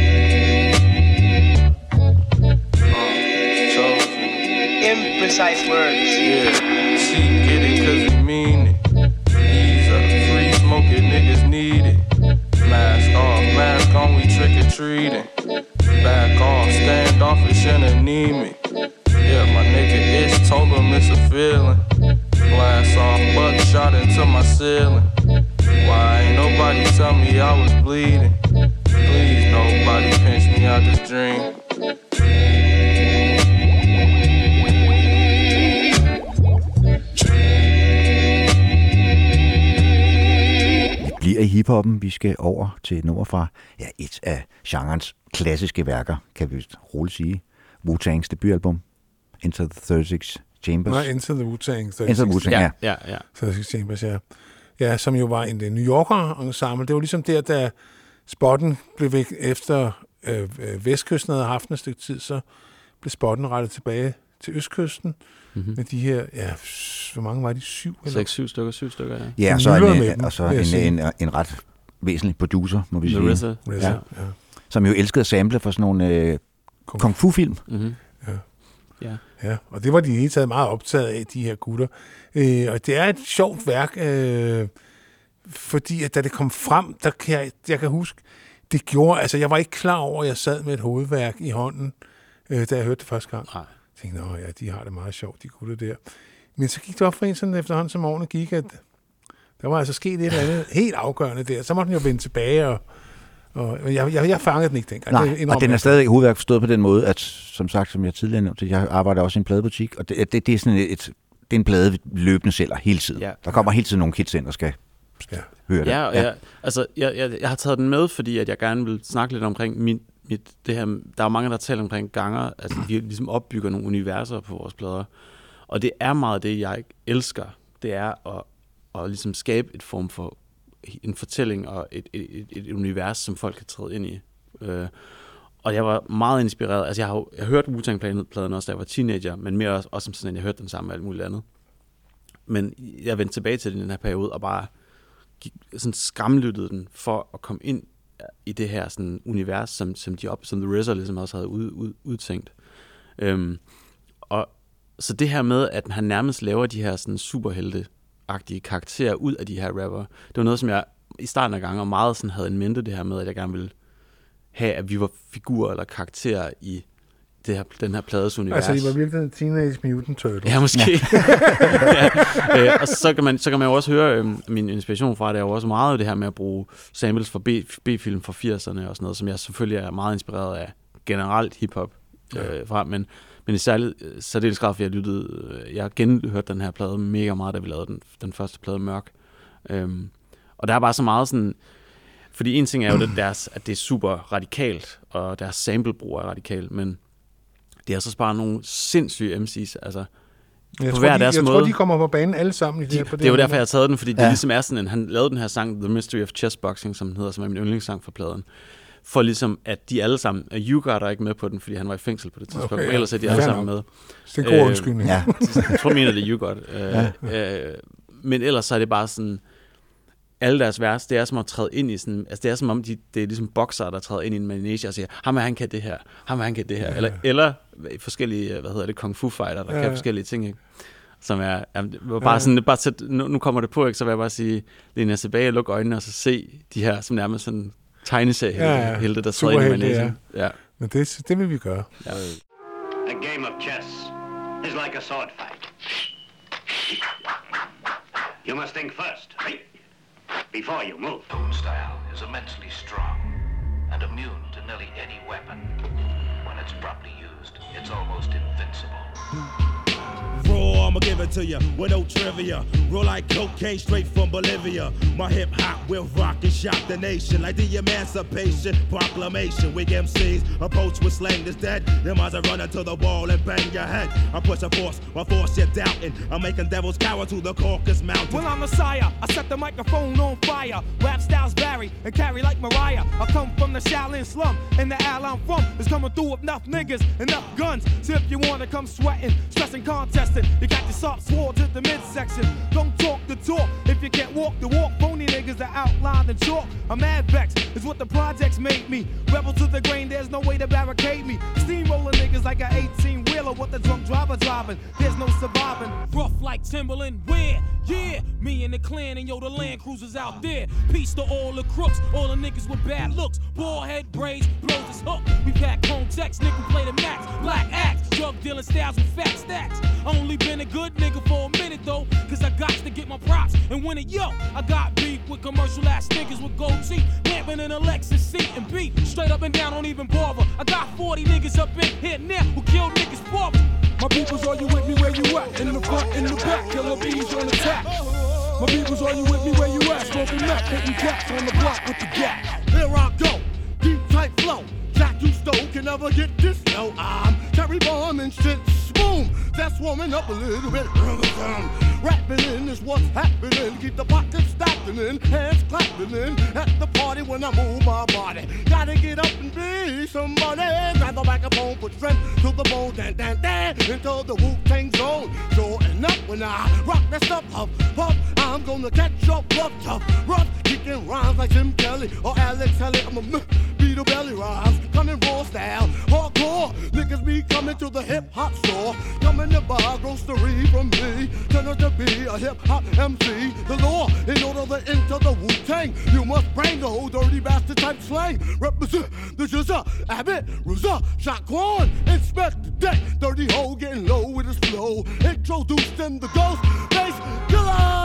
Chosen. Imprecise words. Yeah, she get it cause we mean it. Ease up, free smoking niggas need it. Mask off, mask on, we trick-or-treating. Back off, standoffish and anemic. Yeah, my nigga Ish told him it's a feeling. Glass off, buckshot into my ceiling. Why ain't nobody tell me I was bleeding? Please, nobody pinch me out this dream. Bliver i hiphoppen. Vi skal over til et nummer fra et af genrens klassiske værker, kan vi roligt sige. Wu-Tangs debutalbum, Enter the 36 Chambers. Nej, Enter the Wu-Tang. Enter the Wu-Tang, ja. 36 Chambers, ja. Ja, som jo var en New Yorker-ensemble. Det var ligesom der, da spotten blev væk efter Vestkysten havde haft et stykke tid, så blev spotten rettet tilbage til Østkysten. Mm-hmm. Med de her, hvor mange var de? 7 eller? 7 stykker, ja. Ja, og så en ret væsentlig producer, må vi sige. RZA. Ja. Som jo elskede at sample for sådan nogle kung fu-film. Mm-hmm. Ja, og det var de hele taget meget optaget af, de her gutter. Og det er et sjovt værk, fordi at da det kom frem, jeg kan huske, det gjorde, altså jeg var ikke klar over, at jeg sad med et hovedværk i hånden, da jeg hørte det første gang. Nej. Jeg tænkte, ja, de har det meget sjovt, de gutter der. Men så gik det op for en sådan efterhånden, som årene gik, at der var altså sket et eller andet helt afgørende der. Så måtte den jo vende tilbage, og jeg fangede den ikke dengang. Nej, og den er stadig hovedværk forstået på den måde, at som sagt, som jeg tidligere nævnte, jeg arbejder også i en pladebutik, og det er sådan det er en plade, vi løbende sælger hele tiden. Ja. Der kommer hele tiden nogle kids ind, der skal høre det. Ja, og jeg har taget den med, fordi at jeg gerne vil snakke lidt omkring det her. Der er mange, der taler omkring ganger, altså vi ligesom opbygger nogle universer på vores plader, og det er meget det, jeg elsker. Det er at ligesom skabe et form for en fortælling og et univers, som folk kan træde ind i. Og jeg var meget inspireret. Altså, jeg har hørt Wu-Tang-pladen også, da jeg var teenager, men mere også som sådan, jeg hørte den sammen med alt muligt andet. Men jeg vendte tilbage til den her periode og bare sådan skamlyttede den for at komme ind i det her sådan univers, som The RZA ligesom også havde udtænkt. Og så det her med, at han nærmest laver de her sådan superhelte-agtige karakterer ud af de her rapper, det var noget, som jeg i starten af gangen meget sådan havde en mente, det her med, at jeg gerne ville have, at vi var figurer eller karakterer i den her plades univers. Altså, I var virkelig Teenage Mutant Turtles. Ja, måske. Og så kan man jo også høre min inspiration fra det, er jo også meget det her med at bruge samples fra B-film fra 80'erne og sådan noget, som jeg selvfølgelig er meget inspireret af generelt hiphop fra, men i særdeles grad, for jeg genhørte den her plade mega meget, da vi lavede den første plade Mørk. Og der er bare så meget sådan, fordi en ting er jo, at det er super radikalt, og deres samplebrug er radikalt, men det er så bare nogle sindssyge MC's, altså jeg tror, de kommer på banen alle sammen. Det er jo derfor, jeg har taget den, fordi det ligesom er sådan, han lavede den her sang, The Mystery of Chessboxing, som den hedder, som er min yndlingssang for pladen, for ligesom, at de alle sammen, Ugard er ikke med på den, fordi han var i fængsel på det tidspunkt, okay, ellers er de alle sammen med. Det er en god undskyldning. Jeg tror, mener det er Ugard. Men ellers så er det bare sådan, alle deres vers, det er som at træde ind i sådan, altså det er som om, det er ligesom boksere, der træder ind i en manege og siger, ham han kan det her, han kan det her, eller forskellige, kung fu fighter, der kan forskellige ting, ikke? Som er bare sådan, nu kommer det på, ikke? Så vil jeg bare sige, læn jer tilbage og luk øjnene, og så se de her, som nærmest sådan tegneserie-helte, der træder ind i manege. Ja. Men det vil vi gøre. Ja. A game of chess is like a sword fight. You must think first, right? Before you move. Tone style is immensely strong and immune to nearly any weapon. When it's properly used, it's almost invincible. Raw, I'ma give it to you with no trivia. Roll like cocaine straight from Bolivia. My hip hop will rock and shock the nation like the Emancipation Proclamation. Weak MCs approach with slang that's dead. Them eyes are running to the wall and bang your head. I push a force, my force you're doubting. I'm making devils cower to the Caucasus Mountains. Well, I'm Messiah. I set the microphone on fire. Rap styles vary and carry like Mariah. I come from the Shaolin slum, and the al I'm from is coming through with enough niggas, enough guns. So if you wanna come sweating, stressing, contesting, you got your soft sword to the midsection. Don't talk the talk if you can't walk the walk. Phony niggas are outlined in chalk. I'm mad vexed, is what the projects made me. Rebel to the grain, there's no way to barricade me. Steamroller niggas like an 18-wheeler with the drunk driver driving. There's no surviving. Rough like Timberland, where? Yeah, me and the clan and the Land Cruisers out there. Peace to all the crooks, all the niggas with bad looks. Bald head braids, blows his hook. We pack home text, nigga play the max. Black axe, drug dealing styles with fat stacks. Only been a good nigga for a minute though, cause I got to get my props and win it. Yo, I got beef with commercial ass niggas with gold teeth, lamping in a Lexus seat and beat straight up and down, don't even bother. I got 40 niggas up in here now who kill niggas for me. My peoples, are you with me where you at? In the front, in the back, killer bees on attack. My peoples, are you with me where you at? Smoking nut, hitting cats on the block with the gap. Here I go, deep tight flow. Jack you stole can never get this. No, I'm Terry Bomb and shit. Boom, Just warming up a little bit. Rapping in is what's happening. Keep the pockets stacking in, hands clapping in. At the party when I move my body. Gotta get up and be somebody. Grab the microphone, put strength to the bone. Dan, dan, dan, into the Wu-Tang zone. Showing up when I rock that stuff. Huff, puff, I'm gonna catch up rough, tough, rough. Kicking rhymes like Jim Kelly or Alex Haley. I'm a beat a belly rhymes. Coming raw style, hardcore. Niggas be coming to the hip-hop store. Coming to buy grocery from me. Turn out to be a hip-hop MC. The law, in order to enter the Wu-Tang, you must bring the whole dirty bastard type slang. Represent the Jizza, Abbott, Ruza, Shaquan, Inspect the deck. Dirty hole getting low with his flow. Introducing the ghost bass killer.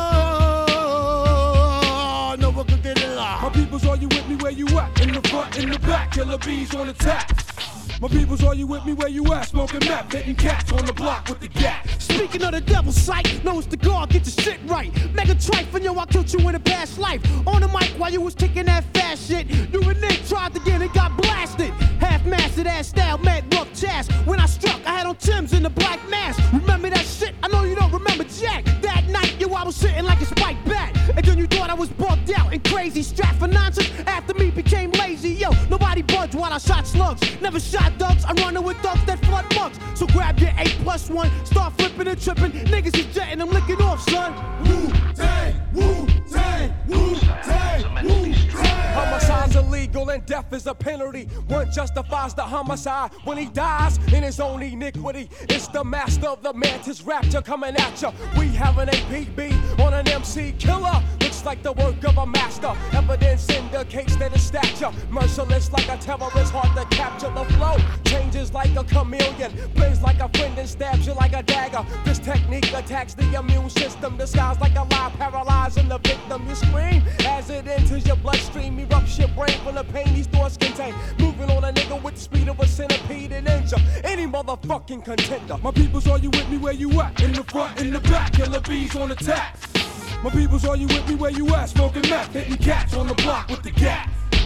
No one can get it live. My peoples, are you with me where you at? In the front, in the back, killer bees on attack. My peoples, are you with me where you at? Smoking meth, hitting cats on the block with the gat. Speaking of the devil's sight, know it's the God, get your shit right. Mega trifling, yo, I killed you in a past life. On the mic while you was kicking that fast shit. You and Nick tried to get it, got blasted. Half-mastered ass style, mad rough chast. When I struck, I had on Tim's in the black mask. Remember that shit? I know you don't remember Jack. That night, yo, I was sitting like a spiked bat. And then you thought I was bugged out and crazy. Strapped for nonsense, after me became lazy. Yo, nobody budged while I shot slugs. Never shot ducks, I'm running with ducks that flood mugs. So grab your 8+1, start flipping and tripping. Niggas is jetting, I'm licking off, son. Wu-Tang, Wu-Tang, Wu-Tang, Wu-Tang. Homicide's illegal and death is a penalty. One justifies the homicide when he dies in his own iniquity. It's the master of the mantis rapture coming at ya. We have an APB on an MC killer. Looks like the work of a master. Evidence indicates that his stature merciless like a terrorist, hard to capture. The flow changes like a chameleon, plays like a friend and stabs you like a dagger. This technique attacks the immune system, disguised like a lie, paralyzing the victim. You scream as it enters your bloodstream, erupts your brain from the pain these thoughts contain. Moving on a nigga with the speed of a centipede and injure any motherfucking contender. My peoples, are you with me where you at? In the front, in the back, killer bees on attack. My peoples, are you with me where you at? Smoking meth, hitting cats on the block with the gat.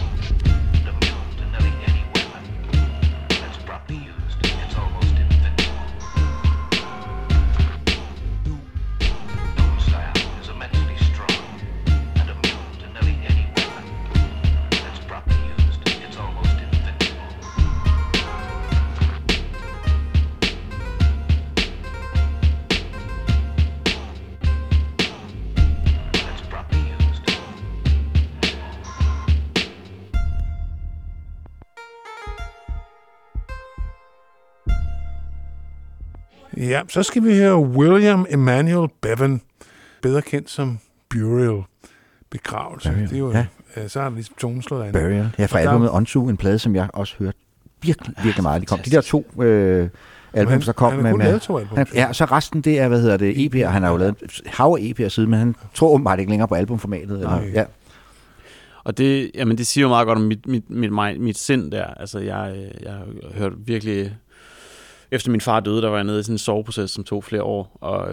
Ja, så skal vi høre William Emanuel Bevan, bedre kendt som Burial, begravelse. Burial. Det er jo, Ja. så har der ligesom tonen slået an. Burial. Ja, fra albumet Onto, en plade, som jeg også hørte virkelig meget. De kom. De der 2 album, så kom han har kun lavet 2 album. Ja, så resten, det er, EP'er. Han har jo lavet hav af EP'er siden, men han tror åbenbart ikke længere på albumformatet. Eller, ja. Og det, jamen, det siger jo meget godt om mit sind der. Altså, jeg har hørt virkelig... Efter min far døde, der var jeg nede i sådan en soveproces, som tog flere år, og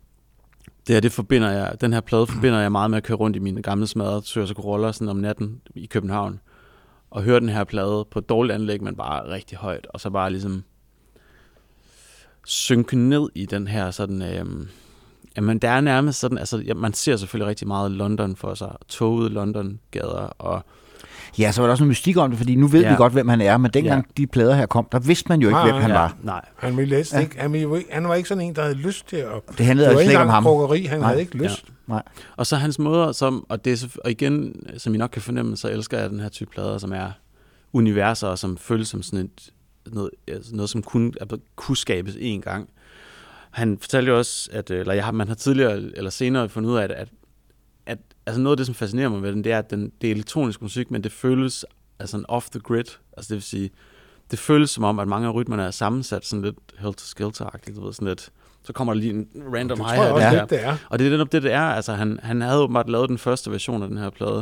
den her plade forbinder jeg meget med at køre rundt i mine gamle smadrede Toyota Corolla sådan om natten i København, og høre den her plade på et dårligt anlæg, men bare rigtig højt, og så bare ligesom synke ned i den her sådan, jamen der er nærmest sådan, altså man ser selvfølgelig rigtig meget London for sig, togede London-gader, og ja, så var der også noget mystik om det, fordi nu ved vi godt, hvem han er, men dengang de plader her kom, der vidste man jo ikke, hvem han var. Nej. Han ville ikke. Han var ikke sådan en, der havde lyst til at... Det handlede altså slet ikke om ham. Krukkeri, han havde ikke lyst. Ja. Nej. Og så hans måder, og igen, som I nok kan fornemme, så elsker jeg den her type plader, som er universer, og som føles som sådan noget som kunne skabes én gang. Han fortalte jo også, at man har tidligere eller senere fundet ud af, at altså noget af det, som fascinerer mig ved den, det er, at det er elektronisk musik, men det føles altså en off the grid. Altså det vil sige, det føles som om, at mange af rytmerne er sammensat sådan lidt helter-skelter-agtigt, du ved, sådan lidt. Så kommer der lige en random high her. Det er. Og det er netop det er. Altså han havde åbenbart lavet den første version af den her plade.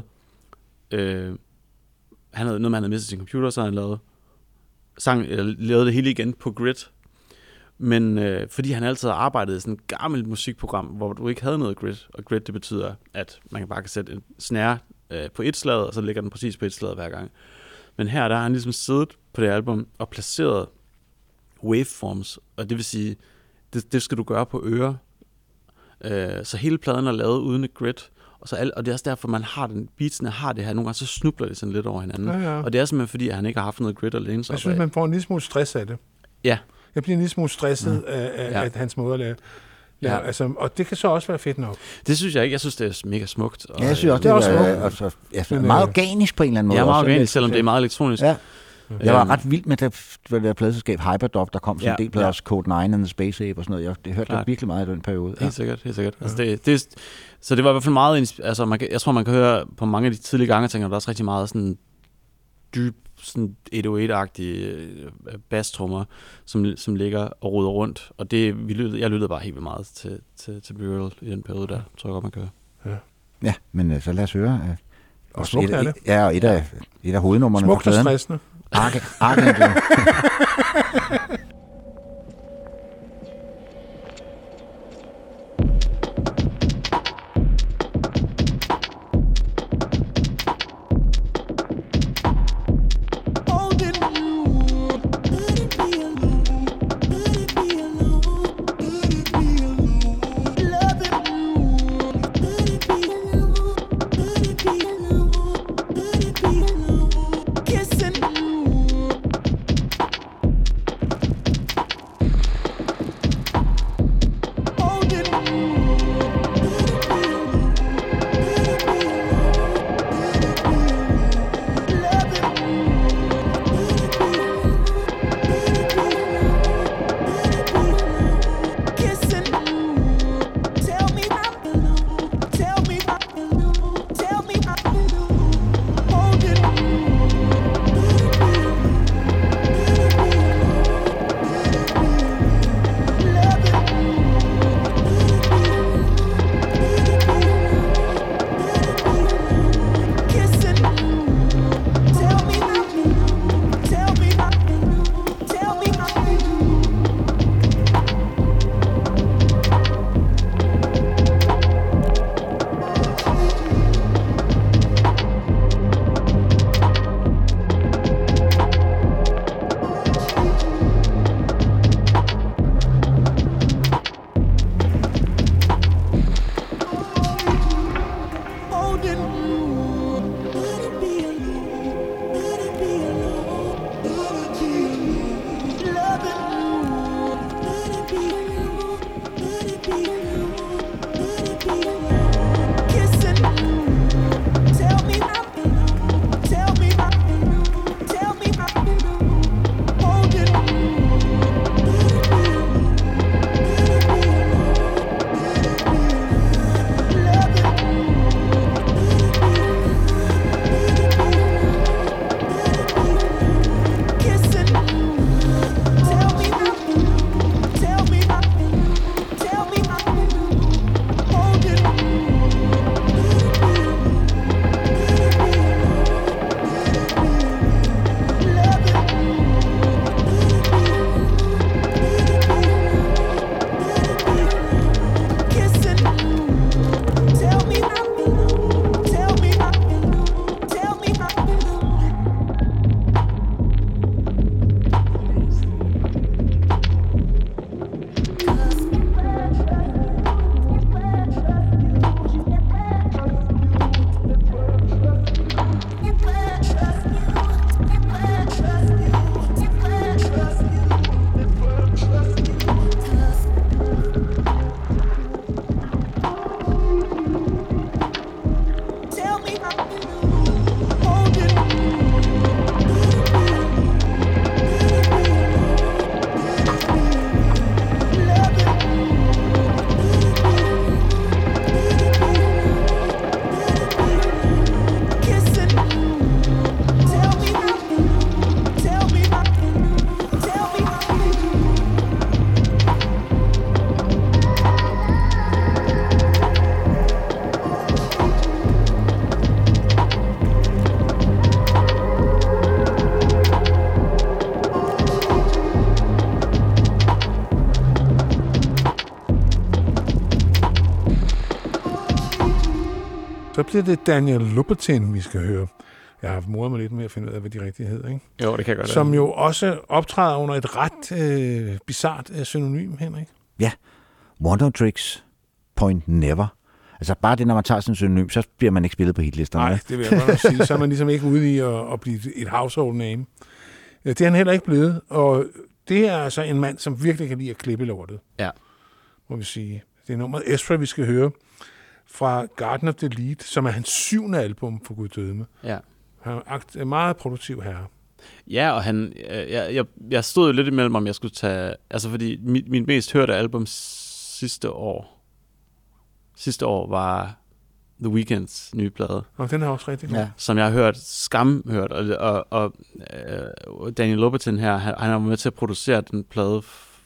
Han havde mistet sin computer, så han lavede det hele igen på grid. Men fordi han altid har arbejdet i sådan et gammelt musikprogram, hvor du ikke havde noget grid, og grid det betyder, at man bare kan sætte en snare på et slag, og så ligger den præcis på et slag hver gang. Men her der har han ligesom siddet på det album og placeret waveforms, og det vil sige det skal du gøre på øre. Så hele pladen er lavet uden et grid. Og det er også derfor, man har beatsene har det her. Nogle gange så snubler det sådan lidt over hinanden. Ja. Og det er simpelthen fordi, at han ikke har haft noget grid at læne sig Jeg synes, man får en lille smule stress af det. Ja. Jeg bliver en lille smule stresset af hans måde at lave. Ja, altså, og det kan så også være fedt nok. Det synes jeg ikke. Jeg synes, det er mega smukt. Og, jeg synes også, det er også meget organisk på en eller anden måde. Ja, meget organisk, selvom det er meget elektronisk. Ja. Jeg var ret vild med det pladeselskab Hyperdub, der kom som en del plader, også Code 9 and the Space Ape og sådan noget. Det hørte jeg virkelig meget i den periode. Helt sikkert. Altså, så det var i hvert fald meget... Altså, jeg tror, man kan høre på mange af de tidlige gange, tænker der er også rigtig meget sådan dyb, sådan 108-agtige basstrummer, som ligger og roder rundt. Og jeg lyttede bare helt vildt meget til Burial i den periode der, tror jeg godt, man kan høre. Ja, men så lad os høre. Og smukt er det. Ja, og et af hovednummerne på pladen. Smukt og stressende. Argentine. Så bliver det Daniel Lopatin, vi skal høre. Jeg har moret mig lidt med at finde ud af, hvad de rigtige hedder, ikke? Jo, det kan jeg godt. Som jo også optræder under et ret bizart synonym, Henrik. Wonder Tricks, Point Never. Altså bare det, når man tager sådan en synonym, så bliver man ikke spillet på hitlisterne. Nej, det vil jeg godt nok sige. Så er man ligesom ikke ude i at blive et household name. Det er han heller ikke blevet, og det er altså en mand, som virkelig kan lide at klippe lortet. Ja. Må vi sige. Det er nummeret Ezra, vi skal høre fra Garden of the Lead, som er hans 7. album for Gud døde med. Ja. Han er en meget produktiv herre. Ja, og han, jeg stod jo lidt imellem, om jeg skulle tage... Altså, fordi min mest hørte album sidste år var The Weeknds nye plade. Og den er også rigtig god. Ja. Som jeg har hørt, skamhørt. Og Daniel Lopatin her, han er med til at producere den plade,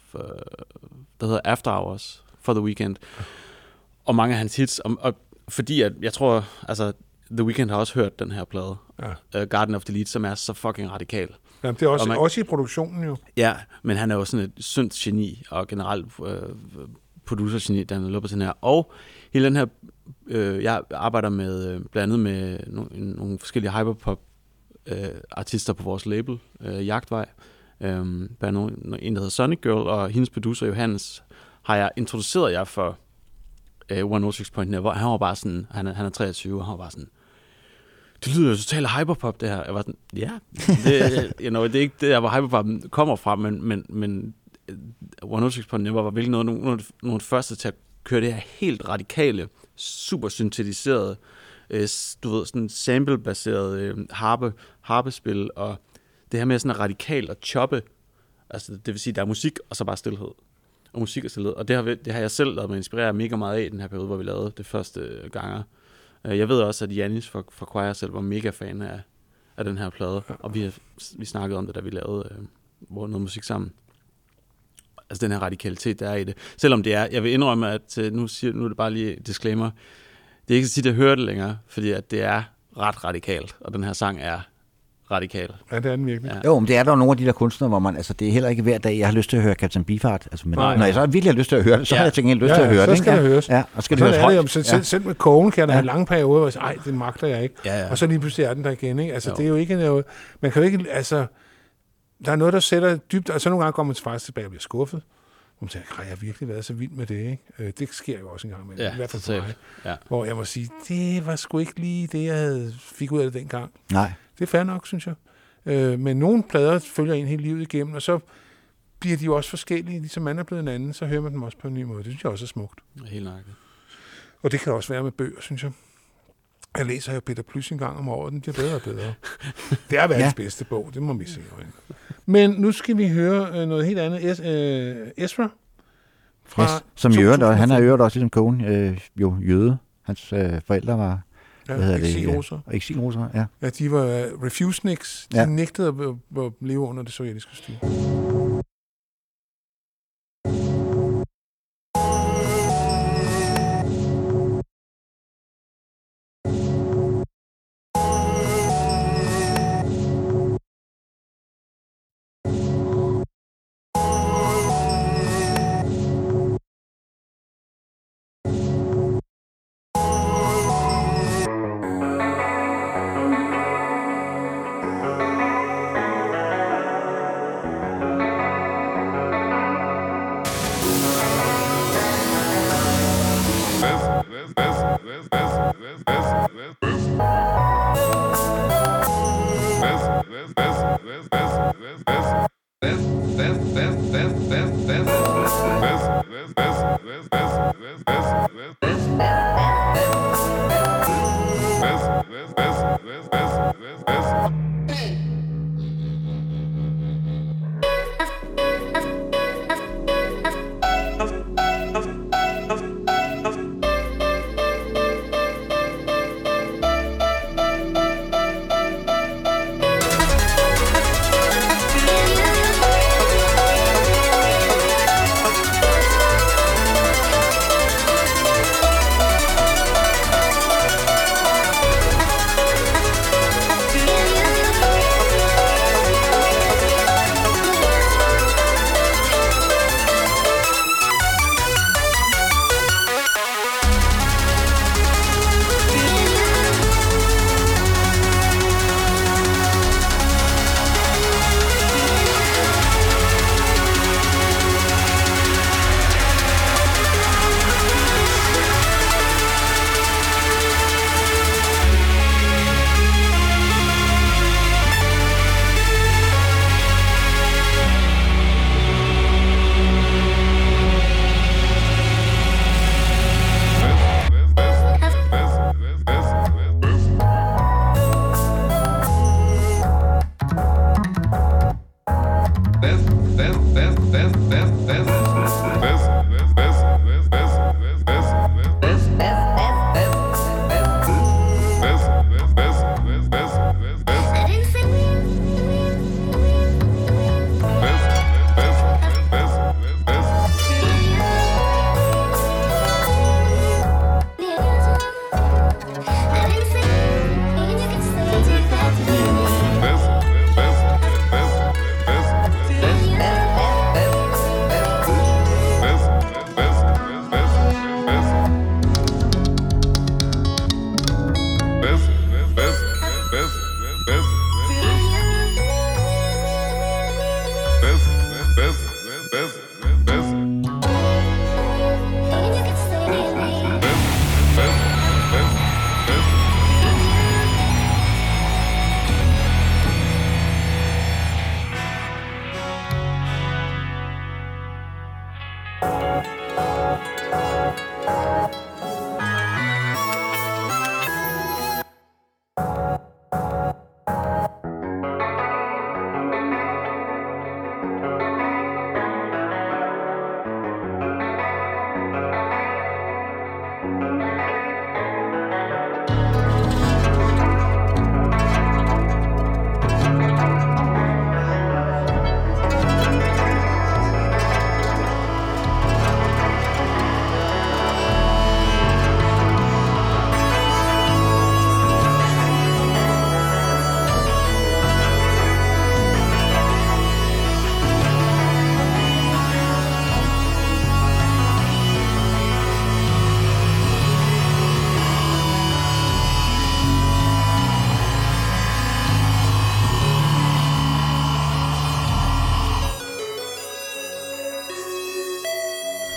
der hedder After Hours for The Weeknd. Og mange af hans hits. Og fordi at, jeg tror, altså... The Weeknd har også hørt den her plade, Garden of the Lead, som er så fucking radikal. Jamen, det er også i produktionen jo. Ja, men han er jo sådan et syndt geni, og generelt producer-geni, Daniel Lopatin her. Og hele den her, jeg arbejder med blandt andet med nogle forskellige hyperpop-artister på vores label, Jagtvej. Blandt andet en, der hedder Sonic Girl, og hendes producer Johannes har jeg introduceret jer for 106 Point Never. Han var bare sådan, han er 23, og han var bare sådan, det lyder jo totalt hyperpop, det her. Jeg var sådan, ja, det er ikke det, hvor hyperpop kommer fra, men 106 Point Never var virkelig nogle af de første til at køre det her helt radikale, super syntetiserede, du ved, sådan sample-baseret harpespil, og det her med sådan radikalt at choppe, altså det vil sige, der er musik, og så bare stillhed. Og musik og stillhed. Og det har jeg selv lavet mig inspirere mega meget af i den her periode, hvor vi lavede det første ganger. Jeg ved også, at Janis fra Choir selv var mega fan af den her plade, og vi snakkede om det, da vi lavede noget musik sammen. Altså den her radikalitet, der er i det. Selvom det er, jeg vil indrømme, at nu er det bare lige disclaimer, det er ikke så tit, at jeg hører det længere, fordi at det er ret radikalt, og den her sang er radikal. Ja, det er den virkelig. Ja. Jo, men det er der jo nogle af de der kunstnere, hvor man, altså det er heller ikke hver dag, jeg har lyst til at høre Captain Beefheart. Altså, men når jeg så virkelig har lyst til at høre det, så har jeg tænkt lyst til at høre det. Så skal det høres. Ja, og skal det høres højt. Selv med kogen kan der have lange perioder, hvor jeg siger, ej, det magter jeg ikke. Ja. Og så lige pludselig er den der igen, ikke? Altså, det er jo ikke noget... Man kan jo ikke... Altså, der er noget, der sætter dybt... Og så nogle gange kommer man faktisk tilbage og bliver skuffet. Hvor man tænker, har jeg virkelig været så vild med det, ikke? Det sker jo også en gang med. Ja, i hvert fald for mig. Ja. Hvor jeg må sige, det var sgu ikke lige det, jeg fik ud af det dengang. Nej. Det er fair nok, synes jeg. Men nogle plader følger en hele livet igennem, og så bliver de jo også forskellige. Ligesom man er blevet en anden, så hører man dem også på en ny måde. Det synes jeg også er smukt. Helt nøjagtigt. Og det kan også være med bøger, synes jeg. Jeg læser jo Peter Plys en gang om året, den bliver bedre og bedre. Det er verdens bedste bog, det må vi se. Men nu skal vi høre noget helt andet. Ezra? Som jøde, og han har øvet også ligesom kogen, jo jøde. Hans forældre var... Eksilrusser, ja. Ja, de var refuseniks. De nægtede at leve under det sovjetiske styre.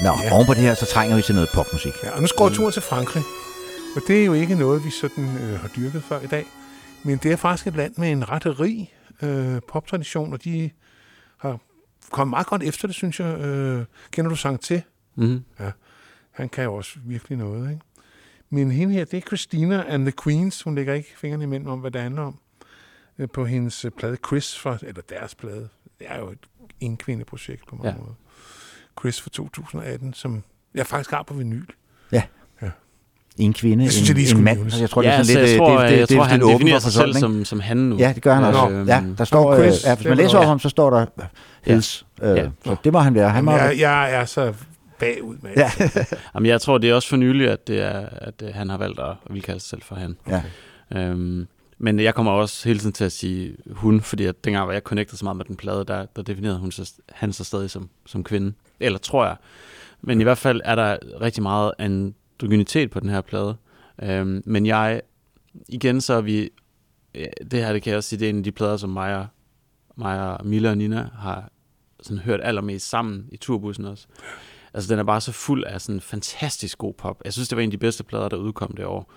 Nå, oven på det her, så trænger vi til noget popmusik. Ja, og nu går turen til Frankrig. Og det er jo ikke noget, vi sådan har dyrket før i dag. Men det er faktisk et land med en ret rig poptradition, og de har kommet meget godt efter det, synes jeg. Kender du sang til? Mm-hmm. Ja, han kan jo også virkelig noget, ikke? Men hende her, det er Christina and the Queens. Hun lægger ikke fingrene imellem om, hvad det handler om. På hendes plade Chris, eller deres plade. Det er jo et enkvindeprojekt på mange måder. Chris fra 2018, som jeg faktisk har på vinyl. Ja. En kvinde, en mand. Nævnes. Jeg tror, det er sådan lidt... Jeg tror, han definerer sig selv som han nu. Ja, det gør han også. Ja, der står... hvis man læser om ham, så står der his. Så det må han være. Jeg er så bagud med det. Jamen, jeg tror, det er også for nylig, at han har valgt at ville kalde sig selv for han. Ja. Men jeg kommer også hele tiden til at sige hun, fordi at dengang, hvor jeg connectede så meget med den plade, der definerede han sig stadig som kvinde. Eller tror jeg. Men i hvert fald er der rigtig meget androgynitet på den her plade. Men igen så er vi, det kan jeg også sige, det er en af de plader, som mig og Mille og Nina har sådan hørt allermest sammen i turbussen også. Altså den er bare så fuld af sådan fantastisk god pop. Jeg synes, det var en af de bedste plader, der udkom det år.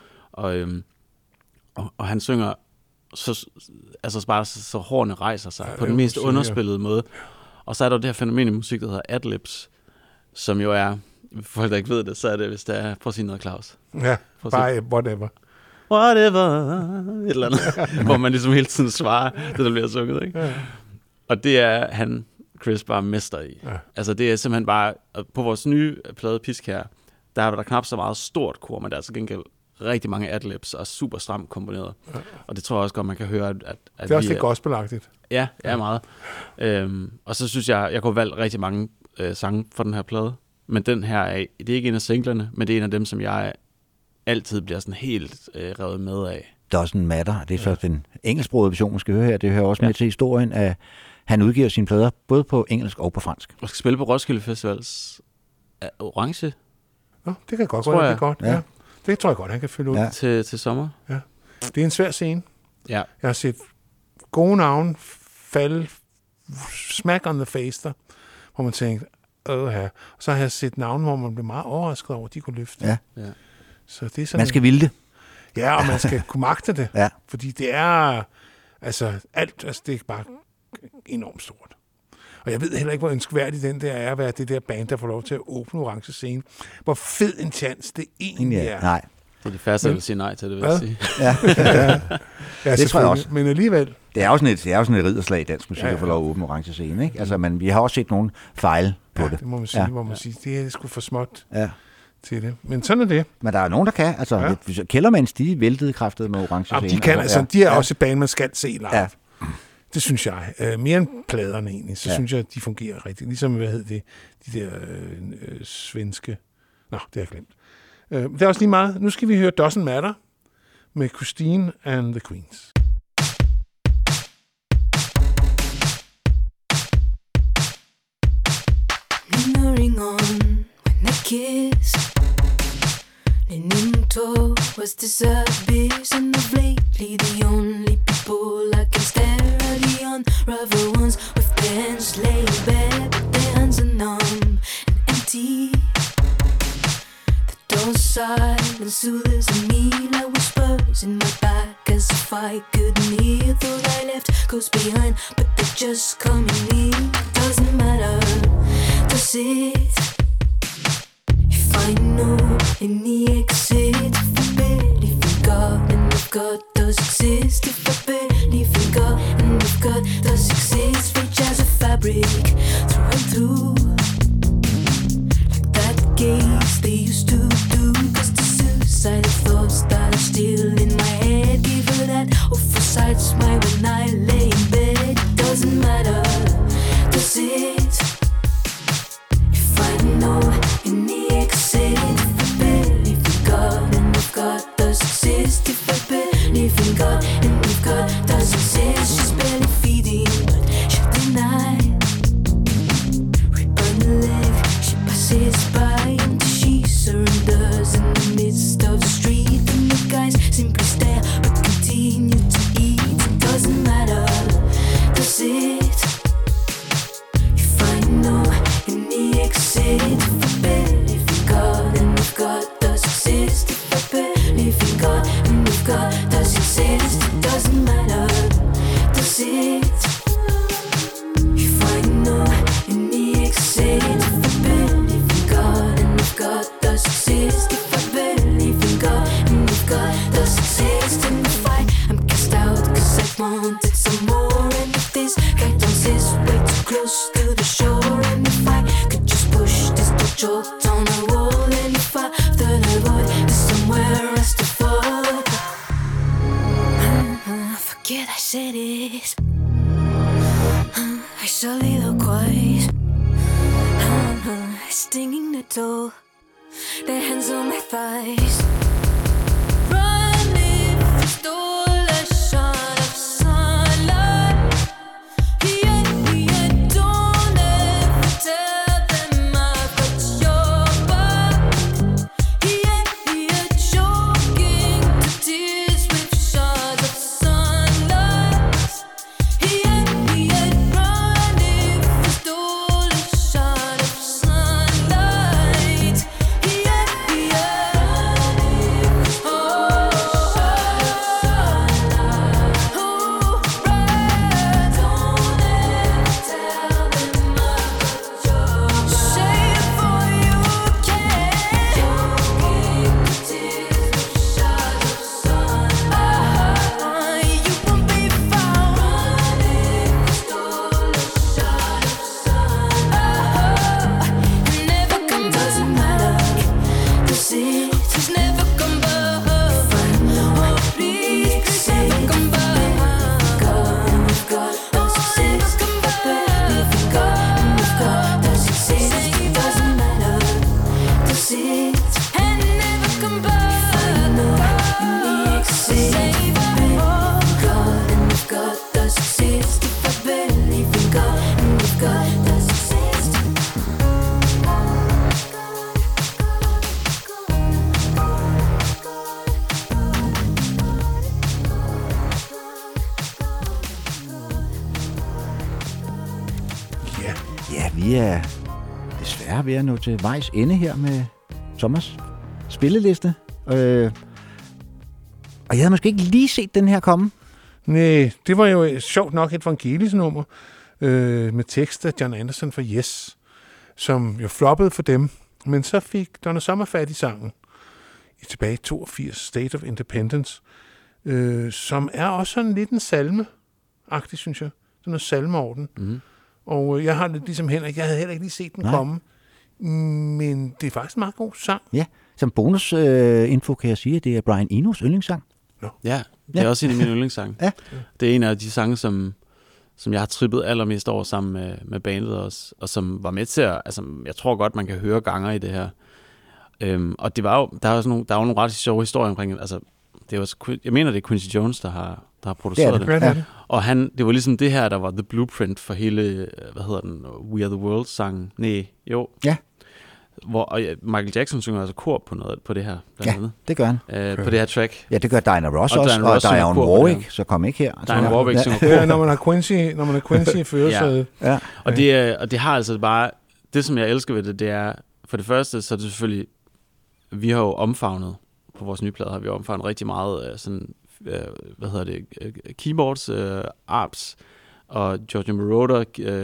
Og han synger altså bare så hårene rejser sig på den mest underspillede måde. Og så er der det her fænomen i musik, der hedder adlibs, som jo er, for folk der ikke ved det, så er det, hvis det er, prøv at sige noget, Claus. Ja, bare whatever. Whatever, et eller andet, hvor man ligesom hele tiden svarer det, der bliver sunget, ikke? Ja. Og det er Chris bare mester i. Ja. Altså det er simpelthen bare, på vores nye plade Pisk her, der er der knap så meget stort kor, men der er så gengæld rigtig mange adlibs og super stramt komponeret. Ja. Og det tror jeg også godt, man kan høre, at det er også lidt gospelagtigt. Ja, meget. Og så synes jeg kunne valgt rigtig mange sange for den her plade. Men den her det er ikke en af singlerne, men det er en af dem, som jeg altid bliver sådan helt revet med af. Doesn't Matter. Det er så den engelsksprogede version, man skal høre her. Det hører også med til historien, at han udgiver sine plader både på engelsk og på fransk. Og skal spille på Roskilde Festivals Orange. Nå, det kan godt være, det er godt. Ja. Det tror jeg godt, han kan fylde ud. Ja. Til sommer. Ja. Det er en svær scene. Ja. Jeg har set gode navne falde smack on the face der, hvor man tænkte, her. Og så har jeg set navne, hvor man blev meget overrasket over, at de kunne løfte. Ja. Så det er sådan, man skal ville det. Ja, og man skal kunne magte det. Ja. Fordi det er, det er bare enormt stort. Og jeg ved heller ikke, hvor ønskværdigt den der er, at være det der band, der får lov til at åbne Orange Scene. Hvor fed en chance det egentlig er. Nej. Det er de færreste, der vil sige nej til det, vil jeg sige. Ja, det tror jeg også. Men alligevel. Det er jo sådan et ridderslag i dansk musik, at få lov at åbne Orange Scene, ikke? Altså, vi har også set nogle fejl på det. Det må man sige, hvor man siger, det er sgu for småt til det. Men sådan er det. Men der er nogen, der kan. Altså, Kellermans, de væltede kraftet med Orange Scene. De kan, altså, de er også et band, man skal se live. Ja. Det synes jeg. Mere end pladerne egentlig, så synes jeg, at de fungerer rigtigt. Ligesom, de der svenske... Nå, det har jeg glemt. Det er også lige meget. Nu skal vi høre Doesn't Matter med Christine and the Queens. Lingering on when I kissed, leaning towards this abyss, and of lately the only people I can stare are the unravel ones with their hands laid bare, but their hands are numb and empty. The door's silent soothes me like whispers in my back, as if I couldn't hear. Thought I left ghosts behind, but they're just coming in. Doesn't matter, does it? If I know any exit, if I believe in God, and if God does exist, if I believe in God, and if God does exist, rich as a fabric, through and through, like that gaze they used to do. Cause the suicidal thoughts that are still in my head give her that oversight smile when I lay in bed. It doesn't matter, does it? If I know any exit, if I believe in God, and if God does exist, if I believe in God, and if God does exist, she's barely feeding, but she'll deny. Rip on the leg, she passes by until she surrenders in the midst of the street. choked on a wall and if I thought I would be somewhere rest of all. Forget I said it. I soliloquize. Stinging the door. Their hands on my thighs. Running for stole a shot of sunlight. Yeah, don't ever tell them I've got your back. Yeah, choking to tears with shards of sunlight. Yeah, running for stole a shot of sunlight. Vi er desværre ved at nå til vejs ende her med Thomas' spilleliste. Og jeg havde måske ikke lige set den her komme. Nej, det var jo sjovt nok et evangelisnummer med tekst af John Anderson fra Yes, som jo floppede for dem. Men så fik Donna Summer fat i sangen tilbage i 82, State of Independence, som er også sådan lidt en salme-agtig, synes jeg. Sådan noget salmeorden. Mm. Og jeg har det ligesom Henrik, jeg havde heller ikke lige set den komme, men det er faktisk en meget god sang. Ja, som bonusinfo kan jeg sige, at det er Brian Enos yndlingssang. No. Ja, det er også en af mine yndlingssange. Ja. Det er en af de sange, som jeg har trippet allermest over sammen med bandet også, og som var med til at, altså jeg tror godt, man kan høre ganger i det her. Og det var jo, der er jo nogle ret sjove historier omkring, altså det var, jeg mener, det er Quincy Jones, der har produceret det. Ja. Og det var ligesom det her, der var the blueprint for hele, hvad hedder den, We Are The World-sangen. Ja. Hvor Michael Jackson synger altså kor på det her, blandt andet. Det gør han. På det her track. Ja, det gør Diana Ross også, og Dionne Warwick, så kom ikke her. Dionne Warwick synger kor. Ja, når man har Quincy i førersædet. Ja. Og det har altså bare, det som jeg elsker ved det er, for det første, så er det selvfølgelig, vi har jo omfavnet, på vores nye plade har vi omfavnet rigtig meget sådan, keyboards, arps, og Giorgio Moroder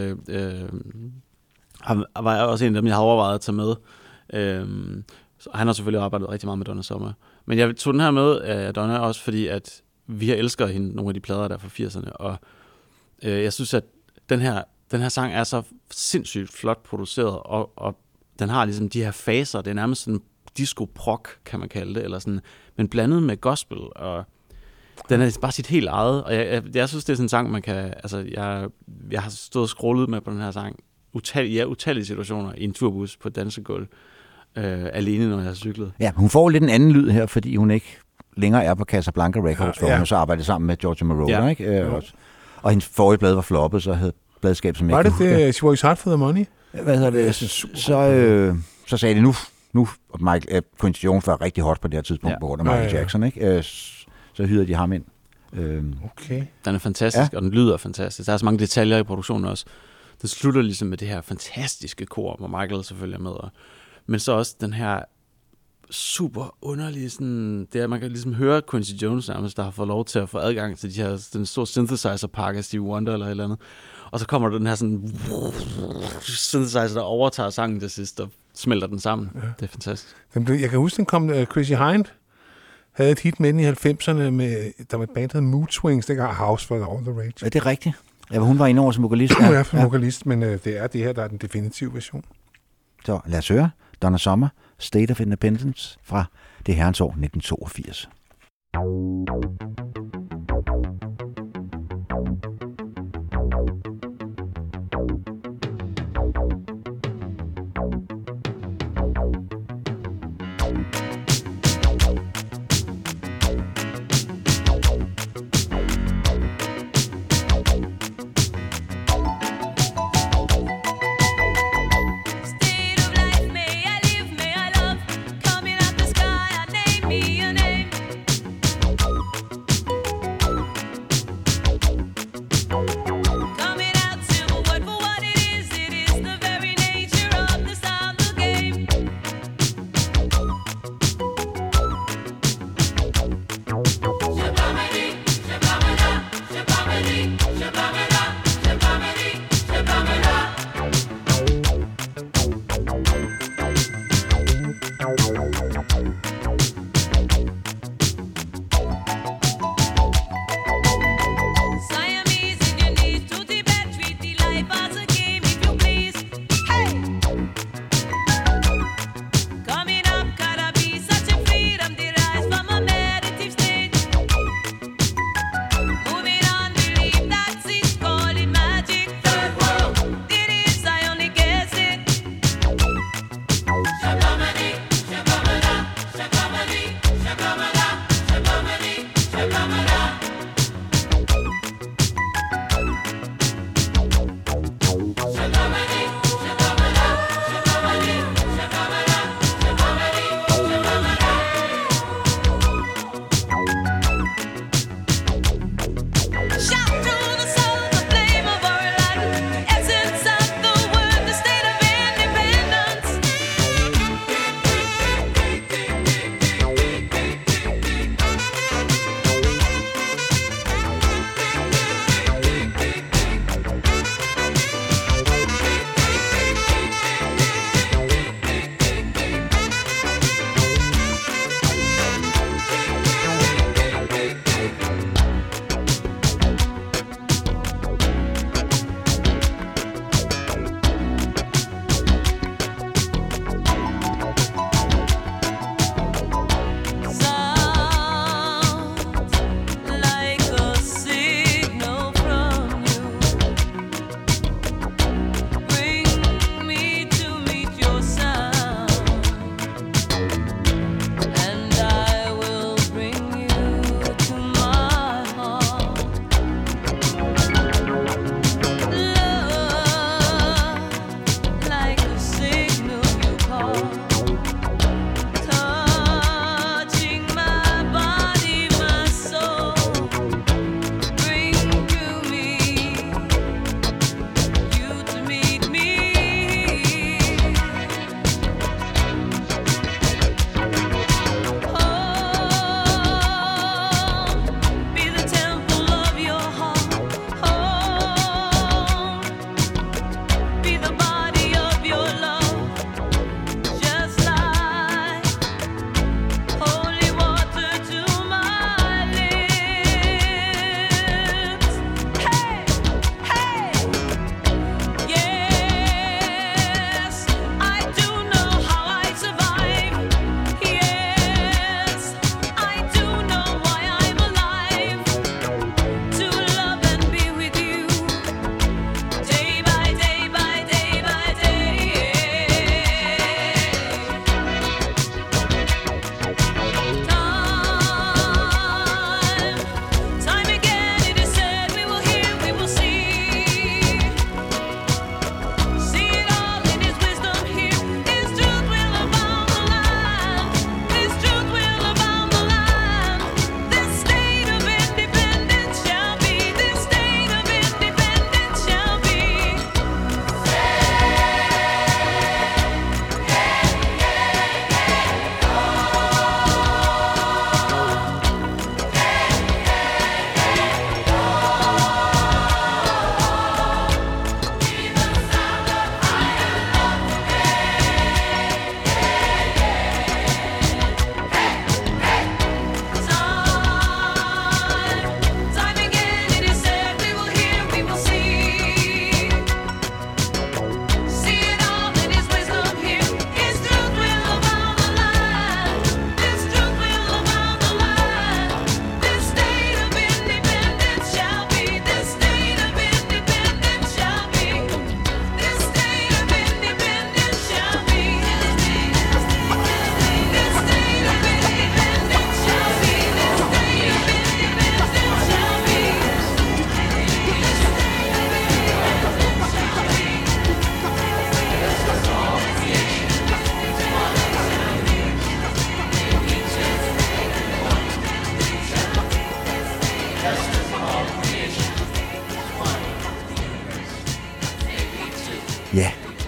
var også en af dem, jeg har overvejet at tage med. Så han har selvfølgelig arbejdet rigtig meget med Donna Summer. Men jeg tog den her med, Donna, også fordi, at vi har elsket hende, nogle af de plader der fra 80'erne, og jeg synes, at den her sang er så sindssygt flot produceret, og den har ligesom de her faser, det er nærmest sådan disco-prog, kan man kalde det, eller sådan, men blandet med gospel, og den er bare sit helt eget, og jeg synes, det er sådan en sang, man kan, altså, jeg har stået og scrollet med på den her sang, utallige situationer i en turbus på et dansegulv, alene, når jeg har cyklet. Ja, hun får lidt en anden lyd her, fordi hun ikke længere er på Casablanca Records, hvor hun så arbejder sammen med Giorgio Moroder, ikke? Og hendes forrige blad var floppet, så havde bladskab, som jeg ikke husker. Var det She Works Hard for the Money? Hvad hedder det? Så sagde de nu Quincy Jones var rigtig hot på det her tidspunkt på grund af Michael Jackson, ikke? Så hyrede de ham ind. Okay. Den er fantastisk, og den lyder fantastisk. Der er så mange detaljer i produktionen også. Den slutter ligesom med det her fantastiske kor, hvor Michael selvfølgelig er med. Men så også den her super underlige, sådan, det er, man kan ligesom høre Quincy Jones nærmest, der har fået lov til at få adgang til den store synthesizer-pakke af Stevie Wonder eller et eller andet. Og så kommer der den her sådan synthesizer, der overtager sangen til sidst og smelter den sammen. Ja. Det er fantastisk. Jeg kan huske, den kom, Chrissy Hind havde et hit med den i 90'erne, der var et band, der hed Mood Swings, det gav House for All the Rage. Ja, det er rigtigt. Ja, hun var inde over som vokalist. Ja, som vokalist, men det er det her, der er den definitive version. Så lad os høre Donna Summer, State of Independence fra det herrens år 1982. Coming out the sky, I name me a name.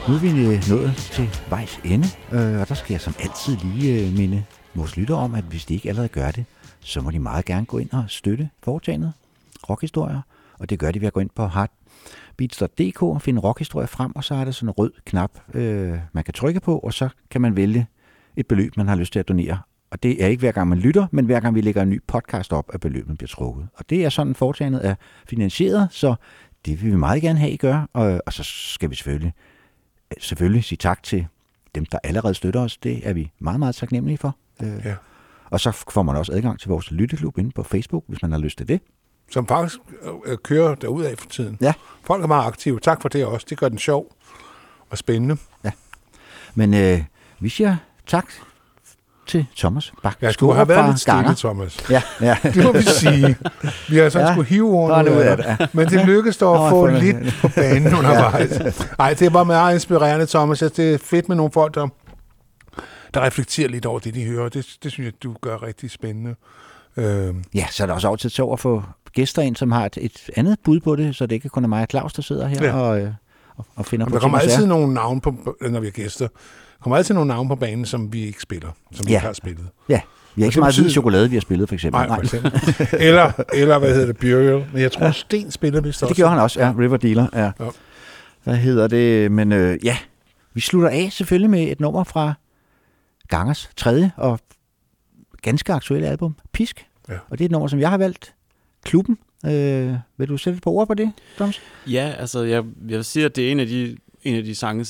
Nu er vi nået til vejs ende, og der skal jeg som altid lige minde vores lytter om, at hvis de ikke allerede gør det, så må de meget gerne gå ind og støtte foretagendet Rockhistorier, og det gør de ved at gå ind på heartbeats.dk og finde rockhistorier frem, og så er der sådan en rød knap, man kan trykke på, og så kan man vælge et beløb, man har lyst til at donere. Og det er ikke hver gang man lytter, men hver gang vi lægger en ny podcast op, at beløbet bliver trukket. Og det er sådan, foretagendet er finansieret, så det vil vi meget gerne have, I gør. Og så skal vi selvfølgelig sige tak til dem, der allerede støtter os. Det er vi meget, meget taknemmelige for. Ja. Og så får man også adgang til vores lytteklub inde på Facebook, hvis man har lyst til det. Som faktisk kører derudad for tiden. Ja. Folk er meget aktive. Tak for det også. Det gør den sjov og spændende. Ja. Men vi siger tak til Thomas Bak. Ja, du har været lidt stille, Thomas. Ja. Det må vi sige. Vi har sådan skulle hive ordene ud af det. Men det lykkedes dog at få lidt på banen undervejs. Nej, det var meget inspirerende, Thomas. Det er fedt med nogle folk, der reflekterer lidt over det, de hører. Det synes jeg, du gør rigtig spændende. Ja, så er der også altid sjovt at få gæster ind, som har et andet bud på det, så det ikke kun er mig og Claus, der sidder her og finder på der kommer altid nogle navne på, når vi er gæster. Der kommer altid nogle navne på banen, som vi ikke spiller, som vi ikke har spillet. Ja, vi har ikke så meget hvid chokolade, vi har spillet, for eksempel. Nej, for eksempel. eller hvad hedder det, Burial. Men jeg tror, Sten spiller vist også. Det gjorde han også, ja. River Dealer, ja. Hvad hedder det? Men ja, vi slutter af selvfølgelig med et nummer fra Gangers tredje og ganske aktuelle album, Pisk. Ja. Og det er et nummer, som jeg har valgt. Klubben. Vil du sætte et par ord på det, Thomas? Ja, altså jeg vil sige, at det er en af de sange,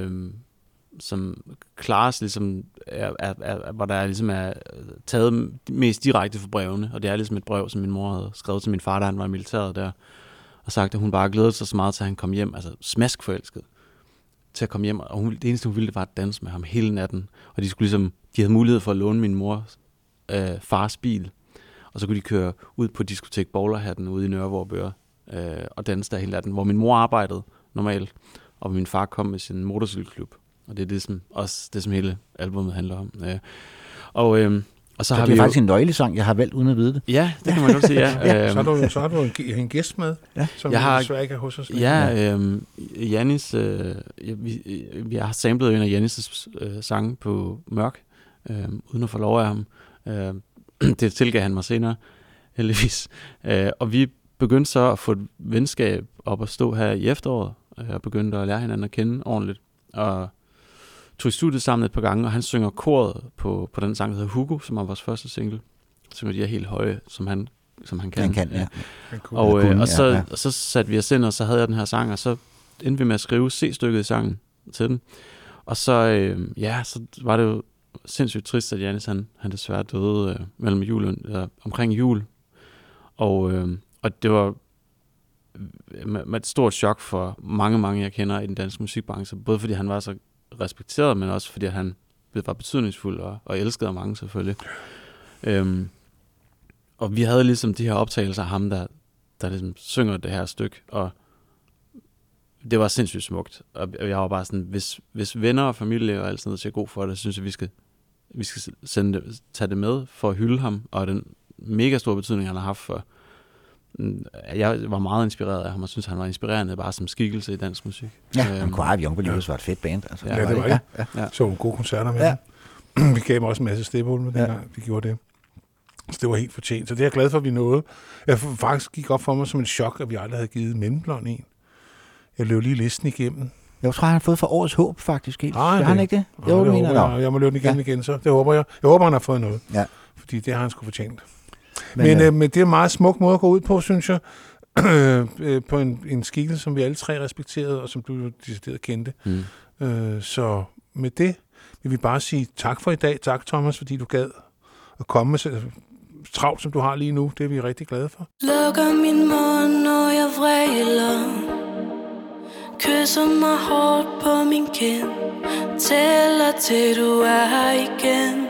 som klares ligesom, hvor der ligesom er taget mest direkte fra brevene, og det er ligesom et brev, som min mor havde skrevet til min far, da han var i militæret der, og sagt, at hun bare glædede sig så meget til, at han kom hjem, altså smaskforelsket, til at komme hjem, og det eneste, hun ville, det var at danse med ham hele natten, og de havde mulighed for at låne min mors fars bil, og så kunne de køre ud på diskotek Bowlerhatten ude i Nørrevorbøre og danse der hele natten, hvor min mor arbejdede normalt, og min far kom med sin motorcykelklub. Og det er det, som hele albumet handler om. Og så har det er vi faktisk en nøglesang, jeg har valgt uden at vide det. Ja, det kan man godt sige, ja. Så har du en gæst med, som vi desværre ikke er hos os. Ja, Jannis, vi har samlet en af Jannis' sange på Mørk, uden at få lov af ham. Det tilgav han mig senere, heldigvis. Og vi begyndte så at få et venskab op at stå her i efteråret, og begyndte at lære hinanden at kende ordentligt. Og tog i studiet sammen et par gange, og han synger koret på den sang, der hedder Hugo, som er vores første single. Synger de her helt høje, som han kan. Han kan, ja. Og så satte vi os ind, og så havde jeg den her sang, og så endte vi med at skrive C-stykket i sangen til den. Og så, så var det jo sindssygt trist, at Jannis, han desværre døde omkring jul. Og det var med et stort chok for mange, jeg kender i den danske musikbranche. Både fordi han var så respekteret, men også fordi han var betydningsfuld og elskede af mange selvfølgelig. Og vi havde ligesom de her optagelser af ham, der ligesom synger det her stykke, og det var sindssygt smukt. Og jeg var bare sådan, hvis venner og familie og alt sådan noget ser god for det, synes jeg, vi skal tage det med for at hylde ham, og den mega store betydning, han har haft for. Jeg var meget inspireret af ham, og synes, han var inspirerende bare som skikkelse i dansk musik. Ja, Choir of Young Believers var et fedt band. Altså. Ja, det var det. Ja. Så nogle gode koncerter med dem. Vi gav dem også en masse steppeul med dengang, vi gjorde det. Så det var helt fortjent. Så det er jeg glad for, at vi nåede. Jeg faktisk gik op for mig som en chok, at vi aldrig havde givet Mellemblond en. Jeg løb lige listen igennem. Jeg tror, han har fået for årets håb, faktisk. Helt. Har han ikke det? Jo, det mener jeg. Jeg må løbe den igen, så det håber jeg. Jeg håber, han har fået noget. Ja. Fordi det har han sgu fortjent. Men det er en meget smuk måde at gå ud på, synes jeg. På en skikkelse, som vi alle tre respekterede, og som du decideret kendte. Så med det vil vi bare sige tak for i dag. Tak, Thomas, fordi du gad at komme med så travlt, som du har lige nu. Det er vi rigtig glade for. Lukker min mund, når jeg vræler. Kysser mig hårdt på min kind. Tæller til du er her igen.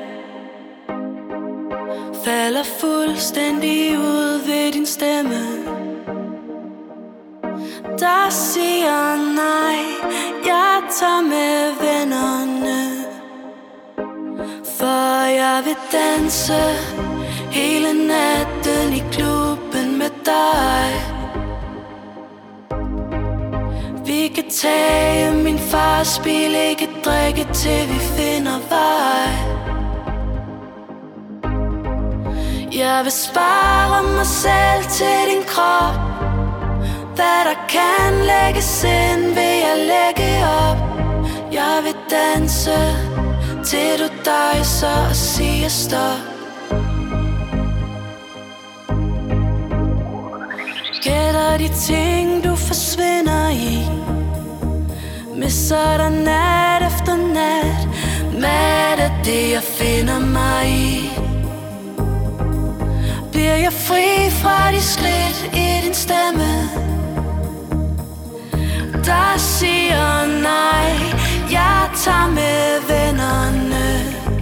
Falder fuldstændig ud ved din stemme. Der siger nej, jeg tager med vennerne. For jeg vil danse hele natten i klubben med dig. Vi Vi kan tage min fars bil, ikke drikke til vi finder vej. Jeg vil spare mig selv til din krop. Hvad der kan lægges ind, vil jeg lægge op. Jeg vil danse til du dejser og siger stop. Gætter de ting du forsvinder i, misser dig nat efter nat. Mad er det jeg finder mig i. Bliver jeg fri fra de skridt i din stemme, der siger nej. Jeg tager med vennerne,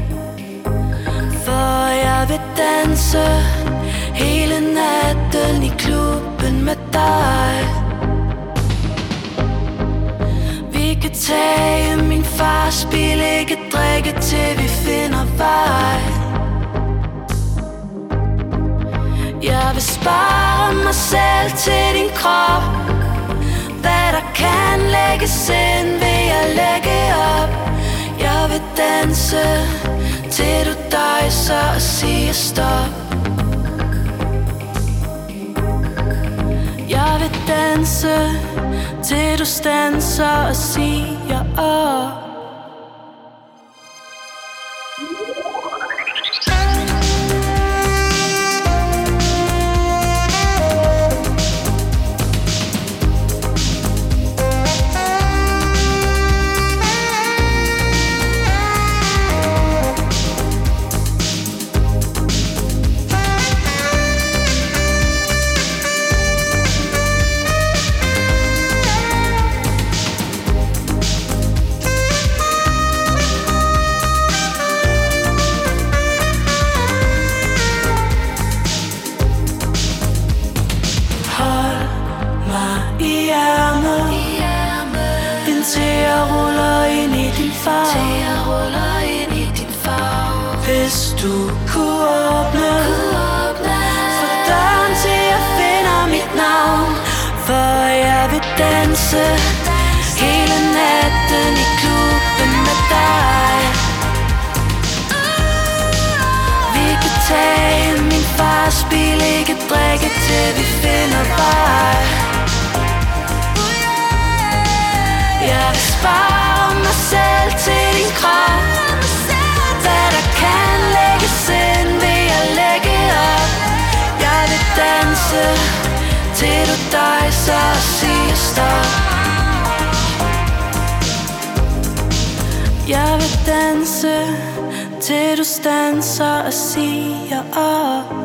for jeg vil danse hele natten i klubben med dig. Vi kan tage min fars bil, ikke drikke til vi finder vej. Jeg vil spare mig selv til din krop. Hvad der kan lægges ind, vil jeg lægge op. Jeg vil danse til du dejser og siger stop. Jeg vil danse til du standser og siger op. Hvis du kunne åbne for døren til jeg finder mit navn, for jeg vil danse hele natten i klubben med dig. Vi kan tage min fars bil, ikke drikke til vi finder vej. Jeg vil spare mig selv til din krop. Hvad der kan lægges ind, vil jeg lægge op. Jeg vil danse til du dejser og siger stop. Jeg vil danse til du standser og siger op.